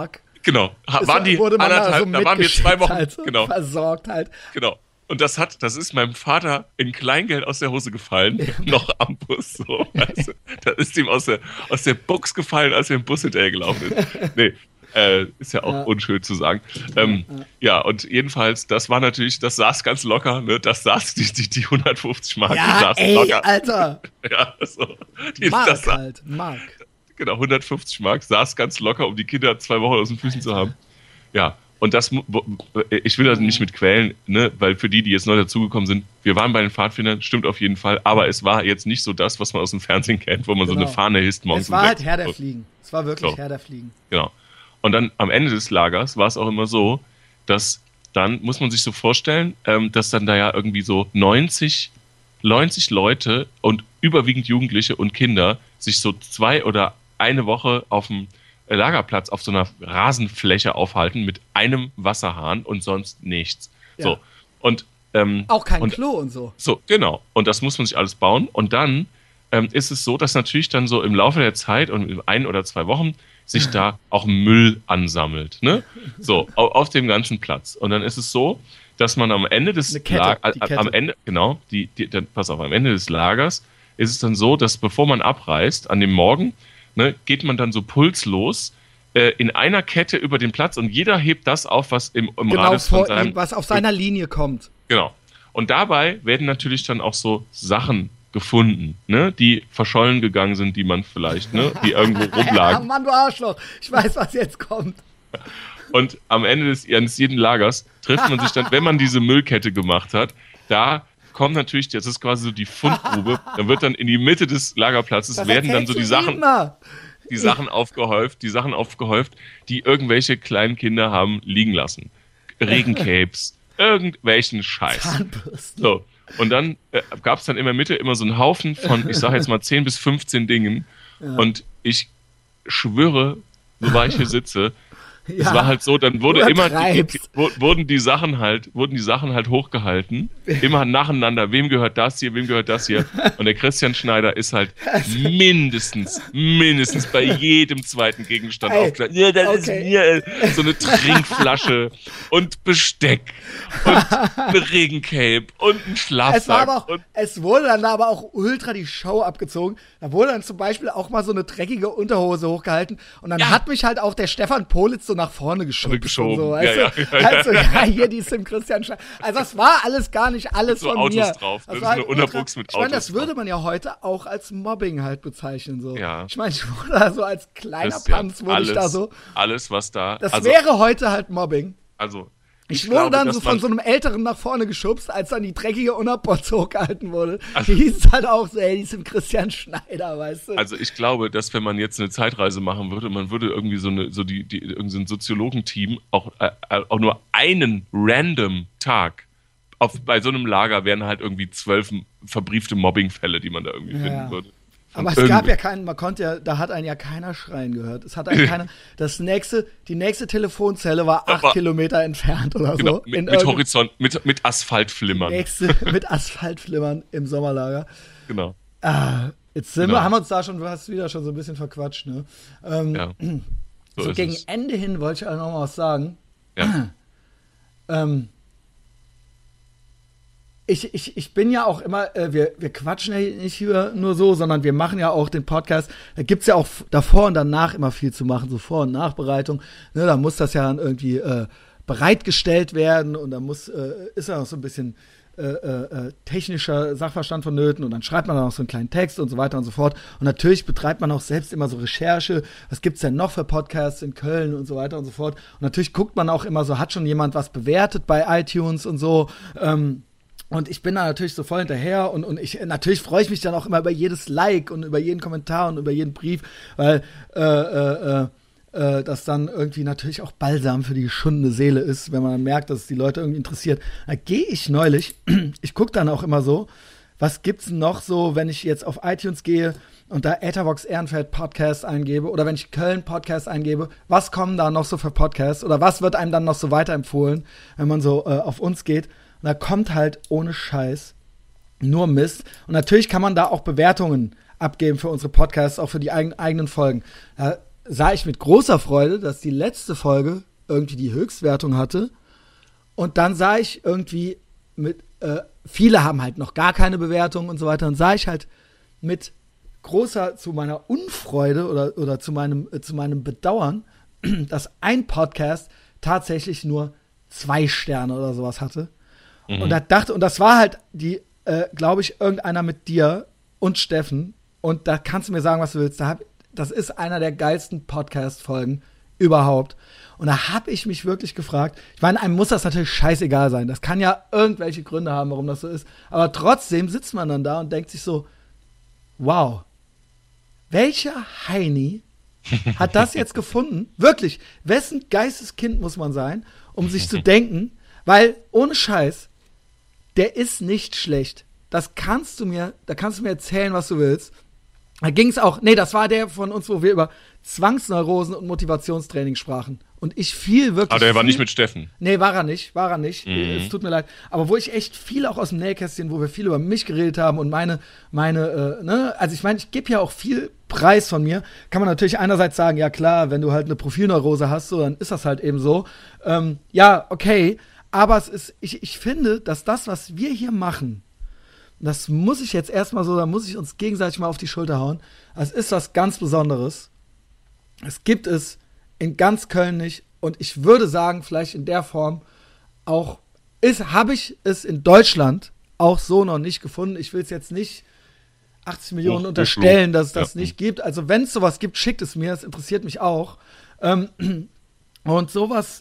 Speaker 2: Genau.
Speaker 1: Es
Speaker 2: Waren die
Speaker 1: wurde man da,
Speaker 2: anderthalb,
Speaker 1: so
Speaker 2: da waren wir zwei Wochen.
Speaker 1: halt, so
Speaker 2: genau.
Speaker 1: versorgt halt.
Speaker 2: Genau. Und das hat, das ist meinem Vater in Kleingeld aus der Hose gefallen, noch am Bus. So, weißt du? Das ist ihm aus der, aus der Box gefallen, als er im Bus hinterher gelaufen ist. Nee, äh, ist ja auch ja. unschön zu sagen. Ähm, ja, ja. ja, und jedenfalls, das war natürlich, das saß ganz locker, ne? Das saß, die, die, die hundertfünfzig Mark,
Speaker 1: ja,
Speaker 2: die saßen
Speaker 1: ey,
Speaker 2: locker.
Speaker 1: Alter.
Speaker 2: Ja, so. Die,
Speaker 1: Mark
Speaker 2: das,
Speaker 1: halt, Mark.
Speaker 2: Genau, hundertfünfzig Mark, saß ganz locker, um die Kinder zwei Wochen aus den Füßen Alter. zu haben. Ja. Und das, ich will das nicht mit quälen, ne, weil für die, die jetzt neu dazugekommen sind, wir waren bei den Pfadfindern, stimmt auf jeden Fall, aber es war jetzt nicht so das, was man aus dem Fernsehen kennt, wo man genau. so eine Fahne hisst morgens.
Speaker 1: Es war halt Herr der Fliegen. Es war wirklich so. Herr der Fliegen.
Speaker 2: Genau. Und dann am Ende des Lagers war es auch immer so, dass dann, muss man sich so vorstellen, ähm, dass dann da ja irgendwie so neunzig, neunzig Leute und überwiegend Jugendliche und Kinder sich so zwei oder eine Woche auf dem Lagerplatz auf so einer Rasenfläche aufhalten mit einem Wasserhahn und sonst nichts. Ja. So. Und, ähm,
Speaker 1: auch kein
Speaker 2: und,
Speaker 1: Klo und so.
Speaker 2: So, genau. Und das muss man sich alles bauen. Und dann ähm, ist es so, dass natürlich dann so im Laufe der Zeit und in ein oder zwei Wochen sich da auch Müll ansammelt. Ne? So, auf, auf dem ganzen Platz. Und dann ist es so, dass man am Ende des Lagers, am Ende, genau, die, die, dann, pass auf, am Ende des Lagers ist es dann so, dass bevor man abreist, an dem Morgen, ne, geht man dann so pulslos äh, in einer Kette über den Platz und jeder hebt das auf, was im, im
Speaker 1: genau,
Speaker 2: Radius von seinem...
Speaker 1: was auf seiner Linie kommt.
Speaker 2: Genau. Und dabei werden natürlich dann auch so Sachen gefunden, ne, die verschollen gegangen sind, die man vielleicht, ne, die irgendwo rumlagen.
Speaker 1: Ja, Mann, du Arschloch, ich weiß, was jetzt kommt.
Speaker 2: Und am Ende des eines jeden Lagers trifft man sich dann, wenn man diese Müllkette gemacht hat, da kommt natürlich, das ist quasi so die Fundgrube, dann wird dann in die Mitte des Lagerplatzes, das werden dann so die Sachen, immer. die Sachen aufgehäuft, die Sachen aufgehäuft, die irgendwelche kleinen Kinder haben liegen lassen. Regencapes, irgendwelchen Scheiß. Zahnbürsten. So. Und dann äh, gab es dann in der Mitte immer so einen Haufen von, ich sage jetzt mal zehn bis fünfzehn Dingen. Ja. Und ich schwöre, so war ich hier sitze, ja, es war halt so, dann wurde immer die, die, wurden die Sachen halt, wurden die Sachen halt hochgehalten, immer nacheinander, wem gehört das hier, wem gehört das hier. Und der Christian Schneider ist halt mindestens, mindestens bei jedem zweiten Gegenstand hey, aufgeladen. Ja, das okay. ist mir so eine Trinkflasche und Besteck und eine Regencape und ein Schlafsack.
Speaker 1: Es, war aber auch, es wurde dann aber auch ultra die Show abgezogen. Da wurde dann zum Beispiel auch mal so eine dreckige Unterhose hochgehalten und dann ja. hat mich halt auch der Stefan Politz so nach vorne geschoben.
Speaker 2: geschoben.
Speaker 1: So,
Speaker 2: ja,
Speaker 1: ja, ja. Also, ja, hier die Sim Christian Schneider. Also das war alles gar nicht alles
Speaker 2: so
Speaker 1: von
Speaker 2: Autos
Speaker 1: mir.
Speaker 2: Drauf. Das,
Speaker 1: das
Speaker 2: ist
Speaker 1: war
Speaker 2: eine
Speaker 1: halt
Speaker 2: Unterbuchs mit
Speaker 1: ich
Speaker 2: Autos.
Speaker 1: meine, das würde
Speaker 2: drauf.
Speaker 1: man ja heute auch als Mobbing halt bezeichnen. So.
Speaker 2: Ja.
Speaker 1: Ich meine, ich wurde da so als kleiner
Speaker 2: das,
Speaker 1: Panz,
Speaker 2: ja,
Speaker 1: wurde
Speaker 2: alles,
Speaker 1: ich da so.
Speaker 2: Alles, was da...
Speaker 1: Das
Speaker 2: also,
Speaker 1: wäre heute halt Mobbing.
Speaker 2: Also...
Speaker 1: Ich, ich wurde glaube, dann so von so einem Älteren nach vorne geschubst, als dann die dreckige Unterpotz hochgehalten wurde.
Speaker 2: Also,
Speaker 1: die hieß halt auch so, ey, die sind Christian Schneider, weißt du.
Speaker 2: Also ich glaube, dass wenn man jetzt eine Zeitreise machen würde, man würde irgendwie so eine, so die, die irgendwie so ein Soziologenteam auch, äh, auch nur einen random Tag auf, bei so einem Lager wären halt irgendwie zwölf verbriefte Mobbingfälle, die man da irgendwie ja. finden würde.
Speaker 1: Aber es gab ja keinen, man konnte ja, da hat einen ja keiner schreien gehört. Es hat einen keiner, das nächste, die nächste Telefonzelle war acht Aber, Kilometer entfernt oder
Speaker 2: genau,
Speaker 1: so.
Speaker 2: Mit, mit Horizont, mit, mit Asphaltflimmern.
Speaker 1: Die nächste mit Asphaltflimmern im Sommerlager.
Speaker 2: Genau.
Speaker 1: Ah, jetzt sind
Speaker 2: genau.
Speaker 1: wir, haben wir uns da schon, du hast wieder schon so ein bisschen verquatscht, ne? Ähm,
Speaker 2: ja.
Speaker 1: So, so gegen es. Ende hin wollte ich auch noch mal was sagen.
Speaker 2: Ja.
Speaker 1: ähm, Ich, ich, ich bin ja auch immer, äh, wir, wir quatschen ja nicht hier nur so, sondern wir machen ja auch den Podcast. Da gibt's ja auch davor und danach immer viel zu machen, so Vor- und Nachbereitung. Ne, da muss das ja dann irgendwie äh, bereitgestellt werden und da muss, äh, ist ja auch so ein bisschen äh, äh, technischer Sachverstand vonnöten und dann schreibt man dann auch so einen kleinen Text und so weiter und so fort. Und natürlich betreibt man auch selbst immer so Recherche. Was gibt's denn noch für Podcasts in Köln und so weiter und so fort. Und natürlich guckt man auch immer so, hat schon jemand was bewertet bei iTunes und so, ähm, und ich bin da natürlich so voll hinterher und, und ich natürlich freue ich mich dann auch immer über jedes Like und über jeden Kommentar und über jeden Brief, weil äh, äh, äh, das dann irgendwie natürlich auch Balsam für die geschundene Seele ist, wenn man dann merkt, dass es die Leute irgendwie interessiert. Da gehe ich neulich, ich gucke dann auch immer so, was gibt's denn noch so, wenn ich jetzt auf iTunes gehe und da Etherbox Ehrenfeld Podcast eingebe oder wenn ich Köln Podcast eingebe, was kommen da noch so für Podcasts oder was wird einem dann noch so weiterempfohlen, wenn man so äh, auf uns geht. Und da kommt halt ohne Scheiß nur Mist. Und natürlich kann man da auch Bewertungen abgeben für unsere Podcasts, auch für die eigen, eigenen Folgen. Da sah ich mit großer Freude, dass die letzte Folge irgendwie die Höchstwertung hatte. Und dann sah ich irgendwie mit, äh, viele haben halt noch gar keine Bewertung und so weiter. Und sah ich halt mit großer, zu meiner Unfreude oder, oder zu meinem, äh, zu meinem Bedauern, dass ein Podcast tatsächlich nur zwei Sterne oder sowas hatte. Mhm. Und da dachte, und das war halt die, äh, glaube ich, irgendeiner mit dir und Steffen. Und da kannst du mir sagen, was du willst. Da hab, das ist einer der geilsten Podcast-Folgen überhaupt. Und da habe ich mich wirklich gefragt, ich meine, einem muss das natürlich scheißegal sein. Das kann ja irgendwelche Gründe haben, warum das so ist. Aber trotzdem sitzt man dann da und denkt sich so, wow, welcher Heini hat das jetzt gefunden? Wirklich, wessen Geisteskind muss man sein, um sich zu denken, weil ohne Scheiß, der ist nicht schlecht. Das kannst du mir, da kannst du mir erzählen, was du willst. Da ging es auch, nee, das war der von uns, wo wir über Zwangsneurosen und Motivationstraining sprachen. Und ich fiel wirklich.
Speaker 2: Aber der war
Speaker 1: viel,
Speaker 2: nicht mit Steffen.
Speaker 1: Nee, war er nicht, war er nicht.
Speaker 2: Mhm.
Speaker 1: Es tut mir leid. Aber wo ich echt viel auch aus dem Nähkästchen, wo wir viel über mich geredet haben und meine, meine, äh, ne, also ich meine, ich gebe ja auch viel Preis von mir. Kann man natürlich einerseits sagen, ja klar, wenn du halt eine Profilneurose hast, so, dann ist das halt eben so. Ähm, ja, okay. Aber es ist, ich, ich finde, dass das, was wir hier machen, das muss ich jetzt erstmal so, da muss ich uns gegenseitig mal auf die Schulter hauen. Es ist was ganz Besonderes. Es gibt es in ganz Köln nicht. Und ich würde sagen, vielleicht in der Form auch, ist, habe ich es in Deutschland auch so noch nicht gefunden. Ich will es jetzt nicht achtzig Millionen
Speaker 2: oh,
Speaker 1: unterstellen, dass es das
Speaker 2: ja.
Speaker 1: nicht gibt. Also wenn es sowas gibt, schickt es mir. Es interessiert mich auch. Ähm, und sowas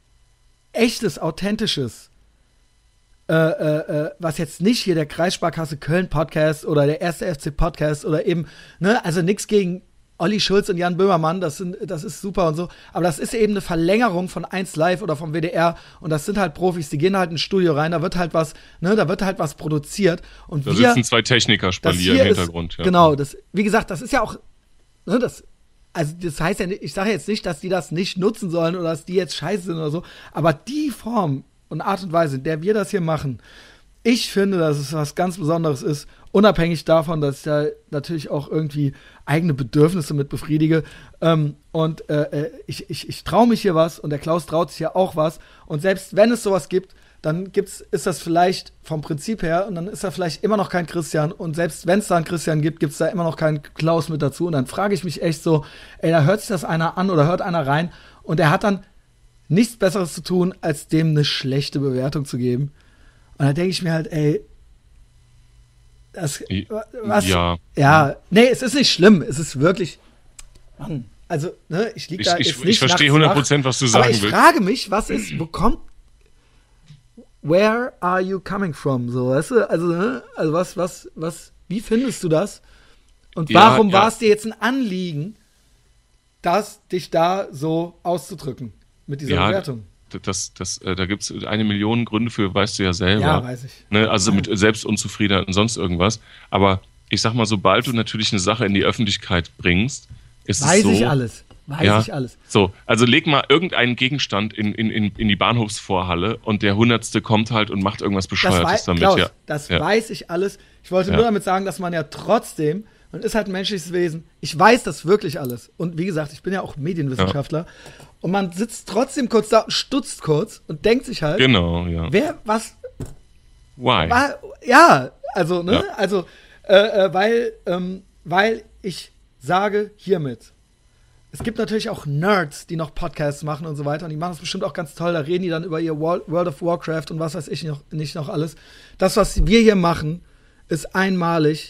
Speaker 1: Echtes, Authentisches, Äh, äh, was jetzt nicht hier der Kreissparkasse Köln Podcast oder der erste F C Podcast oder eben, ne, also nichts gegen Olli Schulz und Jan Böhmermann, das sind, das ist super und so, aber das ist eben eine Verlängerung von eins Live oder vom W D R und das sind halt Profis, die gehen halt ins Studio rein, da wird halt was, ne, da wird halt was produziert und
Speaker 2: da
Speaker 1: wir,
Speaker 2: sitzen zwei Techniker Spalier im Hintergrund.
Speaker 1: Ist,
Speaker 2: ja.
Speaker 1: Genau, das, wie gesagt, das ist ja auch, ne, das, also das heißt ja, ich sage jetzt nicht, dass die das nicht nutzen sollen oder dass die jetzt scheiße sind oder so, aber die Form und Art und Weise, in der wir das hier machen, ich finde, dass es was ganz Besonderes ist, unabhängig davon, dass ich da natürlich auch irgendwie eigene Bedürfnisse mit befriedige. Ähm, und äh, ich, ich, ich traue mich hier was und der Klaus traut sich ja auch was. Und selbst wenn es sowas gibt, dann gibt's, ist das vielleicht vom Prinzip her und dann ist da vielleicht immer noch kein Christian. Und selbst wenn es da einen Christian gibt, gibt es da immer noch keinen Klaus mit dazu. Und dann frage ich mich echt so, ey, da hört sich das einer an oder hört einer rein und der hat dann nichts Besseres zu tun, als dem eine schlechte Bewertung zu geben. Und da denke ich mir halt, ey, das, was,
Speaker 2: ja.
Speaker 1: ja, nee, es ist nicht schlimm, es ist wirklich, Mann, also, ne, ich liege da
Speaker 2: ich,
Speaker 1: jetzt
Speaker 2: ich,
Speaker 1: nicht
Speaker 2: Ich verstehe hundert Prozent, was du sagen
Speaker 1: aber ich
Speaker 2: willst.
Speaker 1: Ich frage mich, was ist, wo kommt, where are you coming from, so, weißt du, also, ne, also was, was, was, wie findest du das? Und warum
Speaker 2: ja, ja.
Speaker 1: war es dir jetzt ein Anliegen, das, dich da so auszudrücken? Mit dieser
Speaker 2: ja,
Speaker 1: Bewertung.
Speaker 2: Das, das, äh, da gibt es eine Million Gründe für, weißt du ja selber.
Speaker 1: Ja, weiß ich.
Speaker 2: Ne? Also mit Selbstunzufriedenheit und sonst irgendwas. Aber ich sag mal, sobald du natürlich eine Sache in die Öffentlichkeit bringst, ist
Speaker 1: weiß
Speaker 2: es so.
Speaker 1: Weiß ich alles. Weiß
Speaker 2: ja,
Speaker 1: ich alles.
Speaker 2: So, also leg mal irgendeinen Gegenstand in, in, in, in die Bahnhofsvorhalle und der Hundertste kommt halt und macht irgendwas Bescheuertes damit.
Speaker 1: Klaus,
Speaker 2: ja.
Speaker 1: Das
Speaker 2: ja.
Speaker 1: weiß ich alles. Ich wollte
Speaker 2: ja.
Speaker 1: nur damit sagen, dass man ja trotzdem, man ist halt ein menschliches Wesen, ich weiß das wirklich alles. Und wie gesagt, ich bin ja auch Medienwissenschaftler. Ja. Und man sitzt trotzdem kurz da und stutzt kurz und denkt sich halt,
Speaker 2: genau, ja.
Speaker 1: wer, was,
Speaker 2: why?
Speaker 1: War, ja, also, ne,
Speaker 2: ja.
Speaker 1: also, äh, äh, weil, ähm, weil ich sage hiermit, es gibt natürlich auch Nerds, die noch Podcasts machen und so weiter und die machen das bestimmt auch ganz toll, da reden die dann über ihr World of Warcraft und was weiß ich noch, nicht noch alles. Das, was wir hier machen, ist einmalig.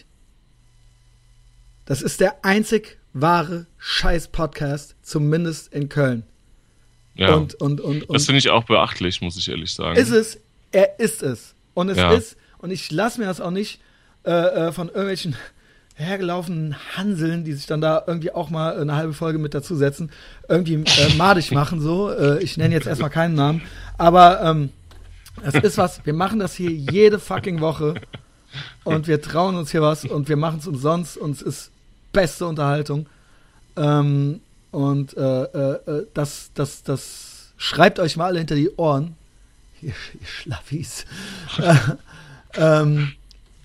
Speaker 1: Das ist der einzig wahre Scheiß-Podcast, zumindest in Köln.
Speaker 2: Ja,
Speaker 1: und, und, und, und
Speaker 2: das finde ich auch beachtlich, muss ich ehrlich sagen.
Speaker 1: Ist es, er ist es. Und es
Speaker 2: ja.
Speaker 1: ist, und ich lasse mir das auch nicht äh, von irgendwelchen hergelaufenen Hanseln, die sich dann da irgendwie auch mal eine halbe Folge mit dazusetzen, irgendwie äh, madig machen, so. Äh, ich nenne jetzt erstmal keinen Namen. Aber ähm, es ist was, wir machen das hier jede fucking Woche und wir trauen uns hier was und wir machen es umsonst und es ist beste Unterhaltung. Ähm, und äh, äh, das, das, das schreibt euch mal alle hinter die Ohren. Ihr, ihr Schlaffis. äh, ähm,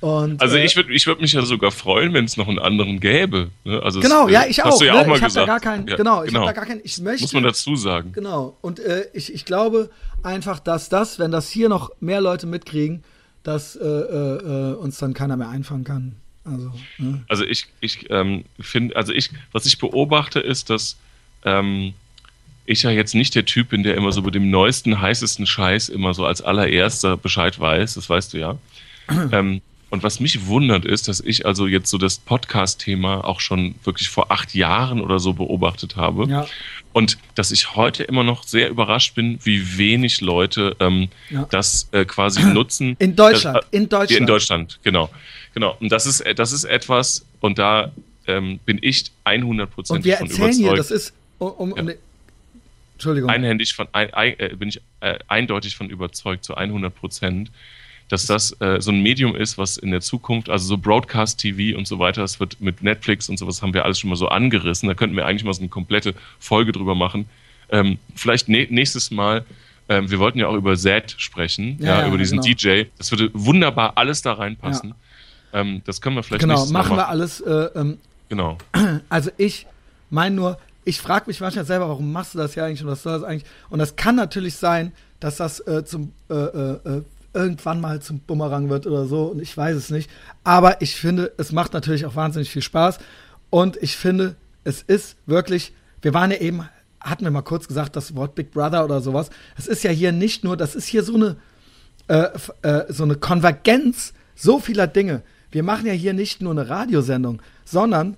Speaker 1: Und,
Speaker 2: also
Speaker 1: äh,
Speaker 2: ich würde ich würd mich ja sogar freuen, wenn es noch einen anderen gäbe. Ne? Also
Speaker 1: genau,
Speaker 2: es,
Speaker 1: ja, ich
Speaker 2: hast
Speaker 1: auch.
Speaker 2: Du ja
Speaker 1: Ne?
Speaker 2: auch mal
Speaker 1: ich habe da
Speaker 2: gesagt.
Speaker 1: gar keinen,
Speaker 2: ja,
Speaker 1: genau, ich
Speaker 2: genau.
Speaker 1: habe da gar keinen, ich möchte.
Speaker 2: Muss man dazu sagen.
Speaker 1: Genau, und äh, ich, ich glaube einfach, dass das, wenn das hier noch mehr Leute mitkriegen, dass äh, äh, uns dann keiner mehr einfangen kann. Also, ne?
Speaker 2: Also ich, ich ähm, finde, also ich, was ich beobachte, ist, dass ähm, ich ja jetzt nicht der Typ bin, der immer so über dem neuesten, heißesten Scheiß immer so als allererster Bescheid weiß, das weißt du ja. ähm, und was mich wundert ist, dass ich also jetzt so das Podcast-Thema auch schon wirklich vor acht Jahren oder so beobachtet habe.
Speaker 1: Ja.
Speaker 2: Und dass ich heute immer noch sehr überrascht bin, wie wenig Leute ähm,
Speaker 1: Ja.
Speaker 2: das äh, quasi nutzen.
Speaker 1: In Deutschland,
Speaker 2: das, äh,
Speaker 1: in Deutschland.
Speaker 2: In Deutschland, genau. genau. Und das ist, das ist etwas, und da ähm, bin ich hundert Prozent
Speaker 1: Und wir
Speaker 2: von
Speaker 1: erzählen
Speaker 2: überzeugt.
Speaker 1: hier, das ist, um, um, um
Speaker 2: Ja.
Speaker 1: Entschuldigung.
Speaker 2: Einhändig von, ein, ein, äh, bin ich äh, eindeutig von überzeugt, zu hundert Prozent, dass das äh, so ein Medium ist, was in der Zukunft, also so Broadcast-T V und so weiter, das wird mit Netflix und sowas, haben wir alles schon mal so angerissen. Da könnten wir eigentlich mal so eine komplette Folge drüber machen. Ähm, vielleicht ne- nächstes Mal, ähm, wir wollten ja auch über Zed sprechen, ja,
Speaker 1: Ja, ja,
Speaker 2: über diesen
Speaker 1: genau.
Speaker 2: D J. Das würde wunderbar alles da reinpassen. Ähm, das können wir vielleicht
Speaker 1: Genau,
Speaker 2: nächstes Mal
Speaker 1: machen wir
Speaker 2: machen.
Speaker 1: alles. Äh, ähm,
Speaker 2: Genau.
Speaker 1: Also ich meine nur, ich frage mich manchmal selber, warum machst du das ja eigentlich und was soll das eigentlich? Und das kann natürlich sein, dass das äh, zum äh, äh, irgendwann mal zum Bumerang wird oder so und ich weiß es nicht. Aber ich finde, es macht natürlich auch wahnsinnig viel Spaß und ich finde, es ist wirklich, wir waren ja eben, hatten wir mal kurz gesagt, das Wort Big Brother oder sowas. Es ist ja hier nicht nur, das ist hier so eine äh, äh, so eine Konvergenz so vieler Dinge. Wir machen ja hier nicht nur eine Radiosendung, sondern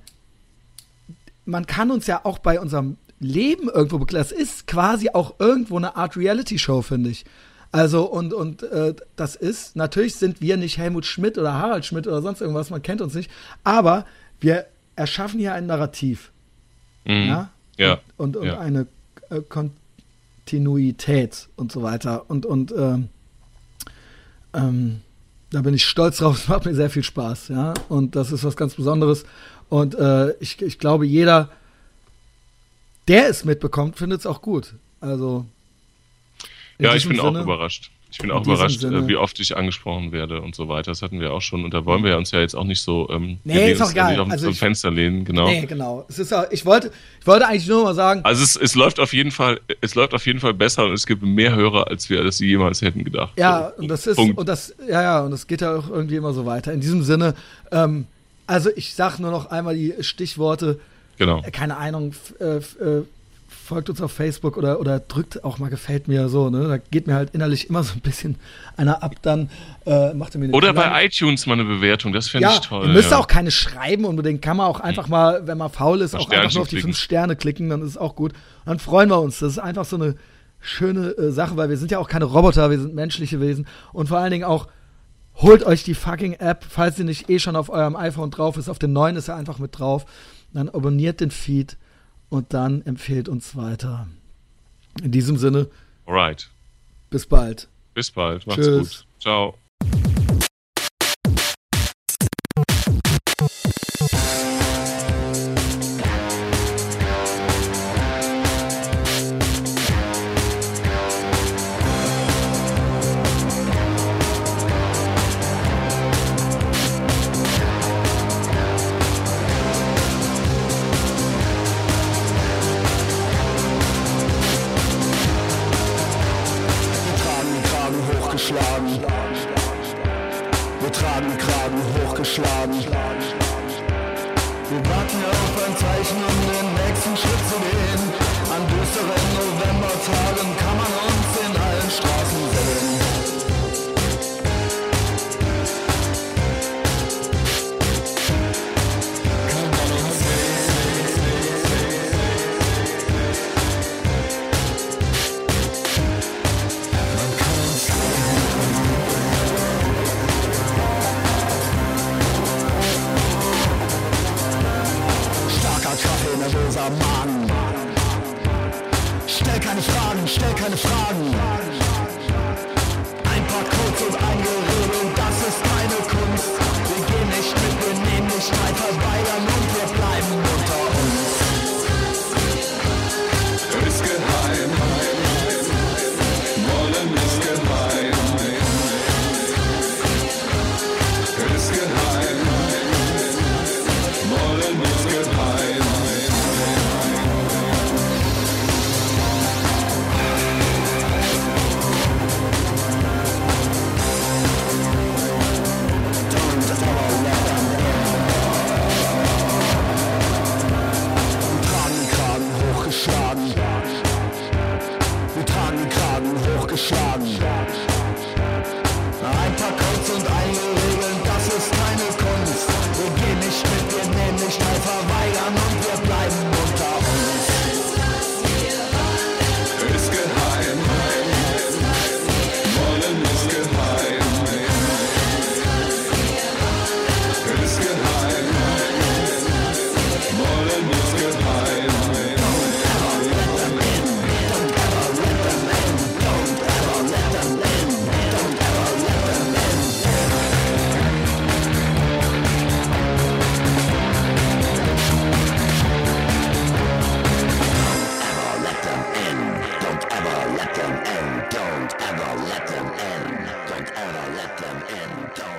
Speaker 1: man kann uns ja auch bei unserem Leben irgendwo begleiten. Das ist quasi auch irgendwo eine Art Reality-Show, finde ich. Also, und, und äh, das ist, natürlich sind wir nicht Helmut Schmidt oder Harald Schmidt oder sonst irgendwas, man kennt uns nicht, aber wir erschaffen hier ein Narrativ.
Speaker 2: Mhm.
Speaker 1: Ja?
Speaker 2: Ja.
Speaker 1: Und, und, und
Speaker 2: ja.
Speaker 1: eine äh, Kontinuität und so weiter. Und, und ähm, ähm, da bin ich stolz drauf, es macht mir sehr viel Spaß. Ja? Und das ist was ganz Besonderes. Und äh, ich, ich glaube, jeder, der es mitbekommt, findet es auch gut. Also in
Speaker 2: Ja, ich
Speaker 1: diesem
Speaker 2: bin
Speaker 1: Sinne,
Speaker 2: auch überrascht. Ich bin
Speaker 1: in
Speaker 2: auch
Speaker 1: diesem
Speaker 2: überrascht,
Speaker 1: Sinne-
Speaker 2: äh, wie oft ich angesprochen werde und so weiter. Das hatten wir auch schon. Und da wollen wir ja uns ja jetzt auch nicht so ähm,
Speaker 1: Nee,
Speaker 2: wir lehnen
Speaker 1: ist auch
Speaker 2: uns
Speaker 1: egal.
Speaker 2: nicht auf
Speaker 1: Also
Speaker 2: zum
Speaker 1: ich-
Speaker 2: Fenster lehnen, genau.
Speaker 1: Nee, genau. Es ist auch, ich, wollte, ich wollte eigentlich nur mal sagen,
Speaker 2: Also es, es läuft auf jeden Fall, es läuft auf jeden Fall besser und es gibt mehr Hörer, als wir das jemals hätten gedacht.
Speaker 1: ja,
Speaker 2: So,
Speaker 1: und das ist,
Speaker 2: Punkt.
Speaker 1: und das, ja, ja, und das geht ja auch irgendwie immer so weiter. In diesem Sinne, ähm, also ich sag nur noch einmal die Stichworte,
Speaker 2: Genau.
Speaker 1: äh, keine Ahnung, f- äh, f- äh, folgt uns auf Facebook oder, oder drückt auch mal gefällt mir so, ne? Da geht mir halt innerlich immer so ein bisschen einer ab, dann äh, macht er mir eine
Speaker 2: Oder
Speaker 1: kleine-
Speaker 2: bei iTunes mal eine Bewertung, das fände
Speaker 1: Ja,
Speaker 2: ich toll.
Speaker 1: ihr müsst
Speaker 2: ja.
Speaker 1: auch keine schreiben unbedingt, kann man auch einfach mal, wenn man faul ist,
Speaker 2: Mal
Speaker 1: auch einfach
Speaker 2: Sternchen
Speaker 1: nur auf die
Speaker 2: klicken.
Speaker 1: fünf Sterne klicken, dann ist es auch gut. Und dann freuen wir uns. Das ist einfach so eine schöne äh, Sache, weil wir sind ja auch keine Roboter, wir sind menschliche Wesen. Und vor allen Dingen auch, holt euch die fucking App, falls sie nicht eh schon auf eurem iPhone drauf ist. Auf den neuen ist er einfach mit drauf. Dann abonniert den Feed und dann empfehlt uns weiter. In diesem Sinne,
Speaker 2: Alright.
Speaker 1: bis bald.
Speaker 2: Bis bald. Macht's
Speaker 1: Tschüss.
Speaker 2: gut. Ciao.
Speaker 3: Wir tragen den Kragen hochgeschlagen. Wir tragen den Kragen hochgeschlagen. Wir warten auf ein Zeichen, um den nächsten Schritt zu gehen. An düsteren Novembertagen kann man uns in allen Straßen sehen. Kann man uns Starker Kaffee, nervöser Magen. Stell keine Fragen, stell keine Fragen. Ein paar Codes und ein Gerede und das ist keine Kunst. Wir gehen nicht mit, wir nehmen nicht teil, verweigern und wir bleiben unter uns. Ist geheim, wollen ist geheim. Ist geheim. hochgeschlagen. Ein paar Codes und einige Regeln, das ist keine Kunst. Wir gehen nicht mit, wir nehmen nicht teil, verweigern und wir bleiben unter uns.
Speaker 4: Ist geheim, wollen ist geheim. Ist geheim, wollen ist geheim.
Speaker 3: Don't ever let them in. Don't ever let them in. Don't